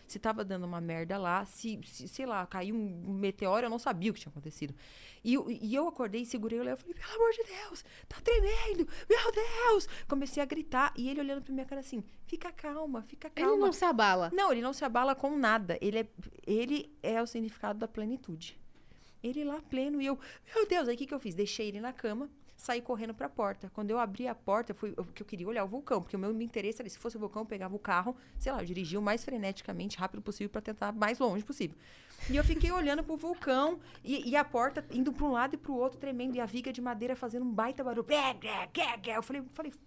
se tava dando uma merda lá, se sei lá, caiu um meteoro, eu não sabia o que tinha acontecido. E eu acordei, segurei o Léo, falei, pelo amor de Deus, tá tremendo, meu Deus! Comecei a gritar, e ele olhando pra minha cara assim, fica calma, fica calma. Ele não se abala. Não, ele não se abala com nada. Ele é o significado da plenitude. Ele lá pleno e eu, meu Deus, aí o que eu fiz? Deixei ele na cama, saí correndo pra porta. Quando eu abri a porta, porque eu queria olhar o vulcão, porque o meu interesse era, se fosse o vulcão, eu pegava o carro, sei lá, eu dirigia o mais freneticamente, rápido possível, pra tentar mais longe possível. E eu fiquei olhando pro vulcão e a porta indo pra um lado e pro outro, tremendo, e a viga de madeira fazendo um baita barulho. Eu falei,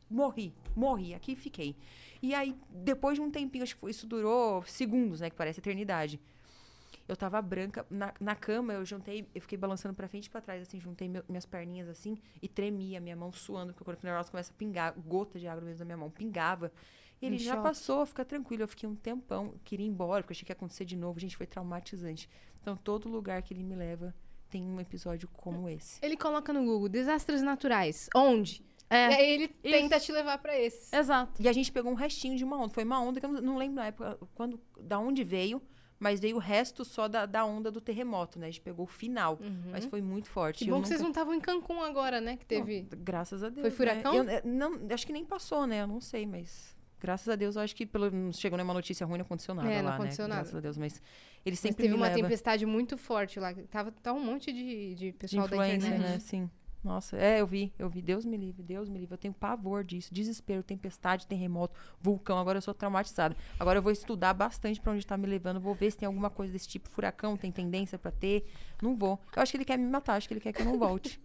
morri, aqui fiquei. E aí, depois de um tempinho, acho que isso durou segundos, né, que parece eternidade. Eu tava branca, na cama, eu fiquei balançando pra frente e pra trás, assim, juntei minhas perninhas, assim, e tremia, minha mão suando, porque quando o negócio começa a pingar, gota de água mesmo da minha mão, pingava. E ele já passou, fica tranquilo. Eu fiquei um tempão, queria ir embora, porque eu achei que ia acontecer de novo. Gente, foi traumatizante. Então, todo lugar que ele me leva tem um episódio como esse. Ele coloca no Google, desastres naturais, onde? E aí ele tenta te levar pra esses. Exato. E a gente pegou um restinho de uma onda. Foi uma onda que eu não lembro na época da onde veio, mas veio o resto só da onda do terremoto, né? A gente pegou o final, mas foi muito forte. Que bom que vocês não estavam em Cancún agora, né? Que teve... Não, graças a Deus. Foi furacão? Né? Não, acho que nem passou, né? Eu não sei, mas... Graças a Deus, eu acho que não chegou nenhuma notícia ruim, não aconteceu nada lá, não aconteceu nada. Graças a Deus, mas ele sempre teve me uma leva. tempestade muito forte lá. Tava um monte de pessoal da Influencer, internet. né? Sim. Nossa, eu vi. Deus me livre. Eu tenho pavor disso. Desespero, tempestade, terremoto, vulcão. Agora eu sou traumatizada. Agora eu vou estudar bastante pra onde tá me levando. Vou ver se tem alguma coisa desse tipo. Furacão, tem tendência pra ter. Não vou. Eu acho que ele quer me matar. Acho que ele quer que eu não volte.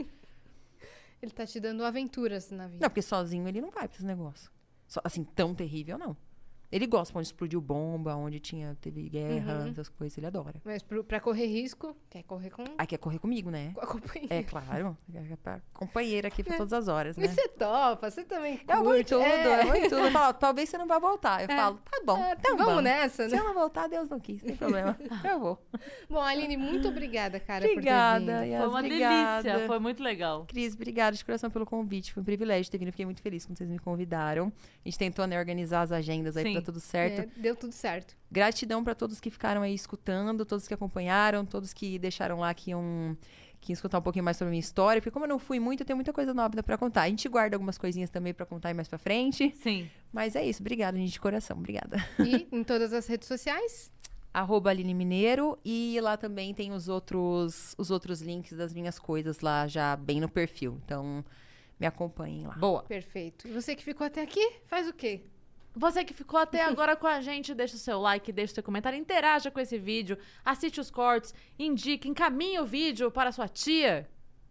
Ele tá te dando aventuras na vida. Não, porque sozinho ele não vai pra esse negócio. Assim, tão terrível, não. Ele gosta onde explodiu bomba, onde teve guerra, essas coisas, ele adora. Mas pra correr risco, quer correr com... Quer correr comigo, né? Com a companheira. É, claro. É pra companheira aqui pra todas as horas, né? Mas você topa, você também curte. Eu vou em tudo, eu vou em tudo. Eu falo, talvez você não vá voltar. Eu falo, tá bom, então vamos nessa, Se né? eu não voltar, Deus não quis, sem problema. Eu vou. Bom, Aline, muito obrigada, cara, Obrigada, por ter vindo. Yas, Foi uma obrigada. delícia, foi muito legal. Cris, obrigada de coração pelo convite. Foi um privilégio ter vindo. Eu fiquei muito feliz quando vocês me convidaram. A gente tentou, né, organizar as agendas aí pra dar tudo certo. Deu tudo certo. Gratidão pra todos que ficaram aí escutando, todos que acompanharam, todos que deixaram lá que iam escutar um pouquinho mais sobre a minha história. Porque como eu não fui muito, eu tenho muita coisa nova pra contar. A gente guarda algumas coisinhas também pra contar aí mais pra frente. Sim. Mas é isso. Obrigada, gente, de coração. Obrigada. E em todas as redes sociais? @Aline Mineiro. E lá também tem os outros links das minhas coisas lá já bem no perfil. Então, me acompanhem lá. Boa. Perfeito. E você que ficou até aqui, faz o quê? Você que ficou até agora com a gente, deixa o seu like, deixa o seu comentário, interaja com esse vídeo, assiste os cortes, indique, encaminhe o vídeo para a sua tia.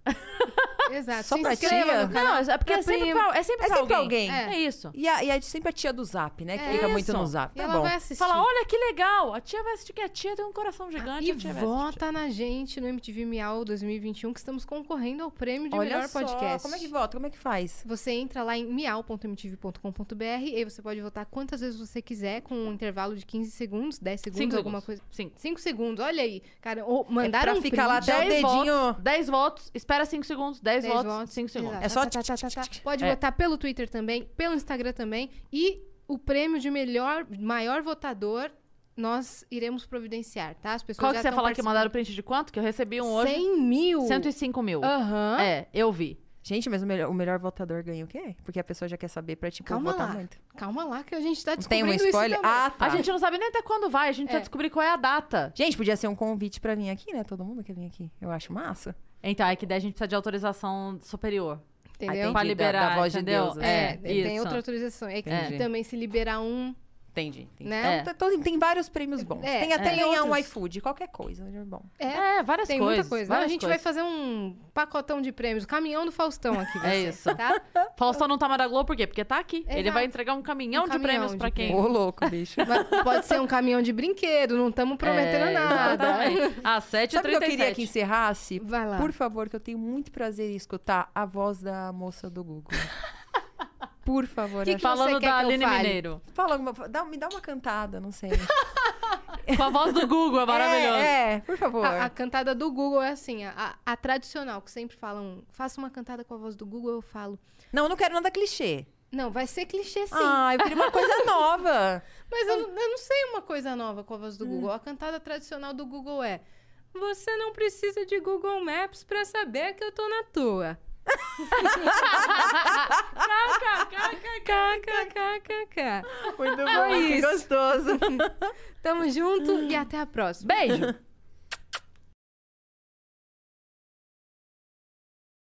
Exato. Só Se pra inscreva tia? no canal. Não, é porque é sempre pra alguém. É. É isso. E é sempre a tia do Zap, né? Que fica muito isso. no Zap. E Tá ela bom. vai assistir. Fala, olha que legal, a tia vai assistir, que a tia tem um coração gigante. E a tia vai assistir. vota na gente no MTV Miau 2021, que estamos concorrendo ao prêmio de Olha melhor só, podcast. como é que vota? Como é que faz? Você entra lá em miau.mtv.com.br e aí você pode votar quantas vezes você quiser, com um intervalo de 15 segundos, 10 segundos, 5 alguma segundos. coisa. Sim. 5 segundos, olha aí. Cara, mandaram pra ficar lá print. até o 10 dedinho. votos, 10 votos, espera 5 segundos, 10 votos, 5 segundos. Exato. É só Pode votar pelo Twitter também, pelo Instagram também. E o prêmio de maior votador nós iremos providenciar, tá? As pessoas Qual já que você estão falou que participando. mandaram print de quanto? Que eu recebi um hoje. 100 mil. 105 mil. Aham. É, eu vi. Gente, mas o melhor votador ganha o quê? Porque a pessoa já quer saber pra, tipo, Calma votar lá. muito. Calma lá que a gente tá Tem descobrindo um spoiler? isso também. Ah, tá. A gente não sabe nem até quando vai, a gente vai descobrir qual é a data. Gente, podia ser um convite pra vir aqui, né? Todo mundo quer vir aqui. Eu acho massa. Então, é que daí a gente precisa de autorização superior. Entendeu? Pra liberar, da voz de entendeu? Deus, É, assim. tem isso. outra autorização. É que Entendi. também se liberar um, Entendi. né? Tem vários prêmios bons. É, tem até é. ganhar um Outros. iFood, qualquer coisa. É bom. É, várias Tem coisas. muita coisa. Não, a várias gente vai coisas. fazer um pacotão de prêmios. O caminhão do Faustão aqui. vai É ser, isso. Tá? Faustão não tá mais da Globo, por quê? Porque tá aqui. Ele Exato. vai entregar um caminhão de prêmios pra quem... Ô, louco, bicho. Mas pode ser um caminhão de brinquedo. Não estamos prometendo nada. Exatamente. Às 7h37. Sabe o que eu queria que encerrasse? Vai lá. Por favor, que eu tenho muito prazer em escutar a voz da moça do Google. Por favor. Que acho- Falando você quer da que eu Aline fale? Mineiro. Fala me dá uma cantada, não sei. Com a voz do Google, é maravilhoso. Por favor. A cantada do Google é assim, a tradicional, que sempre falam, faça uma cantada com a voz do Google, eu falo. Não, eu não quero nada clichê. Não, vai ser clichê sim. Ah, eu queria uma coisa nova. Mas eu não sei uma coisa nova com a voz do Google. A cantada tradicional do Google é: você não precisa de Google Maps pra saber que eu tô na tua. Muito bom, que gostoso. Tamo junto e até a próxima. Beijo!